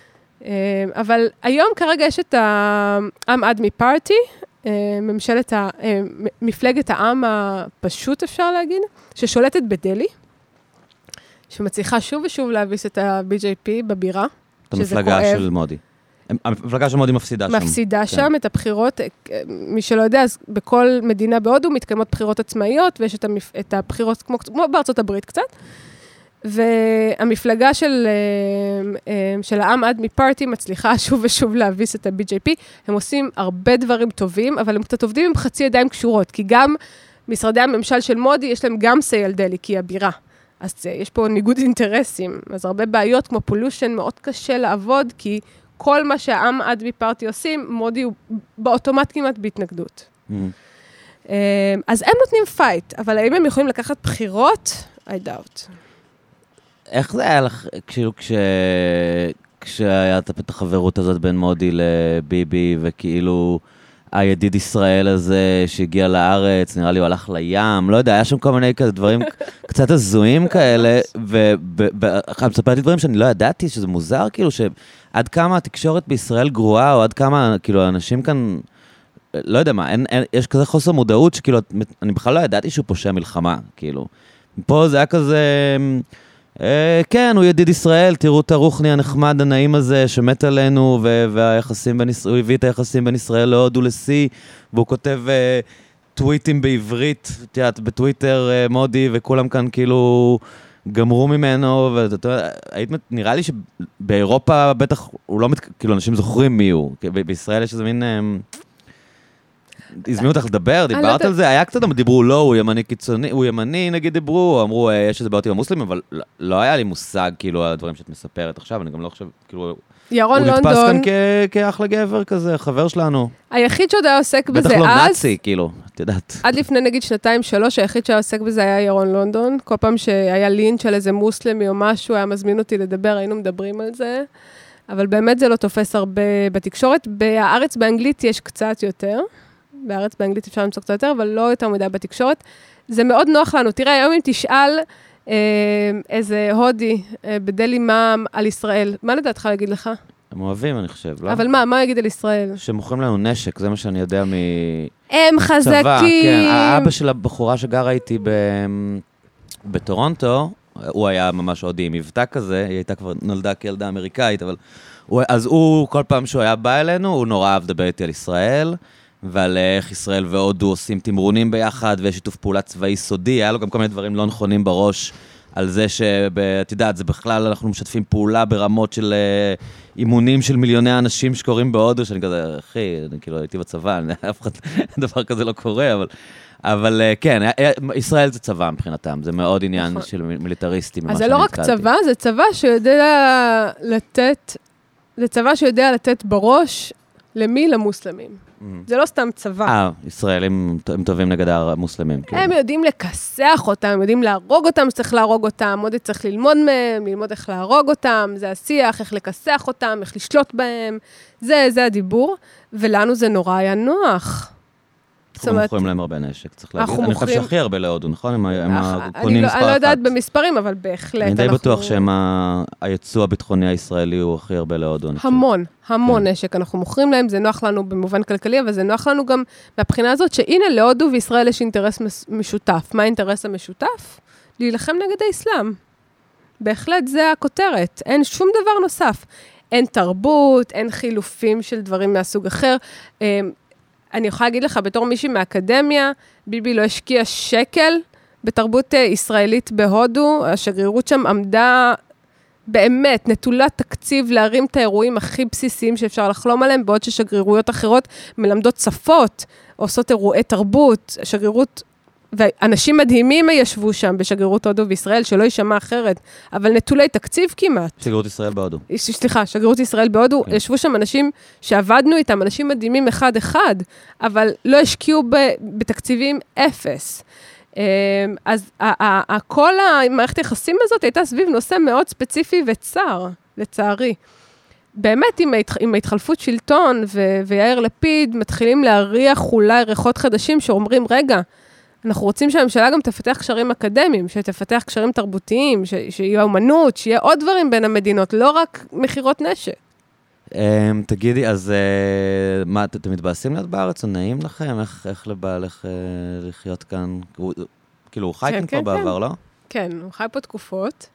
אבל היום כרגע יש את העם אדמי פארטי, ממשלת ה... מפלגת העם הפשוט, אפשר להגיד, ששולטת בדלי, שמצליחה שוב ושוב להביס את ה-בי ג'יי פי בבירה, את המפלגה של מודי. המפלגה של מודי מפסידה שם. מפסידה שם את הבחירות, מי שלא יודע, אז בכל מדינה בהודו מתקיימות בחירות עצמאיות, ויש את הבחירות כמו בארצות הברית קצת, והמפלגה של, של העם אדמי פארטי מצליחה שוב ושוב להביס את ה-בי ג'יי פי, הם עושים הרבה דברים טובים, אבל הם קצת עובדים עם חצי ידיים קשורות, כי גם משרדי הממשל של מודי, יש להם גם סי על דלי, כי היא הבירה. אז יש פה ניגוד אינטרסים, אז הרבה בעיות כמו פולושן מאוד קשה לעבוד, כי כל מה שהעם אדמי פארטי עושים, מודי הוא באוטומט כמעט בהתנגדות. Mm. אז הם נותנים פייט, אבל האם הם יכולים לקחת בחירות? I doubt. איך זה היה לך, כאילו, כש... כשהיה את החברות הזאת בין מודי לביבי, וכאילו הידיד ישראל הזה שהגיע לארץ, נראה לי הוא הלך לים, לא יודע, היה שם כל מיני כזה דברים קצת הזויים כאלה, ואחת מספרת לי דברים שאני לא ידעתי, שזה מוזר, כאילו, שעד כמה התקשורת בישראל גרועה, או עד כמה, כאילו, האנשים כאן, לא יודע מה, אין, אין, יש כזה חוסר מודעות, שכאילו, אני בכלל לא ידעתי שהוא פושע מלחמה, כאילו. פה זה היה כזה... כן, הוא ידיד ישראל, תראו את הרוחני הנחמד הנעים הזה שמת עלינו, והיחסים בין ישראל, הוא הביא את היחסים בין ישראל להודו לסי, והוא כותב טוויטים בעברית, תיאת, בטוויטר מודי, וכולם כאן כאילו גמרו ממנו, ונראה לי שבאירופה בטח, הוא לא, כאילו אנשים זוכרים מי הוא, בישראל יש איזה מין... הזמינו אותך לדבר, דיברת על זה, היה קצת, דיברו לא, הוא ימני קיצוני, הוא ימני נגיד דיברו, אמרו, יש איזה בעיות עם המוסלמים, אבל לא היה לי מושג, כאילו, על הדברים שאת מספרת עכשיו, אני גם לא חושב, כאילו, ירון הוא לונדון, נתפס כאן כאחלה גבר כזה, חבר שלנו. היחיד שעוד היה עוסק בזה אז, בטח לא נאצי, כאילו, את יודעת. עד לפני נגיד שנתיים, שלוש, היחיד שהיה עוסק בזה היה ירון לונדון, כל פעם שהיה לינץ' על איזה מוסלמי או משהו, היה מזמין אותי לדבר, היינו מדברים על זה, אבל באמת זה לא תופס הרבה בתקשורת. בארץ באנגלית יש קצת יותר. בארץ באנגלית אפשר למצוא קצת יותר, אבל לא יותר מדי בתקשורת. זה מאוד נוח לנו. תראה, היום אם תשאל אה, איזה הודי אה, בדלי מה על ישראל, מה לדעתך להגיד לך? הם אוהבים, אני חושב, לא? אבל מה, מה יגיד על ישראל? שמוכרים לנו נשק, זה מה שאני יודע מ... הם חזקים. כן, האבא של הבחורה שגרה איתי ב... בטורונטו, הוא היה ממש הודי עם מבטא כזה, היא הייתה כבר נולדה כילדה אמריקאית, אבל... הוא... אז הוא, כל פעם שהוא היה בא אלינו, הוא נורא אהב לדבר איתי על ישראל, ועל איך ישראל והודו עושים תמרונים ביחד, ויש שיתוף פעולה צבאי סודי, היה לו גם כל מיני דברים לא נכונים בראש, על זה שאת יודעת, זה בכלל אנחנו משתפים פעולה ברמות של אימונים של מיליוני אנשים שקוראים בהודו, שאני כזה, אחי, אני כאילו הייתי בצבא, אף אחד, דבר כזה לא קורה, אבל, אבל כן, ישראל זה צבא מבחינתם, זה מאוד עניין של מיליטריסטי. אז זה לא רק צבא, זה צבא שיודע לתת, זה צבא שיודע לתת בראש למי? למוסלמים. זה לא סתם צבא. אה, ישראלים הם טובים נגד המוסלמים. הם יודעים לקסח אותם, הם יודעים להרוג אותם, שצריך להרוג אותם, עוד צריך ללמוד מהם, ללמוד איך להרוג אותם, זה השיח, איך לקסח אותם, איך לשלוט בהם, זה, זה הדיבור, ולנו זה נורא היה נוח. אנחנו מוכרים להם הרבה נשק, צריך להגיד. אני חושב שהכי הרבה להודו, נכון? הם הקונים מספר אחת. אני לא יודעת במספרים, אבל בהחלט. אני די בטוח שהם היצוא הביטחוני הישראלי הוא הכי הרבה להודו. המון, המון נשק אנחנו מוכרים להם, זה נוח לנו במובן כלכלי, אבל זה נוח לנו גם מהבחינה הזאת, שהנה להודו וישראל יש אינטרס משותף. מה האינטרס המשותף? להילחם נגד האסלאם. בהחלט זה הכותרת. אין שום דבר נוסף. אין תרבות, אין חילופים של דברים מהסוג אחר. אני יכולה להגיד לך, בתור מישהי מהאקדמיה, ביבי לא השקיע שקל בתרבות ישראלית בהודו. השגרירות שם עמדה באמת נטולת תקציב להרים את האירועים הכי בסיסיים שאפשר לחלום עליהם, בעוד ששגרירויות אחרות מלמדות שפות, עושות אירועי תרבות, שגרירות, ואנשים מדהימים ישבו שם בשגרירות הודו וישראל, שלא יישמע אחרת, אבל נטולי תקציב כמעט. שגרירות ישראל בהודו. סליחה, שגרירות ישראל בהודו, כן. ישבו שם אנשים שעבדנו איתם, אנשים מדהימים אחד-אחד, אבל לא השקיעו ב- בתקציבים אפס. אז כל המערכת היחסים הזאת הייתה סביב נושא מאוד ספציפי וצר, לצערי. באמת, עם ההתחלפות שלטון ויאיר לפיד, מתחילים להריח אולי ריחות חדשים שאומרים, רגע, אנחנו רוצים שהממשלה גם תפתח קשרים אקדמיים, שתפתח קשרים תרבותיים, שיהיה אומנות, שיהיה עוד דברים בין המדינות, לא רק מחירות נשק. תגידי, אז מה, אתם מתבאסים להיות בארץ, או נעים לכם? איך לבעלך לחיות כאן? כאילו, הוא חי כאן כבר בעבר, לא? כן, הוא חי פה תקופות.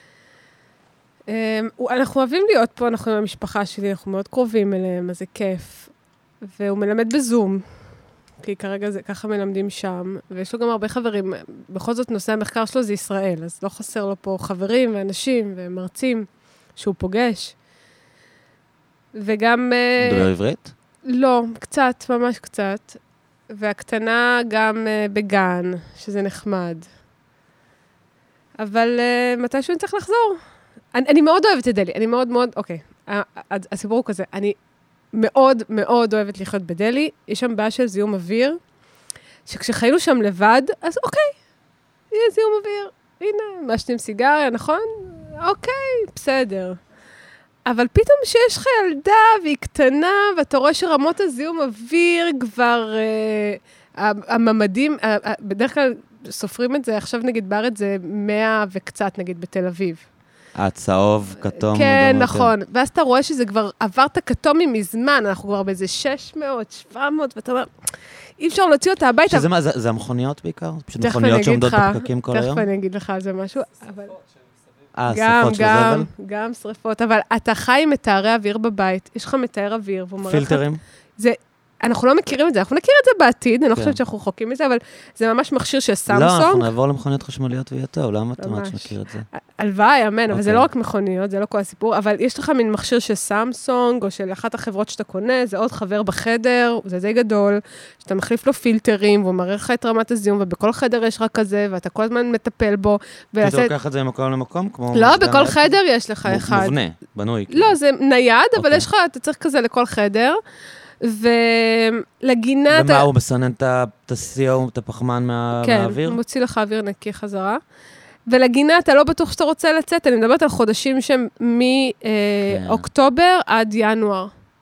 אנחנו אוהבים להיות פה, אנחנו עם המשפחה שלי, אנחנו מאוד קרובים אליהם, אז זה כיף. והוא מלמד בזום. כי כרגע זה, ככה מלמדים שם, ויש לו גם הרבה חברים. בכל זאת, נושא המחקר שלו זה ישראל, אז לא חסר לו פה חברים ואנשים ומרצים שהוא פוגש. וגם... מדבר עברית? לא, קצת, ממש קצת. והקטנה גם בגן, שזה נחמד. אבל מתישהו אני צריך לחזור. אני, אני מאוד אוהבת את דלי, אני מאוד מאוד, אוקיי, הסיפור הוא כזה, אני... מאוד מאוד אוהבת לחיות בדלי, יש שם בעיה של זיהום אוויר, שכשחיינו שם לבד, אז אוקיי, יהיה זיהום אוויר, הנה, מעשנים סיגריה, נכון? אוקיי, בסדר. אבל פתאום שיש לך ילדה והיא קטנה, ואתה רואה שרמות הזיהום אוויר כבר, אה, הממדים, אה, בדרך כלל סופרים את זה, עכשיו נגיד בארץ זה מאה וקצת נגיד בתל אביב. הצהוב, כתום. כן, נכון. ואז אתה רואה שזה כבר עברת כתומי מזמן, אנחנו כבר באיזה שש מאות, שבע מאות, ואתה אומר, אי אפשר להוציא אותה הביתה. שזה מה, זה המכוניות בעיקר? פשוט מכוניות שעומדות בפקקים כל היום? תכף אני אגיד לך על זה משהו. אה, שריפות של זבל? גם שריפות, אבל אתה חי עם מתארי אוויר בבית, יש לך מתאר אוויר, פילטרים? זה... אנחנו לא מכירים את זה, אנחנו נכיר את זה בעתיד, אני לא חושבת שאנחנו רחוקים מזה, אבל זה ממש מכשיר של סמסונג. לא, אנחנו נעבור למכוניות חשמליות ויהיה טוב, למה אתה ממש מכיר את זה? הלוואי, אמן, אבל זה לא רק מכוניות, זה לא כל הסיפור, אבל יש לך מין מכשיר של סמסונג, או של אחת החברות שאתה קונה, זה עוד חבר בחדר, זה די גדול, שאתה מחליף לו פילטרים, והוא מראה לך את רמת הזיהום, ובכל חדר יש רק כזה, ואתה כל הזמן מטפל בו. אתה לוקח את זה ממקום למקום? לא, בכל חדר יש לך אחד. מובנה, בנוי. לא, זה נייד, אבל יש לך, אתה צריך כזה לכל חדר. ולגינה... ומה, הוא מסנן את הסיום, את הפחמן מהאוויר? כן, מוציא לך אוויר נקי חזרה. ולגינה, אתה לא בטוח שאתה רוצה לצאת, אני מדברת על חודשים שהם מאוקטובר עד ינואר.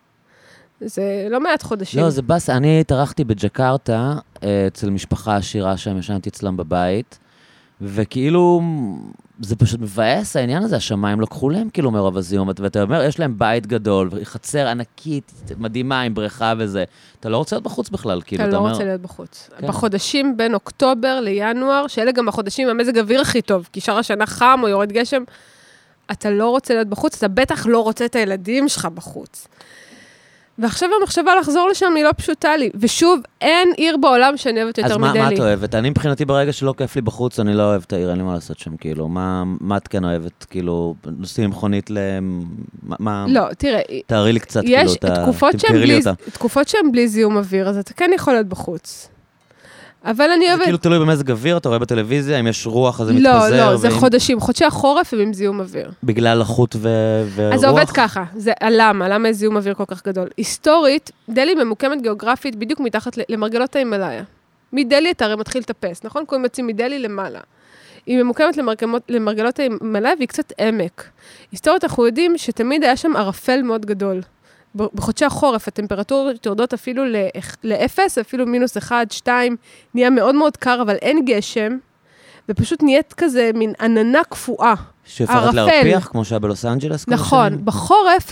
זה לא מעט חודשים. לא, זה בס, אני התארחתי בג'קרטה, אצל משפחה עשירה שהם ישנתי אצלם בבית, וכאילו, זה פשוט מבאס, העניין הזה, השמיים לא כחולים, כאילו, מרוב הזיהום, ואתה אומר, יש להם בית גדול, חצר ענקית, מדהימה, עם בריכה וזה. אתה לא רוצה להיות בחוץ בכלל, כאילו, אתה לא רוצה להיות בחוץ. בחודשים בין אוקטובר לינואר, שאלה גם החודשים, המזג אוויר הכי טוב, כי שאר השנה חם או יורד גשם, אתה לא רוצה להיות בחוץ, אתה בטח לא רוצה את הילדים שלך בחוץ. ועכשיו המחשבה לחזור לשם היא לא פשוטה לי. ושוב, אין עיר בעולם שאני אוהבת יותר מדלי. אז מה את אוהבת? אני מבחינתי ברגע שלא כיף לי בחוץ, אני לא אוהב את העיר, אין לי מה לעשות שם, כאילו. מה את כן אוהבת? כאילו, נוסעים מכונית ל... לא, תראה. תארי לי קצת, כאילו, תמכרי לי אותה. תקופות שהן בלי זיהום אוויר, אז אתה כן יכול להיות בחוץ. אבל אני אוהבת... זה כאילו תלוי במזג אוויר, אתה רואה בטלוויזיה, אם יש רוח, אז זה מתפזר. לא, לא, זה חודשים. חודשי החורף הם עם זיהום אוויר. בגלל לחות ורוח? אז זה עובד ככה. זה למה? למה יש זיהום אוויר כל כך גדול? היסטורית, דלי ממוקמת גיאוגרפית בדיוק מתחת למרגלות ההימלאיה. מדלי אתה הרי מתחיל לטפס, נכון? כי הם יוצאים מדלי למעלה. היא ממוקמת למרגלות ההימלאיה והיא קצת עמק. היסטורית אנחנו יודעים שתמיד היה שם ערפל מאוד גדול. בחודשי החורף, הטמפרטורות יורדות אפילו לאפס, אפילו מינוס אחד, שתיים, נהיה מאוד מאוד קר, אבל אין גשם, ופשוט נהיית כזה מין עננה קפואה. שהפכת להרפיח, כמו שהיה בלוס אנג'לס? נכון, בחורף,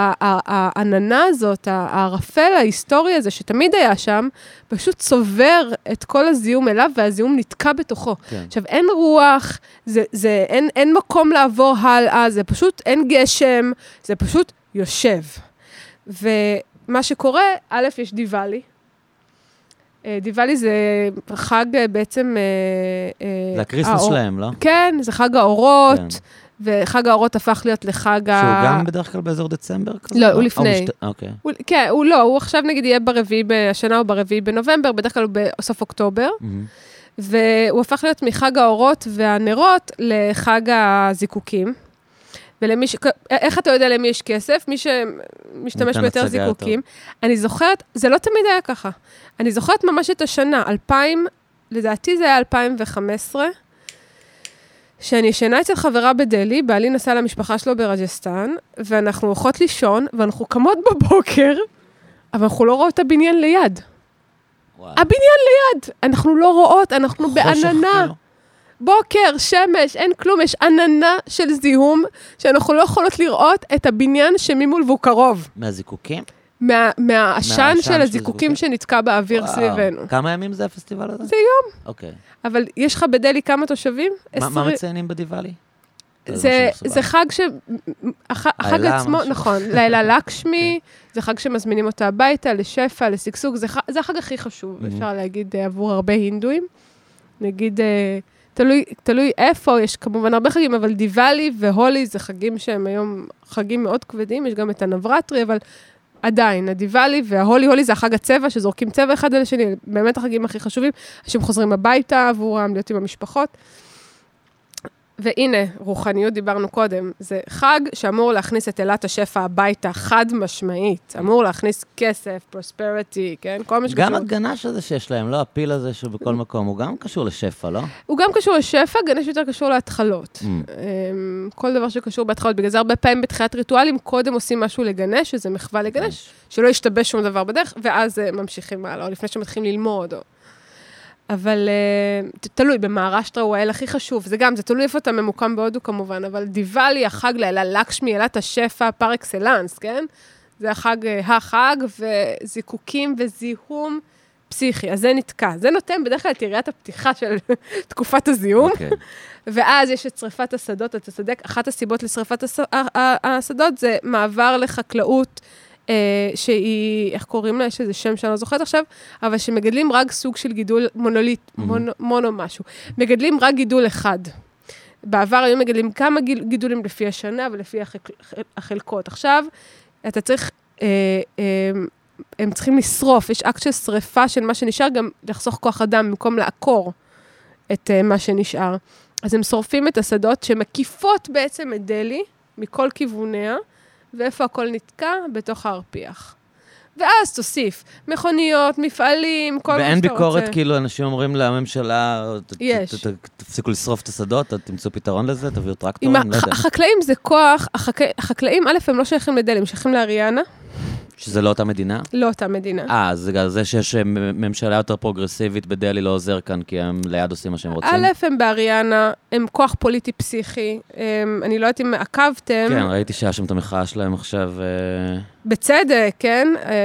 העננה הזאת, הערפל ההיסטורי הזה, שתמיד היה שם, פשוט צובר את כל הזיהום אליו, והזיהום נתקע בתוכו. כן. עכשיו, אין רוח, זה, זה, אין, אין מקום לעבור הלאה, זה פשוט, אין גשם, זה פשוט יושב. ומה שקורה, א', יש דיוואלי. דיוואלי זה חג בעצם... זה הקריסמס שלהם, לא? כן, זה חג האורות. כן. וחג האורות הפך להיות לחג ה... שהוא גם בדרך כלל באזור דצמבר? לא, הוא לפני. אוקיי. כן, הוא לא, הוא עכשיו נגיד יהיה ברביעי, השנה הוא ברביעי בנובמבר, בדרך כלל הוא בסוף אוקטובר, והוא הפך להיות מחג האורות והנרות לחג הזיקוקים. ולמי ש... איך אתה יודע למי יש כסף? מי שמשתמש ביותר זיקוקים. אני זוכרת, זה לא תמיד היה ככה. אני זוכרת ממש את השנה, אלפיים, לדעתי זה היה אלפיים וחמש עשרה, שאני ישנה אצל חברה בדלי, בעלי נסע למשפחה שלו ברג'סטן, ואנחנו הולכות לישון, ואנחנו קמות בבוקר, אבל אנחנו לא רואות את הבניין ליד. וואו. הבניין ליד! אנחנו לא רואות, אנחנו בעננה. בוקר, שמש, אין כלום, יש עננה של זיהום, שאנחנו לא יכולות לראות את הבניין שממול והוא קרוב. מהזיקוקים? מה, מהעשן של הזיקוקים שנתקע באוויר סביבנו. כמה ימים זה הפסטיבל הזה? זה יום. אוקיי. אבל יש לך בדלי כמה תושבים? מה מציינים בדיוואלי? זה חג ש... החג עצמו, נכון, לילה לקשמי, זה חג שמזמינים אותה הביתה, לשפע, לסגסוג, זה החג הכי חשוב, אפשר להגיד, עבור הרבה הינדואים. נגיד, תלוי איפה, יש כמובן הרבה חגים, אבל דיוואלי והולי זה חגים שהם היום חגים מאוד כבדים, יש גם את הנברטרי, אבל עדיין, הדיוואלי וההולי, הולי זה החג הצבע, שזורקים צבע אחד על השני, באמת החגים הכי חשובים, אנשים חוזרים הביתה עבורם, להיות עם המשפחות. והנה, רוחניות דיברנו קודם, זה חג שאמור להכניס את אלת השפע הביתה, חד משמעית, אמור להכניס כסף, פרוספריטי, כן? כל מה שקשור. גם הגנש הזה שיש להם, לא הפיל הזה שבכל מקום, הוא גם קשור לשפע, לא? הוא גם קשור לשפע, גנש יותר קשור להתחלות. Mm. כל דבר שקשור בהתחלות, בגלל זה הרבה פעמים בתחילת ריטואלים, קודם עושים משהו לגנש, שזה מחווה לגנש, שלא ישתבש שום דבר בדרך, ואז ממשיכים מעלה, או לפני שמתחילים ללמוד, או... אבל uh, תלוי, במהרשטרה הוא האל הכי חשוב, זה גם, זה תלוי איפה אתה ממוקם בהודו כמובן, אבל דיוואלי, החג לאלה לקשמי, אלת השפע, פר אקסלנס, כן? זה החג, החג, וזיקוקים וזיהום פסיכי, אז זה נתקע. זה נותן בדרך כלל את יריית הפתיחה של תקופת הזיהום, okay. ואז יש את שריפת השדות, אתה צודק, אחת הסיבות לשריפת השדות זה מעבר לחקלאות, שהיא, איך קוראים לה, יש איזה שם שאני לא זוכרת עכשיו, אבל שמגדלים רק סוג של גידול מונוליט, מונו, מונו משהו. מגדלים רק גידול אחד. בעבר היו מגדלים כמה גידולים לפי השנה ולפי החלקות. עכשיו, אתה צריך, הם צריכים לשרוף, יש אקט של שריפה של מה שנשאר, גם לחסוך כוח אדם במקום לעקור את מה שנשאר. אז הם שורפים את השדות שמקיפות בעצם את דלי, מכל כיווניה, ואיפה הכל נתקע? בתוך ההרפיח. ואז תוסיף, מכוניות, מפעלים, כל מה שאתה רוצה. ואין ביקורת, כאילו, אנשים אומרים לממשלה, יש. תפסיקו לשרוף את השדות, תמצאו פתרון לזה, תביאו טרקטורים, לא יודע. החקלאים זה כוח, החקלאים, א', הם לא שייכים לדלי, הם שייכים לאריאנה. שזה לא אותה מדינה? לא אותה מדינה. אה, זה, זה שיש ממשלה יותר פרוגרסיבית בדלי לא עוזר כאן, כי הם ליד עושים מה שהם רוצים. א', הם באריאנה, הם כוח פוליטי פסיכי, הם, אני לא יודעת אם עקבתם. כן, ראיתי שהיה שם את המחאה שלהם עכשיו. בצדק, כן.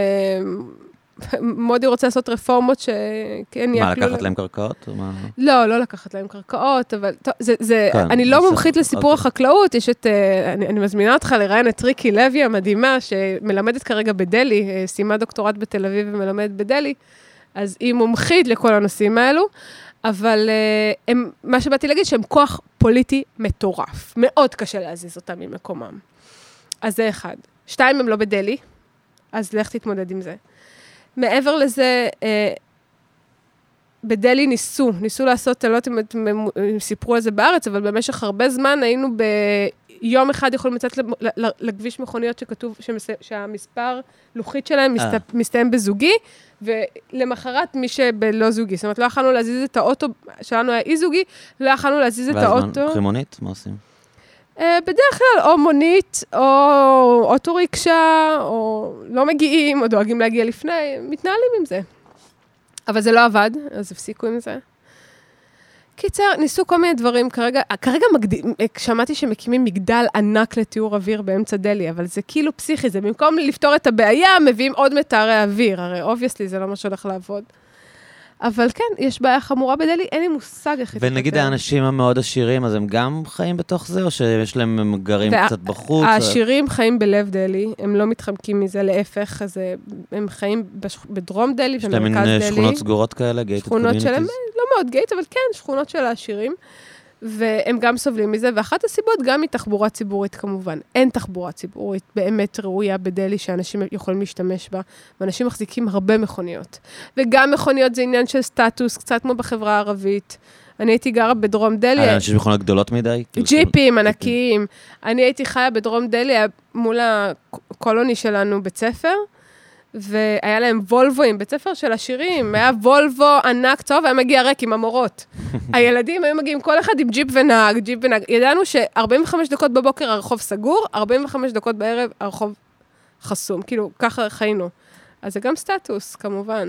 מודי רוצה לעשות רפורמות שכן יעקלו... מה, לקחת להם קרקעות? או מה? לא, לא לקחת להם קרקעות, אבל... טוב, זה, זה, כן, אני לא מומחית לסיפור אוקיי. החקלאות, יש את... אני, אני מזמינה אותך לראיין את ריקי לוי המדהימה, שמלמדת כרגע בדלי, סיימה דוקטורט בתל אביב ומלמדת בדלי, אז היא מומחית לכל הנושאים האלו, אבל הם, מה שבאתי להגיד, שהם כוח פוליטי מטורף. מאוד קשה להזיז אותם ממקומם. אז זה אחד. שתיים, הם לא בדלי, אז לך תתמודד עם זה. מעבר לזה, אה, בדלי ניסו, ניסו לעשות, אני לא יודעת אם הם סיפרו על זה בארץ, אבל במשך הרבה זמן היינו ביום אחד יכולים לצאת לכביש מכוניות שכתוב, שהמספר לוחית שלהם מסת, מסתיים בזוגי, ולמחרת מי שבלא זוגי. זאת אומרת, לא יכולנו להזיז את האוטו, שלנו היה אי זוגי, לא יכולנו להזיז את האוטו. חימונית? מה עושים? בדרך כלל או מונית, או אוטו ריקשה, או לא מגיעים, או דואגים להגיע לפני, מתנהלים עם זה. אבל זה לא עבד, אז הפסיקו עם זה. קיצר, ניסו כל מיני דברים, כרגע, כרגע מקדים, שמעתי שמקימים מגדל ענק לתיאור אוויר באמצע דלי, אבל זה כאילו פסיכי, זה במקום לפתור את הבעיה, מביאים עוד מטהרי אוויר, הרי obviously זה לא מה שהולך לעבוד. אבל כן, יש בעיה חמורה בדלי, אין לי מושג איך... ונגיד האנשים המאוד עשירים, אז הם גם חיים בתוך זה, או שיש להם, הם גרים קצת בחוץ? העשירים חיים בלב דלי, הם לא מתחמקים מזה, להפך, אז הם חיים בדרום דלי ומרכז דלי. יש להם שכונות סגורות כאלה, גייטד קומיוניטיז? שכונות שלהם, לא מאוד גייט, אבל כן, שכונות של העשירים, והם גם סובלים מזה, ואחת הסיבות גם היא תחבורה ציבורית כמובן. אין תחבורה ציבורית באמת ראויה בדלי שאנשים יכולים להשתמש בה, ואנשים מחזיקים הרבה מכוניות. וגם מכוניות זה עניין של סטטוס, קצת כמו בחברה הערבית. אני הייתי גרה בדרום דלי. אנשים מכונות גדולות מדי? ג'יפים ענקיים. אני הייתי חיה בדרום דלי מול הקולוני שלנו בית ספר, והיה להם וולבוים, בית ספר של השירים, היה וולבו ענק טוב, והיה מגיע ריק עם המורות. הילדים היו מגיעים כל אחד עם ג'יפ ונהג, ג'יפ ונהג. ידענו ש-ארבעים וחמש דקות בבוקר הרחוב סגור, ארבעים וחמש דקות בערב הרחוב חסום. כאילו, ככה חיינו. אז זה גם סטטוס, כמובן.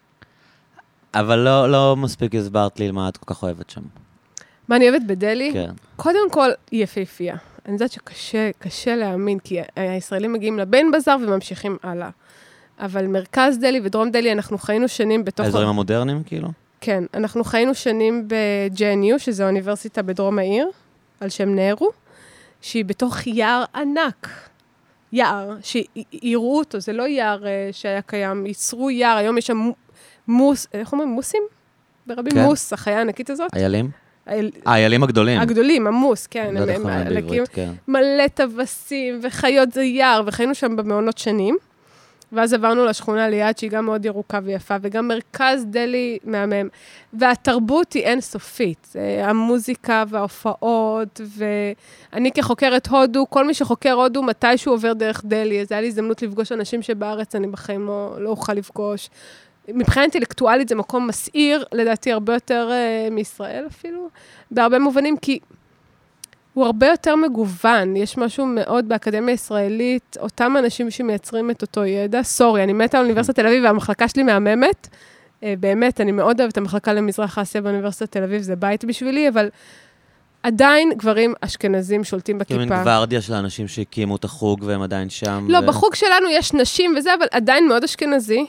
אבל לא, לא מספיק הסברת לי מה את כל כך אוהבת שם. מה אני אוהבת בדלי? כן. קודם כל, היא יפהפייה. אני יודעת שקשה, קשה להאמין, כי הישראלים מגיעים לבן בזר וממשיכים הלאה. אבל מרכז דלי ודרום דלי, אנחנו חיינו שנים בתוך... האזורים המודרניים, כאילו? כן, אנחנו חיינו שנים ב-ג'י אן יו, שזו אוניברסיטה בדרום העיר, על שם נהרו, שהיא בתוך יער ענק. יער, שיראו אותו, זה לא יער שהיה קיים, ייצרו יער, היום יש שם מוס, איך אומרים, מוסים? ברבים כן. מוס, החיה הענקית הזאת. איילים? האיילים הגדולים. הגדולים, המוס, כן. לא יודע איך בעברית, כן. מלא טווסים וחיות זה יער, וחיינו שם במעונות שנים. ואז עברנו לשכונה ליד, שהיא גם מאוד ירוקה ויפה, וגם מרכז דלי מהמם. והתרבות היא אינסופית. המוזיקה וההופעות, ואני כחוקרת הודו, כל מי שחוקר הודו, מתישהו עובר דרך דלי, אז היה לי הזדמנות לפגוש אנשים שבארץ אני בחיים לא, לא אוכל לפגוש. מבחינה אינטלקטואלית זה מקום מסעיר, לדעתי הרבה יותר uh, מישראל אפילו, בהרבה מובנים, כי הוא הרבה יותר מגוון, יש משהו מאוד באקדמיה הישראלית, אותם אנשים שמייצרים את אותו ידע, סורי, אני מתה על אוניברסיטת תל אביב, והמחלקה שלי מהממת, uh, באמת, אני מאוד אוהבת את המחלקה למזרח אסיה באוניברסיטת תל אביב, זה בית בשבילי, אבל עדיין גברים אשכנזים שולטים בכיפה. כאילו גוורדיה של האנשים שהקימו את החוג, והם עדיין שם. לא, ו... בחוג שלנו יש נשים וזה, אבל עדיין מאוד אשכנזי.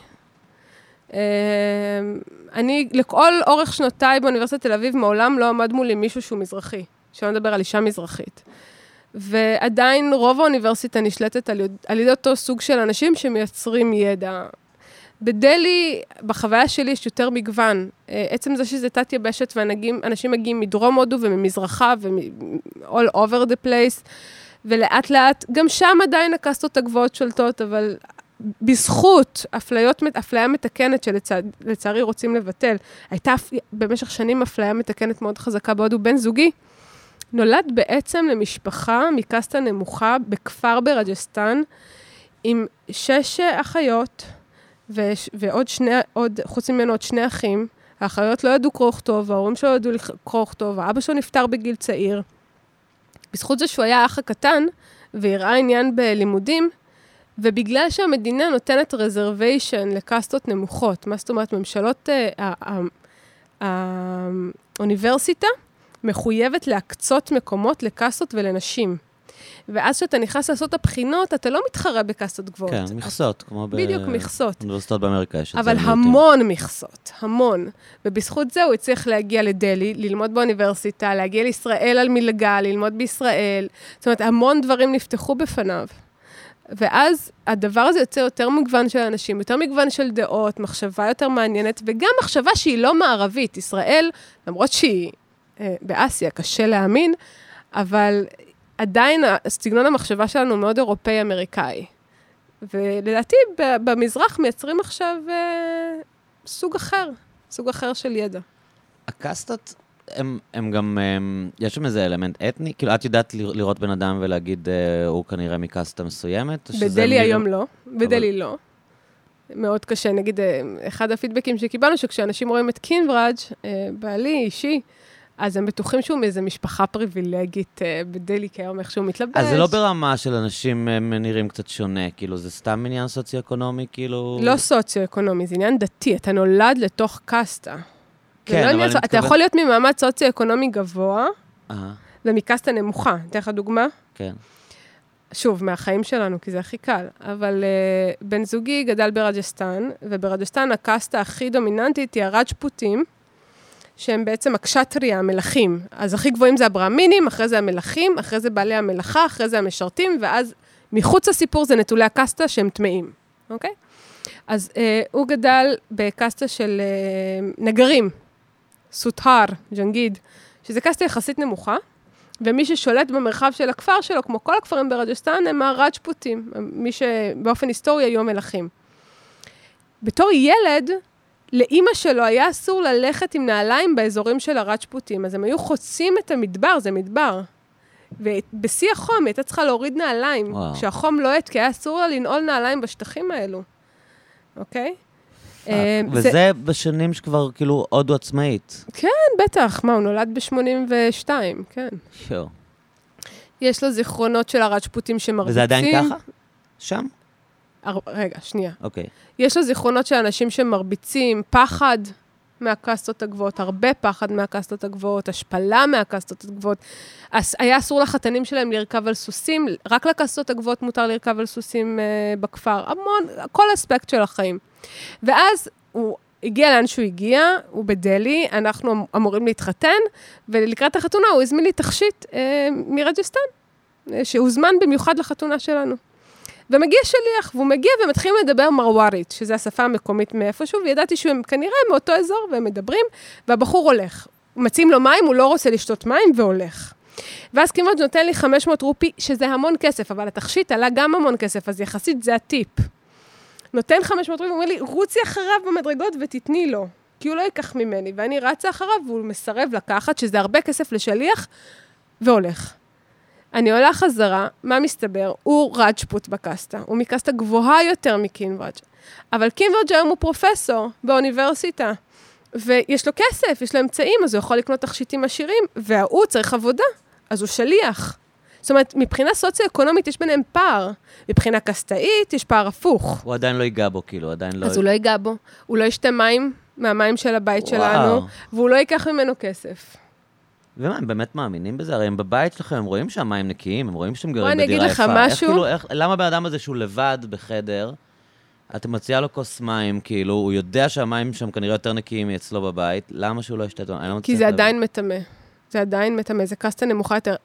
אני, לכל אורך שנותיי באוניברסיטת תל אביב, מעולם לא עמד מולי מישהו שהוא מזרחי, שלא נדבר על אישה מזרחית. ועדיין רוב האוניברסיטה נשלטת על, על ידי אותו סוג של אנשים שמייצרים ידע. בדלי, בחוויה שלי יש יותר מגוון. עצם זה שזה תת יבשת, ואנשים מגיעים מדרום הודו וממזרחה, ו-all over the place, ולאט לאט, גם שם עדיין הקסטות הגבוהות שולטות, אבל... בזכות אפליות, אפליה מתקנת שלצערי רוצים לבטל, הייתה במשך שנים אפליה מתקנת מאוד חזקה בהודו, בן זוגי, נולד בעצם למשפחה מקסטה נמוכה בכפר ברג'סטן, עם שש אחיות, ו- ועוד שני, עוד, חוץ ממנו עוד שני אחים, האחיות לא ידעו קרוא וכתוב, ההורים שלו ידעו קרוא וכתוב, האבא שלו נפטר בגיל צעיר. בזכות זה שהוא היה האח הקטן, והראה עניין בלימודים, ובגלל שהמדינה נותנת רזרוויישן לקסטות נמוכות, מה זאת אומרת, ממשלות האוניברסיטה מחויבת להקצות מקומות לקסטות ולנשים. ואז שאתה נכנס לעשות הבחינות, אתה לא מתחרה בקסטות גבוהות. כן, מכסות, כמו ב... בדיוק, מכסות. אוניברסיטות באמריקה יש את זה. אבל המון מכסות, המון. ובזכות זה הוא הצליח להגיע לדלי, ללמוד באוניברסיטה, להגיע לישראל על מלגה, ללמוד בישראל. זאת אומרת, המון דברים נפתחו בפניו. ואז הדבר הזה יוצא יותר מגוון של אנשים, יותר מגוון של דעות, מחשבה יותר מעניינת, וגם מחשבה שהיא לא מערבית. ישראל, למרות שהיא אה, באסיה, קשה להאמין, אבל עדיין סגנון המחשבה שלנו מאוד אירופאי-אמריקאי. ולדעתי במזרח מייצרים עכשיו אה, סוג אחר, סוג אחר של ידע. הקסטות... הם, הם גם, הם, יש שם איזה אלמנט אתני? כאילו, את יודעת לראות בן אדם ולהגיד, אה, הוא כנראה מקסטה מסוימת? בדלי היום לא, בדלי אבל... לא. מאוד קשה, נגיד, אחד הפידבקים שקיבלנו, שכשאנשים רואים את קינבראג', אה, בעלי, אישי, אז הם בטוחים שהוא מאיזו משפחה פריבילגית בדלי, כיום איך שהוא מתלבש. אז זה לא ברמה של אנשים נראים קצת שונה, כאילו, זה סתם עניין סוציו-אקונומי, כאילו... לא סוציו-אקונומי, זה עניין דתי, אתה נולד לתוך קסטה. כן, אבל אני מתכוון... אתה יכול להיות ממעמד סוציו-אקונומי גבוה, אה. ומקסטה נמוכה. אתן לך דוגמה? כן. שוב, מהחיים שלנו, כי זה הכי קל, אבל uh, בן זוגי גדל ברג'סטן, וברג'סטן הקסטה הכי דומיננטית היא הרג'פוטים, שהם בעצם הקשטריה, המלכים. אז הכי גבוהים זה הברהמינים, אחרי זה המלכים, אחרי זה בעלי המלאכה, אחרי זה המשרתים, ואז מחוץ לסיפור זה נטולי הקסטה שהם טמאים, אוקיי? אז uh, הוא גדל בקסטה של uh, נגרים, סוטהר, ג'נגיד, שזה קסטה יחסית נמוכה, ומי ששולט במרחב של הכפר שלו, כמו כל הכפרים ברג'סטן, הם הרג'פוטים, מי שבאופן היסטורי היו מלכים. בתור ילד, לאמא שלו היה אסור ללכת עם נעליים באזורים של הרג'פוטים, אז הם היו חוצים את המדבר, זה מדבר. ובשיא החום הייתה צריכה להוריד נעליים, וואו. כשהחום לא עט, כי היה אסור לה לנעול נעליים בשטחים האלו. אוקיי? וזה זה... בשנים שכבר כאילו הודו עצמאית. כן, בטח. מה, הוא נולד ב-שמונים ושתיים, כן. שו. יש לו זיכרונות של הרג'פוטים שמרביצים. וזה עדיין ככה? שם? הר... רגע, שנייה. אוקיי. יש לו זיכרונות של אנשים שמרביצים, פחד מהקסטות הגבוהות, הרבה פחד מהקסטות הגבוהות, השפלה מהקסטות הגבוהות. אז היה אסור לחתנים שלהם לרכב על סוסים, רק לקסטות הגבוהות מותר לרכב על סוסים uh, בכפר. המון, כל אספקט של החיים. ואז הוא הגיע לאן שהוא הגיע, הוא בדלי, אנחנו אמורים להתחתן, ולקראת החתונה הוא הזמין לי תכשיט אה, מרג'סטן, אה, שהוזמן במיוחד לחתונה שלנו. ומגיע שליח, והוא מגיע ומתחילים לדבר מרווארית, שזו השפה המקומית מאיפשהו, וידעתי שהם כנראה מאותו אזור, והם מדברים, והבחור הולך. מציעים לו מים, הוא לא רוצה לשתות מים, והולך. ואז כמעט נותן לי חמש מאות רופי, שזה המון כסף, אבל התכשיט עלה גם המון כסף, אז יחסית זה הטיפ. נותן חמש מאות רופי, הוא אומר לי, רוצי אחריו במדרגות ותתני לו, כי הוא לא ייקח ממני, ואני רצה אחריו, והוא מסרב לקחת, שזה הרבה כסף לשליח, והולך. אני עולה חזרה, מה מסתבר? הוא רג'פוט בקסטה, הוא מקסטה גבוהה יותר מקינברג'. אבל קינברג' היום הוא פרופסור באוניברסיטה, ויש לו כסף, יש לו אמצעים, אז הוא יכול לקנות תכשיטים עשירים, והוא צריך עבודה, אז הוא שליח. זאת אומרת, מבחינה סוציו-אקונומית יש ביניהם פער, מבחינה קסטאית יש פער הפוך. הוא עדיין לא ייגע בו, כאילו, עדיין לא... אז הוא לא ייגע בו, הוא לא ישתה מים מהמים של הבית שלנו, והוא לא ייקח ממנו כסף. ומה, הם באמת מאמינים בזה? הרי הם בבית שלכם, הם רואים שהמים נקיים, הם רואים שהם גרים בדירה יפה. בוא אני אגיד לך משהו. איך, כאילו, איך, למה בן אדם הזה שהוא לבד בחדר, אתה מציעה לו כוס מים, כאילו, הוא יודע שהמים שם כנראה יותר נקיים מאצלו בבית, למה שהוא לא ישתה את המים? כי זה עדיין מטמא. זה עדיין מטמא, זה קסטה נמוכה יותר.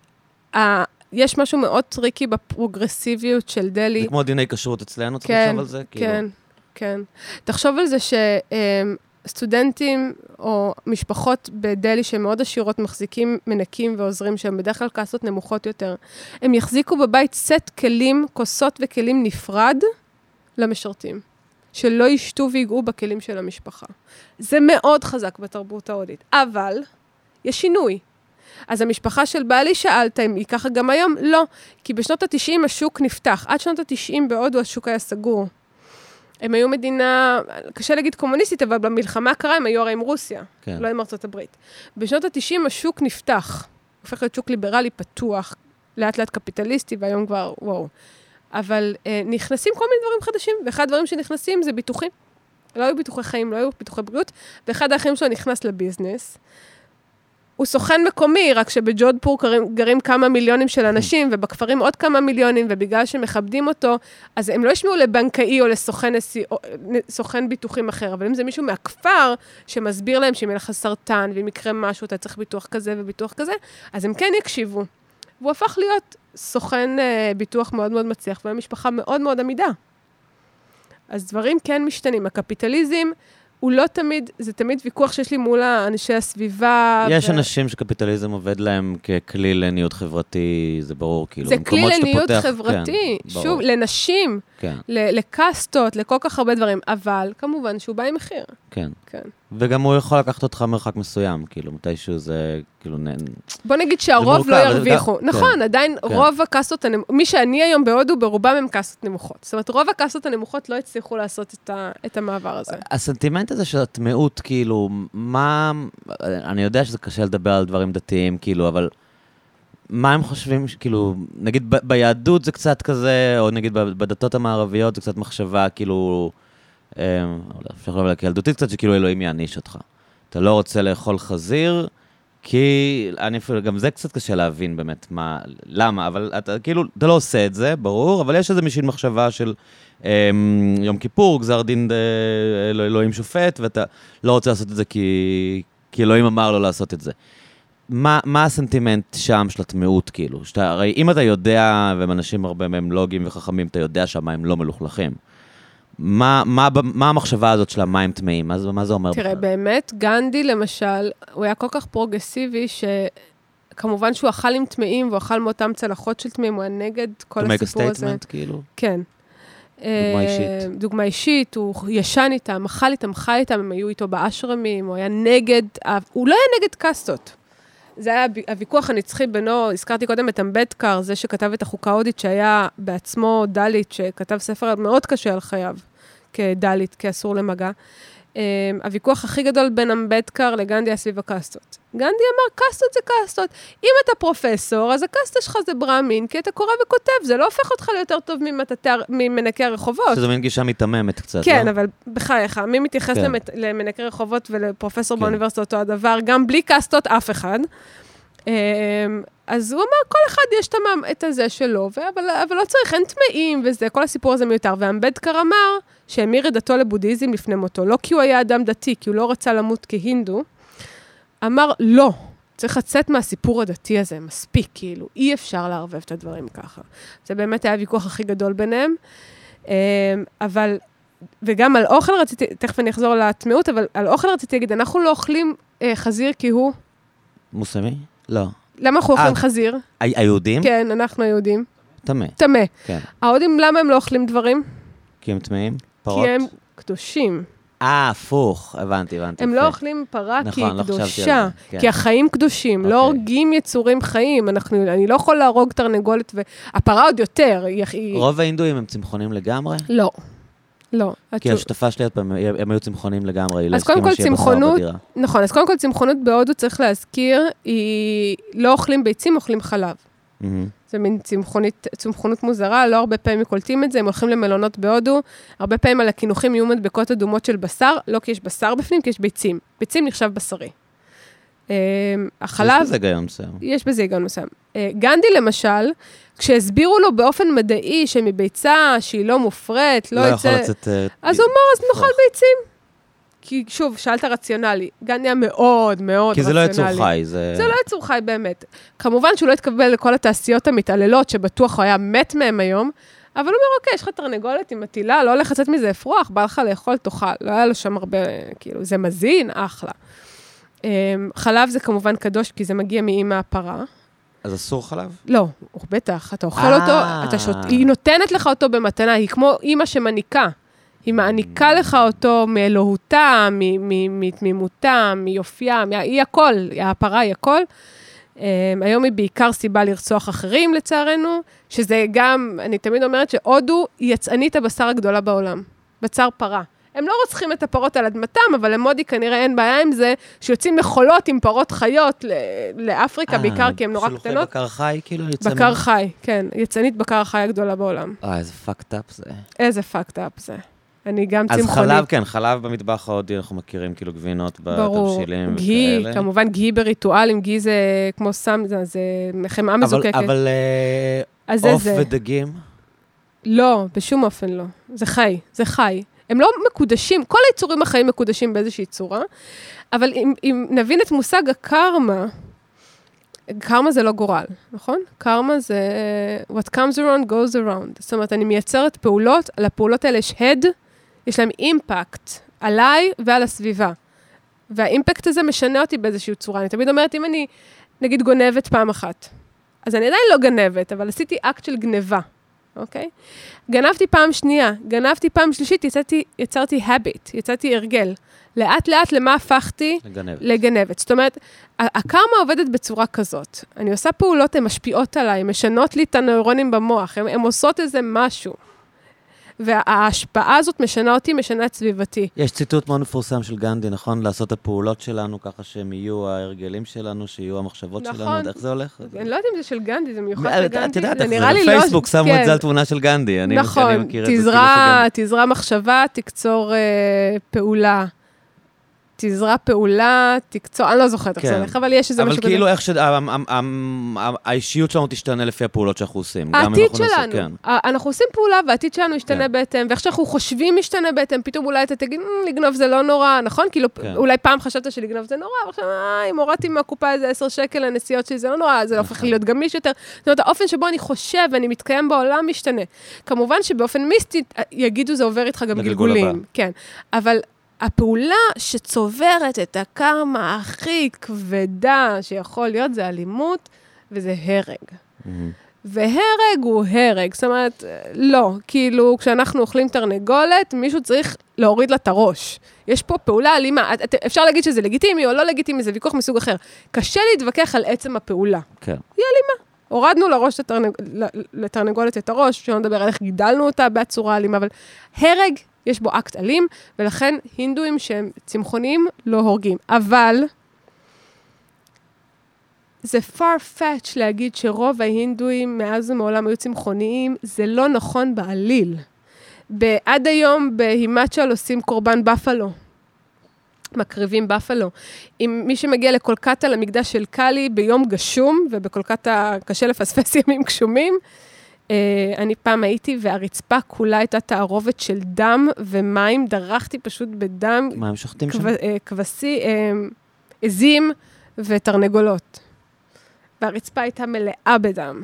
יש משהו מאוד טריקי בפרוגרסיביות של דלי. זה כמו דיני כשרות אצלנו, צריך לחשוב על זה? כן, כן. תחשוב על זה שסטודנטים או משפחות בדלי שהן מאוד עשירות מחזיקים מנקים ועוזרים שהם בדרך כלל קסטות נמוכות יותר. הם יחזיקו בבית סט כלים, כוסות וכלים נפרד למשרתים. שלא ישתו ויגעו בכלים של המשפחה. זה מאוד חזק בתרבות ההודית. אבל יש שינוי. אז המשפחה של בעלי שאלת אם היא ככה גם היום? לא, כי בשנות ה-תשעים השוק נפתח. עד שנות ה-תשעים בהודו השוק היה סגור. הם היו מדינה, קשה להגיד קומוניסטית, אבל במלחמה הקרה הם היו הרי עם רוסיה, כן. לא עם ארצות הברית. בשנות ה-תשעים השוק נפתח. הופך להיות שוק ליברלי פתוח, לאט לאט קפיטליסטי, והיום כבר, וואו. אבל אה, נכנסים כל מיני דברים חדשים, ואחד הדברים שנכנסים זה ביטוחים. לא היו ביטוחי חיים, לא היו ביטוחי בריאות, ואחד האחים שלו נכנס לביזנס. הוא סוכן מקומי, רק שבג'ודפור גרים, גרים כמה מיליונים של אנשים, ובכפרים עוד כמה מיליונים, ובגלל שמכבדים אותו, אז הם לא ישמעו לבנקאי או לסוכן או, סוכן ביטוחים אחר, אבל אם זה מישהו מהכפר, שמסביר להם שאם יהיה לך סרטן, ואם יקרה משהו, אתה צריך ביטוח כזה וביטוח כזה, אז הם כן יקשיבו. והוא הפך להיות סוכן אה, ביטוח מאוד מאוד מצליח, והמשפחה מאוד מאוד עמידה. אז דברים כן משתנים. הקפיטליזם הוא לא תמיד, זה תמיד ויכוח שיש לי מול אנשי הסביבה. יש ו... אנשים שקפיטליזם עובד להם ככלי לניוד חברתי, זה ברור, כאילו. זה כלי לניוד חברתי, כן, שוב, ברור. לנשים. כן. לקסטות, לכל כך הרבה דברים, אבל כמובן שהוא בא עם מחיר. כן. כן. וגם הוא יכול לקחת אותך מרחק מסוים, כאילו, מתישהו זה, כאילו, בוא נגיד שהרוב לא ירוויחו. נכון, עדיין רוב הקסטות, מי שאני היום בהודו, ברובם הם קסטות נמוכות. זאת אומרת, רוב הקסטות הנמוכות לא הצליחו לעשות את המעבר הזה. הסנטימנט הזה של התמאות, כאילו, מה, אני יודע שזה קשה לדבר על דברים דתיים, כאילו, אבל מה הם חושבים, כאילו, נגיד ביהדות זה קצת כזה, או נגיד בדתות המערביות זה קצת מחשבה, כאילו, אפשר לומר כילדותית קצת, שכאילו אלוהים יעניש אותך. אתה לא רוצה לאכול חזיר, כי אני אפילו, גם זה קצת קשה להבין באמת מה, למה, אבל אתה כאילו, אתה לא עושה את זה, ברור, אבל יש איזה משין מחשבה של יום כיפור, גזר דין אלוהים שופט, ואתה לא רוצה לעשות את זה כי, כי אלוהים אמר לו לעשות את זה. מה, מה הסנטימנט שם של התמאות, כאילו? שאתה, הרי אם אתה יודע, והם אנשים הרבה מהם לוגים וחכמים, אתה יודע שהמים לא מלוכלכים. מה, מה, מה המחשבה הזאת של המים טמאים? מה, מה זה אומר? תראה, בכלל? באמת, גנדי למשל, הוא היה כל כך פרוגרסיבי, שכמובן שהוא אכל עם טמאים, והוא אכל מאותם צלחות של טמאים, הוא היה נגד כל הסיפור הזה. To make a statement, כאילו? כן. דוגמה אישית. דוגמה אישית, הוא ישן איתם, אכל איתם, חי איתם, הם היו איתו באשרמים, הוא היה נגד, הוא לא היה נגד קסטות. זה היה הוויכוח הנצחי בינו, הזכרתי קודם את אמבדקר, זה שכתב את החוקה ההודית, שהיה בעצמו דלית, שכתב ספר מאוד קשה על חייו, כדלית, כאסור למגע. הוויכוח הכי גדול בין אמבדקר לגנדי היה סביב הקסטות. גנדי אמר, קסטות זה קסטות. אם אתה פרופסור, אז הקסטה שלך זה ברמין, כי אתה קורא וכותב, זה לא הופך אותך ליותר טוב ממנקי הרחובות. שזו מין גישה מתממת קצת, כן, לא? אבל בחייך, מי מתייחס למנקי רחובות ולפרופסור באוניברסיטה אותו הדבר, גם בלי קסטות אף אחד. אז הוא אמר, כל אחד יש את הזה שלו, אבל, אבל לא צריך, אין טמאים וזה, כל הסיפור הזה מיותר. ואמבדקר אמר שהמיר את דתו לבודהיזם לפני מותו, לא כי הוא היה אדם דתי, כי הוא לא רצה למות כהינדו, אמר, לא, צריך לצאת מהסיפור הדתי הזה, מספיק, כאילו, אי אפשר לערבב את הדברים ככה. זה באמת היה הוויכוח הכי גדול ביניהם, אבל, וגם על אוכל רציתי, תכף אני אחזור לטמאות, אבל על אוכל רציתי להגיד, אנחנו לא אוכלים חזיר כי הוא... מוסלמי? לא. למה אנחנו אוכלים חזיר? היהודים? כן, אנחנו היהודים. טמא. טמא. כן. ההודים, למה הם לא אוכלים דברים? כי הם טמאים? פרות? כי הם קדושים. אה, הפוך, הבנתי, הבנתי. הם לא אוכלים פרה כי היא קדושה, כן. כי החיים קדושים, לא הורגים יצורים חיים, אנחנו, אני לא יכול להרוג תרנגולת, והפרה עוד יותר. היא... רוב ההינדואים הם צמחונים לגמרי? לא. לא. כי השותפה שלי, הם היו צמחונים לגמרי, אז קודם כל צמחונות, נכון, אז קודם כל צמחונות בהודו צריך להזכיר, היא לא אוכלים ביצים, אוכלים חלב. זה מין צמחונות מוזרה, לא הרבה פעמים קולטים את זה, הם הולכים למלונות בהודו, הרבה פעמים על הכינוחים יהיו מדבקות אדומות של בשר, לא כי יש בשר בפנים, כי יש ביצים. ביצים נחשב בשרי. החלב... יש בזה היגיון מסוים. יש בזה היגיון מסוים. גנדי למשל, כשהסבירו לו באופן מדעי שמביצה, שהיא לא מופרית, לא יצא... אז הוא אמר, אז נאכל ביצים. כי שוב, שאלת רציונלי. גנדי היה מאוד מאוד רציונלי. כי זה לא יצור חי. זה לא יצור חי באמת. כמובן שהוא לא התקבל לכל התעשיות המתעללות, שבטוח הוא היה מת מהם היום, אבל הוא אומר, אוקיי, יש לך תרנגולת עם מטילה, לא הולך לצאת מזה אפרוח, בא לך לאכול, תאכל. לא היה לו שם הרבה, כאילו, זה מזין, אחלה. חלב זה כמובן קדוש, כי זה מגיע מאמא הפרה. אז אסור חלב? לא, בטח, אתה אוכל אותו, אתה שוט... היא נותנת לך אותו במתנה, היא כמו אמא שמניקה. היא מעניקה לך אותו מאלוהותה, מתמימותה, מיופייה, היא הכל, הפרה היא הכל. היום היא בעיקר סיבה לרצוח אחרים, לצערנו, שזה גם, אני תמיד אומרת שהודו היא יצאנית הבשר הגדולה בעולם, בשר פרה. הם לא רוצחים את הפרות על אדמתם, אבל למודי כנראה אין בעיה עם זה, שיוצאים מחולות עם פרות חיות לאפריקה, בעיקר כי הם נורא קטנות. שלוחי בקר חי, כאילו? בקר חי, כן. יצאנית בקר חי הגדולה בעולם. אה, איזה פאקט אפ זה. איזה פאקט אפ זה. אני גם צמחונית. אז חלב, כן, חלב במטבח ההודי, אנחנו מכירים כאילו גבינות בתבשילים. ברור, גי, כמובן גי בריטואלים, גי זה כמו סם, זה חמאה מזוקקת. אבל עוף ודגים? לא, בשום אופן לא. זה חי, זה חי. הם לא מקודשים, כל היצורים החיים מקודשים באיזושהי צורה, אבל אם, אם נבין את מושג הקרמה, קרמה זה לא גורל, נכון? קרמה זה what comes around goes around. זאת אומרת, אני מייצרת פעולות, על הפעולות האלה יש הד, יש להם אימפקט עליי ועל הסביבה. והאימפקט הזה משנה אותי באיזושהי צורה. אני תמיד אומרת, אם אני, נגיד, גונבת פעם אחת, אז אני עדיין לא גנבת, אבל עשיתי אקט של גניבה. אוקיי? גנבתי פעם שנייה, גנבתי פעם שלישית, יצאתי, יצרתי habit, יצאתי הרגל. לאט לאט למה הפכתי? לגנבת. לגנבת. זאת אומרת, הקרמה עובדת בצורה כזאת. אני עושה פעולות, הן משפיעות עליי, הן משנות לי את הנוירונים במוח, הן עושות איזה משהו. וההשפעה הזאת משנה אותי, משנה את סביבתי. יש ציטוט מאוד מפורסם של גנדי, נכון? לעשות את הפעולות שלנו ככה שהם יהיו ההרגלים שלנו, שיהיו המחשבות נכון. שלנו. איך זה הולך? אני לא יודעת אם זה של גנדי, זה מיוחד לגנדי. את יודעת, זה איך נראה לי זה לא... בפייסבוק שמו כן. את זה על תמונה של גנדי. אני, נכון, אני מכיר תזרע, את זה תזרע מחשבה, תקצור אה, פעולה. תזרע פעולה, תקצור, אני לא זוכרת איך זה הולך, אבל יש איזה משהו כזה. אבל כאילו איך שהאישיות שלנו תשתנה לפי הפעולות שאנחנו עושים. העתיד שלנו, אנחנו עושים פעולה והעתיד שלנו ישתנה בהתאם, ואיך שאנחנו חושבים ישתנה בהתאם, פתאום אולי אתה תגיד, לגנוב זה לא נורא, נכון? כאילו, אולי פעם חשבת שלגנוב זה נורא, ועכשיו, אם הורדתי מהקופה איזה עשר שקל לנסיעות שלי, זה לא נורא, זה הופך להיות גמיש יותר. זאת אומרת, האופן שבו אני חושב ואני מתקיים בעולם משתנה. כמובן שבאופן מיסטי, יגידו זה עובר איתך גם גלגולים. כן. אבל הפעולה שצוברת את הקרמה הכי כבדה שיכול להיות, זה אלימות, וזה הרג. Mm-hmm. והרג הוא הרג. זאת אומרת, לא. כאילו, כשאנחנו אוכלים תרנגולת, מישהו צריך להוריד לה את הראש. יש פה פעולה אלימה. אפשר להגיד שזה לגיטימי או לא לגיטימי, זה ויכוח מסוג אחר. קשה להתווכח על עצם הפעולה. כן. היא אלימה. הורדנו לראש לתרנג... לתרנגולת את הראש, שלא נדבר על איך גידלנו אותה בצורה אלימה, אבל הרג, יש בו אקט אלים, ולכן הינדואים שהם צמחוניים לא הורגים. אבל זה far-fetched להגיד שרוב ההינדואים מאז ומעולם היו צמחוניים, זה לא נכון בעליל. עד היום בהימצ'ל עושים קורבן בפלו. מקריבים בפלו. אם מי שמגיע לקולקטה למקדש של קאלי ביום גשום, ובקולקטה קשה לפספס ימים גשומים, אני פעם הייתי, והרצפה כולה הייתה תערובת של דם ומים, דרכתי פשוט בדם. מה הם שוחטים שם? כבשי, עזים ותרנגולות. והרצפה הייתה מלאה בדם.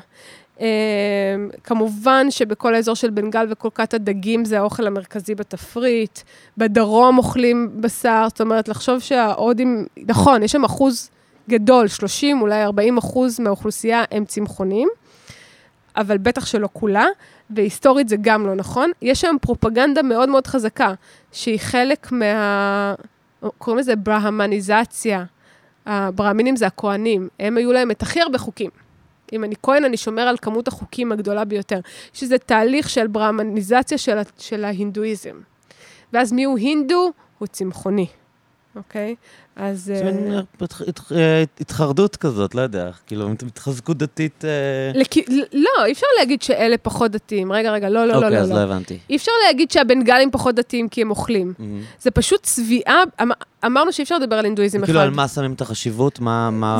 כמובן שבכל האזור של בנגל וקולקטה דגים זה האוכל המרכזי בתפריט. בדרום אוכלים בשר, זאת אומרת, לחשוב שההודים, נכון, יש שם אחוז גדול, שלושים, אולי ארבעים אחוז מהאוכלוסייה הם צמחונים. אבל בטח שלא כולה, והיסטורית זה גם לא נכון. יש שם פרופגנדה מאוד מאוד חזקה, שהיא חלק מה... קוראים לזה ברהמניזציה. הברהמינים זה הכהנים. הם היו להם את הכי הרבה חוקים. אם אני כהן, אני שומר על כמות החוקים הגדולה ביותר. שזה תהליך של ברהמניזציה של, של ההינדואיזם. ואז מי הוא הינדו? הוא צמחוני. אוקיי? אז... זה מין התחרדות כזאת, לא יודע, כאילו, התחזקות דתית... לא, אי אפשר להגיד שאלה פחות דתיים. רגע, רגע, לא, לא, לא, לא. אוקיי, אז לא הבנתי. אי אפשר להגיד שהבנגלים פחות דתיים כי הם אוכלים. זה פשוט צביעה, אמרנו שאי אפשר לדבר על הינדואיזם אחד. כאילו, על מה שמים את החשיבות, מה...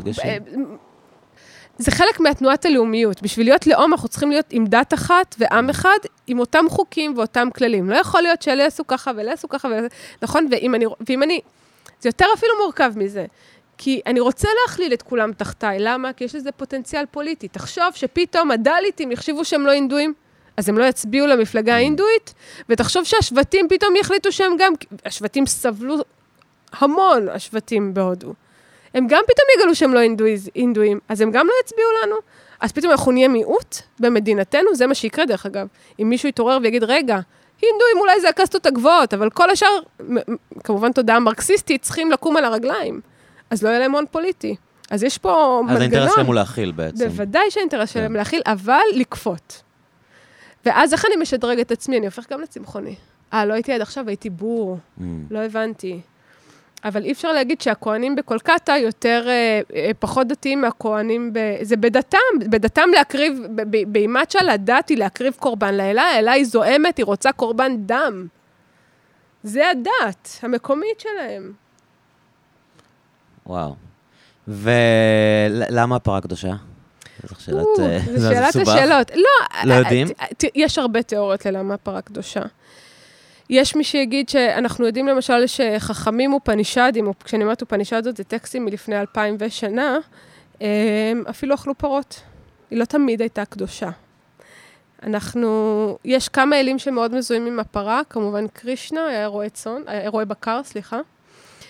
זה חלק מהתנועת הלאומיות. בשביל להיות לאום, אנחנו צריכים להיות עם דת אחת ועם אחד, עם אותם חוקים ואותם כללים. לא יכול להיות שאלה יעשו ככה ואלה יעשו ככה, נכון? ואם אני, ואם אני, זה יותר אפילו מורכב מזה. כי אני רוצה להכליל את כולם תחתיי. למה? כי יש לזה פוטנציאל פוליטי. תחשוב שפתאום הדליטים יחשבו שהם לא הינדואים, אז הם לא יצביעו למפלגה ההינדואית, ותחשוב שהשבטים פתאום יחליטו שהם גם, השבטים סבלו המון, השבטים בהודו. הם גם פתאום יגלו שהם לא הינדואים, אז הם גם לא יצביעו לנו. אז פתאום אנחנו נהיה מיעוט במדינתנו, זה מה שיקרה דרך אגב. אם מישהו יתעורר ויגיד, רגע, הינדואים אולי זה הקסטות הגבוהות, אבל כל השאר, כמובן תודעה מרקסיסטית, צריכים לקום על הרגליים. אז לא יהיה להם הון פוליטי. אז יש פה מנגנון. אז האינטרס שלהם הוא להכיל בעצם. בוודאי שהאינטרס שלהם להכיל, אבל לקפות. ואז איך אני משדרג את עצמי? אני הופך גם לצמחוני. אה, לא הייתי עד עכשיו, הייתי בור. לא הבנתי. אבל אי אפשר להגיד שהכהנים בקולקטה יותר, אה, פחות דתיים מהכהנים, ב... זה בדתם, בדתם להקריב, באימת של הדת היא להקריב קורבן לאלה, האלה היא זוהמת, היא רוצה קורבן דם. זה הדת, המקומית שלהם. וואו. ולמה הפרה קדושה? זו שאלת השאלות. לא יודעים? יש הרבה תיאוריות ללמה הפרה קדושה. יש מי שיגיד שאנחנו יודעים למשל שחכמים ופנישדים, כשאני אומרת ופנישדות זה טקסטים מלפני אלפיים ושנה, אפילו אכלו פרות. היא לא תמיד הייתה קדושה. אנחנו, יש כמה אלים שמאוד מזוהים עם הפרה, כמובן קרישנה, היה רועה צאן, היה רועה בקר, סליחה.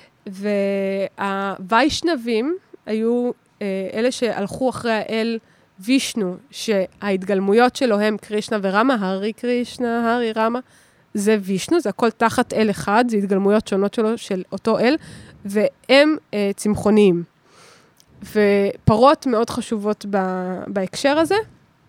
והווישנבים היו אלה שהלכו אחרי האל וישנו, שההתגלמויות שלו הם קרישנה ורמה, הרי קרישנה, הרי רמה, זה וישנו, זה הכל תחת אל אחד, זה התגלמויות שונות שלו, של אותו אל, והם אה, צמחוניים. ופרות מאוד חשובות ב- בהקשר הזה,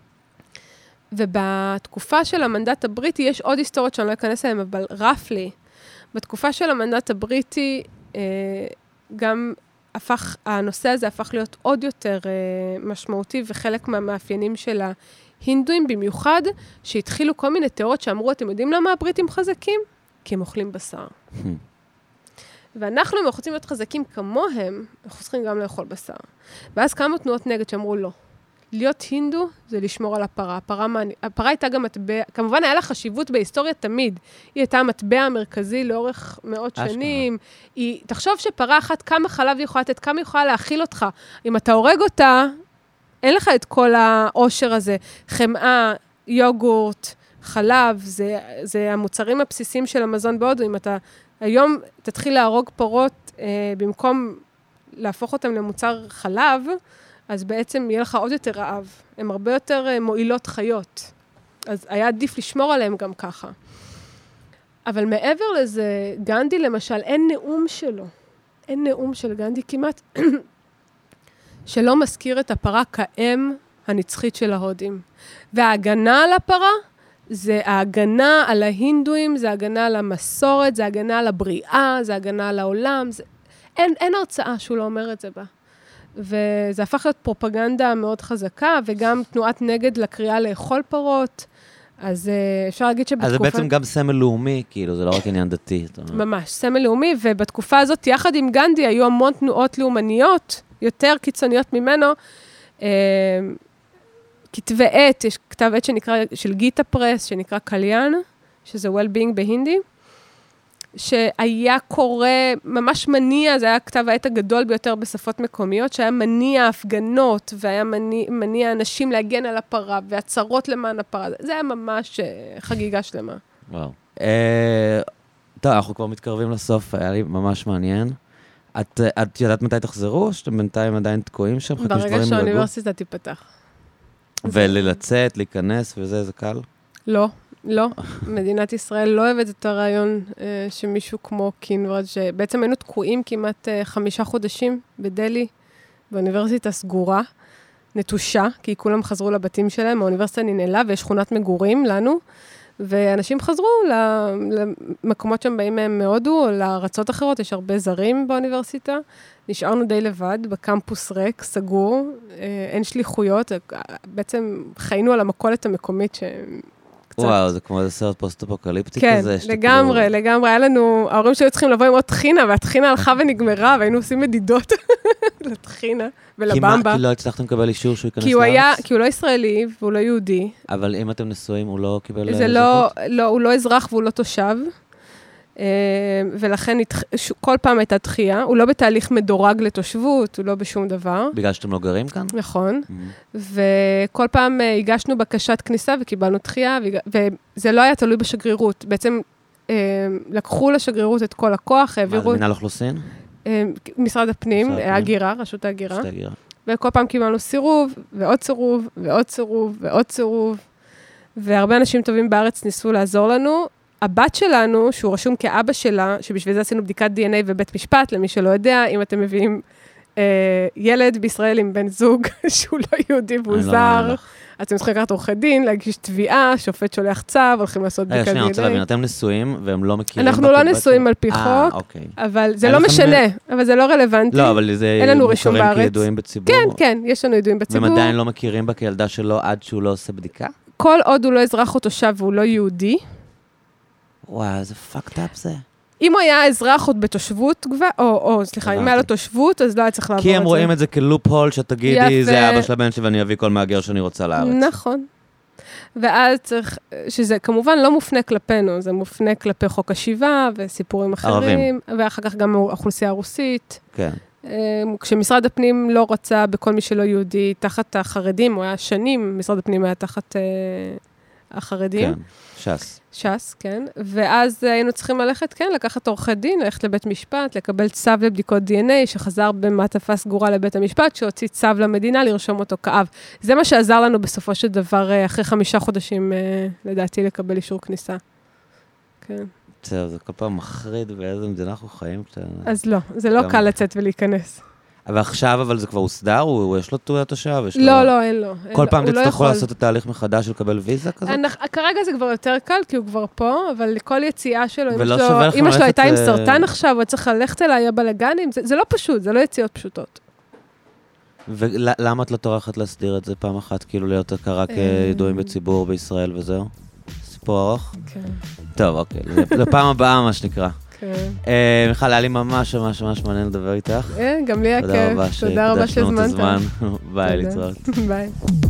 ובתקופה של המנדט הבריטי, יש עוד היסטוריות שאני לא אכנס אליהן, אבל רפלי, בתקופה של המנדט הבריטי, אה, גם הפך, הנושא הזה הפך להיות עוד יותר אה, משמעותי, וחלק מהמאפיינים של ההינדואים, במיוחד שהתחילו כל מיני תיאוריות שאמרו, אתם יודעים למה הבריטים חזקים? כי הם אוכלים בשר. ואנחנו, אם אנחנו רוצים להיות חזקים כמוהם, אנחנו צריכים גם לאכול בשר. ואז כמה תנועות נגד שאמרו לא. להיות הינדו זה לשמור על הפרה. הפרה, הפרה הייתה גם מטבע, כמובן היה לה חשיבות בהיסטוריה תמיד. היא הייתה המטבע המרכזי לאורך מאות שנים. היא, תחשוב שפרה אחת, כמה חלב היא יכולה לתת, כמה היא יכולה להאכיל אותך. אם אתה הורג אותה, אין לך את כל העושר הזה. חמאה, יוגורט, חלב, זה, זה המוצרים הבסיסיים של המזון בהודו. אם אתה היום תתחיל להרוג פרות, אה, במקום להפוך אותם למוצר חלב, אז בעצם יהיה לך עוד יותר רעב. הן הרבה יותר אה, מועילות חיות. אז היה עדיף לשמור עליהם גם ככה. אבל מעבר לזה, גנדי למשל, אין נאום שלו. אין נאום של גנדי כמעט, שלא מזכיר את הפרה כאם הנצחית של ההודים. וההגנה על הפרה, זה ההגנה על ההינדואים, זה ההגנה על המסורת, זה ההגנה על הבריאה, זה ההגנה על העולם. זה... אין, אין הרצאה שהוא לא אומר את זה בה. וזה הפך להיות פרופגנדה מאוד חזקה, וגם תנועת נגד לקריאה לאכול פרות. אז אפשר להגיד שבתקופה... אז זה בעצם גם סמל לאומי, כאילו, זה לא רק עניין דתי. ממש, סמל לאומי, ובתקופה הזאת, יחד עם גנדי, היו המון תנועות לאומניות, יותר קיצוניות ממנו, כתבי עת, יש כתב עת שנקרא, של גיטה פרס, שנקרא קליאן, שזה well-being בהינדי, שהיה קורא, ממש מניע, זה היה כתב העת הגדול ביותר בשפות מקומיות, שהיה מניע הפגנות, והיה מניע, מניע אנשים להגן על הפרה, והצהרות למען הפרה, זה היה ממש חגיגה שלמה. וואו. אה, טוב, אנחנו כבר מתקרבים לסוף, היה לי ממש מעניין. את, את יודעת מתי תחזרו, או שאתם בינתיים עדיין תקועים שם? ברגע שהאוניברסיטה תיפתח. ולצאת, להיכנס וזה, זה קל? לא, לא. מדינת ישראל לא אוהבת את הרעיון אה, שמישהו כמו קינברד, שבעצם היינו תקועים כמעט אה, חמישה חודשים בדלי, באוניברסיטה סגורה, נטושה, כי כולם חזרו לבתים שלהם, האוניברסיטה ננעלה ויש שכונת מגורים לנו, ואנשים חזרו למקומות שהם באים מהם מהודו, או לארצות אחרות, יש הרבה זרים באוניברסיטה, נשארנו די לבד, בקמפוס ריק, סגור, אין שליחויות, בעצם חיינו על המקולת המקומית שקצת... וואו, זה כמו איזה סרט פוסט-אפוקליפטי כן, כזה. כן, לגמרי, כאילו... לגמרי, היה לנו, ההורים שהיו צריכים לבוא עם עוד תחינה, והתחינה הלכה ונגמרה, והיינו עושים מדידות לתחינה ולבמבה. כי לא הצלחתם לקבל אישור שהוא ייכנס כי הוא לארץ? היה, כי הוא לא ישראלי, והוא לא יהודי. אבל אם אתם נשואים, הוא לא קיבל... זה לא, לא, הוא לא אזרח והוא לא תושב. ולכן כל פעם הייתה דחייה, הוא לא בתהליך מדורג לתושבות, הוא לא בשום דבר. בגלל שאתם לא גרים כאן? נכון, וכל פעם הגשנו בקשת כניסה וקיבלנו דחייה, וזה לא היה תלוי בשגרירות, בעצם לקחו לשגרירות את כל הכוח, העבירו... מה, זה מנהל אוכלוסין? משרד הפנים, ההגירה, רשות ההגירה, וכל פעם קיבלנו סירוב, ועוד סירוב, ועוד סירוב, ועוד סירוב, והרבה אנשים טובים בארץ ניסו לעזור לנו, הבת שלנו, שהוא רשום כאבא שלה, שבשביל זה עשינו בדיקת די אן איי ובית משפט, למי שלא יודע, אם אתם מביאים אה, ילד בישראל עם בן זוג, שהוא לא יהודי והוא זר, אתם צריכים לקחת עורכי דין, להגיש תביעה, שופט שולח צו, הולכים לעשות בדיקת די אן איי. אני רוצה להבין, אתם נשואים והם לא מכירים... אנחנו לא נשואים על פי חוק, אבל זה לא משנה, אבל זה לא רלוונטי. לא, אבל זה מוכרים כידועים בציבור. כן, כן, יש לנו ידועים בציבור. והם עדיין לא מכירים בה כילדה שלו עד שהוא לא עושה בדיקה? כל עוד הוא לא אזרח או תושב והוא לא יהודי, וואו, זה fucked up זה. אם הוא היה אזרח עוד בתושבות כבר, או, או, סליחה, אם היה לו תושבות, אז לא היה צריך לעבור את זה. כי הם רואים את זה כלופ הול, שתגידי, זה אבא של הבן שלי, ואני אביא כל מהגר שאני רוצה לארץ. נכון. ואז צריך, שזה כמובן לא מופנה כלפינו, זה מופנה כלפי חוק השיבה, וסיפורים אחרים. ערבים. ואחר כך גם האוכלוסייה הרוסית. כן. כשמשרד הפנים לא רצה בכל מי שלא יהודי, תחת החרדים, הוא היה שנים, משרד הפנים היה תחת... החרדים. כן, ש"ס. ש"ס, כן. ואז היינו צריכים ללכת, כן, לקחת עורכי דין, ללכת לבית משפט, לקבל צו לבדיקות די אן איי, שחזר במעטפה סגורה לבית המשפט, שהוציא צו למדינה לרשום אותו כאב. זה מה שעזר לנו בסופו של דבר, אחרי חמישה חודשים, לדעתי, לקבל אישור כניסה. כן. זה כל פעם מחריד באיזה מדינה אנחנו חיים. אז לא, זה לא קל לצאת ולהיכנס. ועכשיו, אבל זה כבר הוסדר? הוא יש לו תעודת תושב? לא, לא, אין לו. כל פעם תצטרכו לעשות את התהליך מחדש ולקבל ויזה כזאת? כרגע זה כבר יותר קל, כי הוא כבר פה, אבל לכל יציאה שלו, ולא אמא שלו הייתה עם סרטן עכשיו, הוא צריך ללכת אליי, היה בלגנים, זה לא פשוט, זה לא יציאות פשוטות. ולמה את לא טורחת להסדיר את זה פעם אחת, כאילו להיות הכרה כידועים בציבור בישראל וזהו? סיפור ארוך? כן. טוב, אוקיי, לפעם הבאה, מה שנקרא. מיכל, היה לי ממש ממש ממש מעניין לדבר איתך. גם לי היה כיף. תודה רבה שהזמנת. ביי, להתראות. ביי.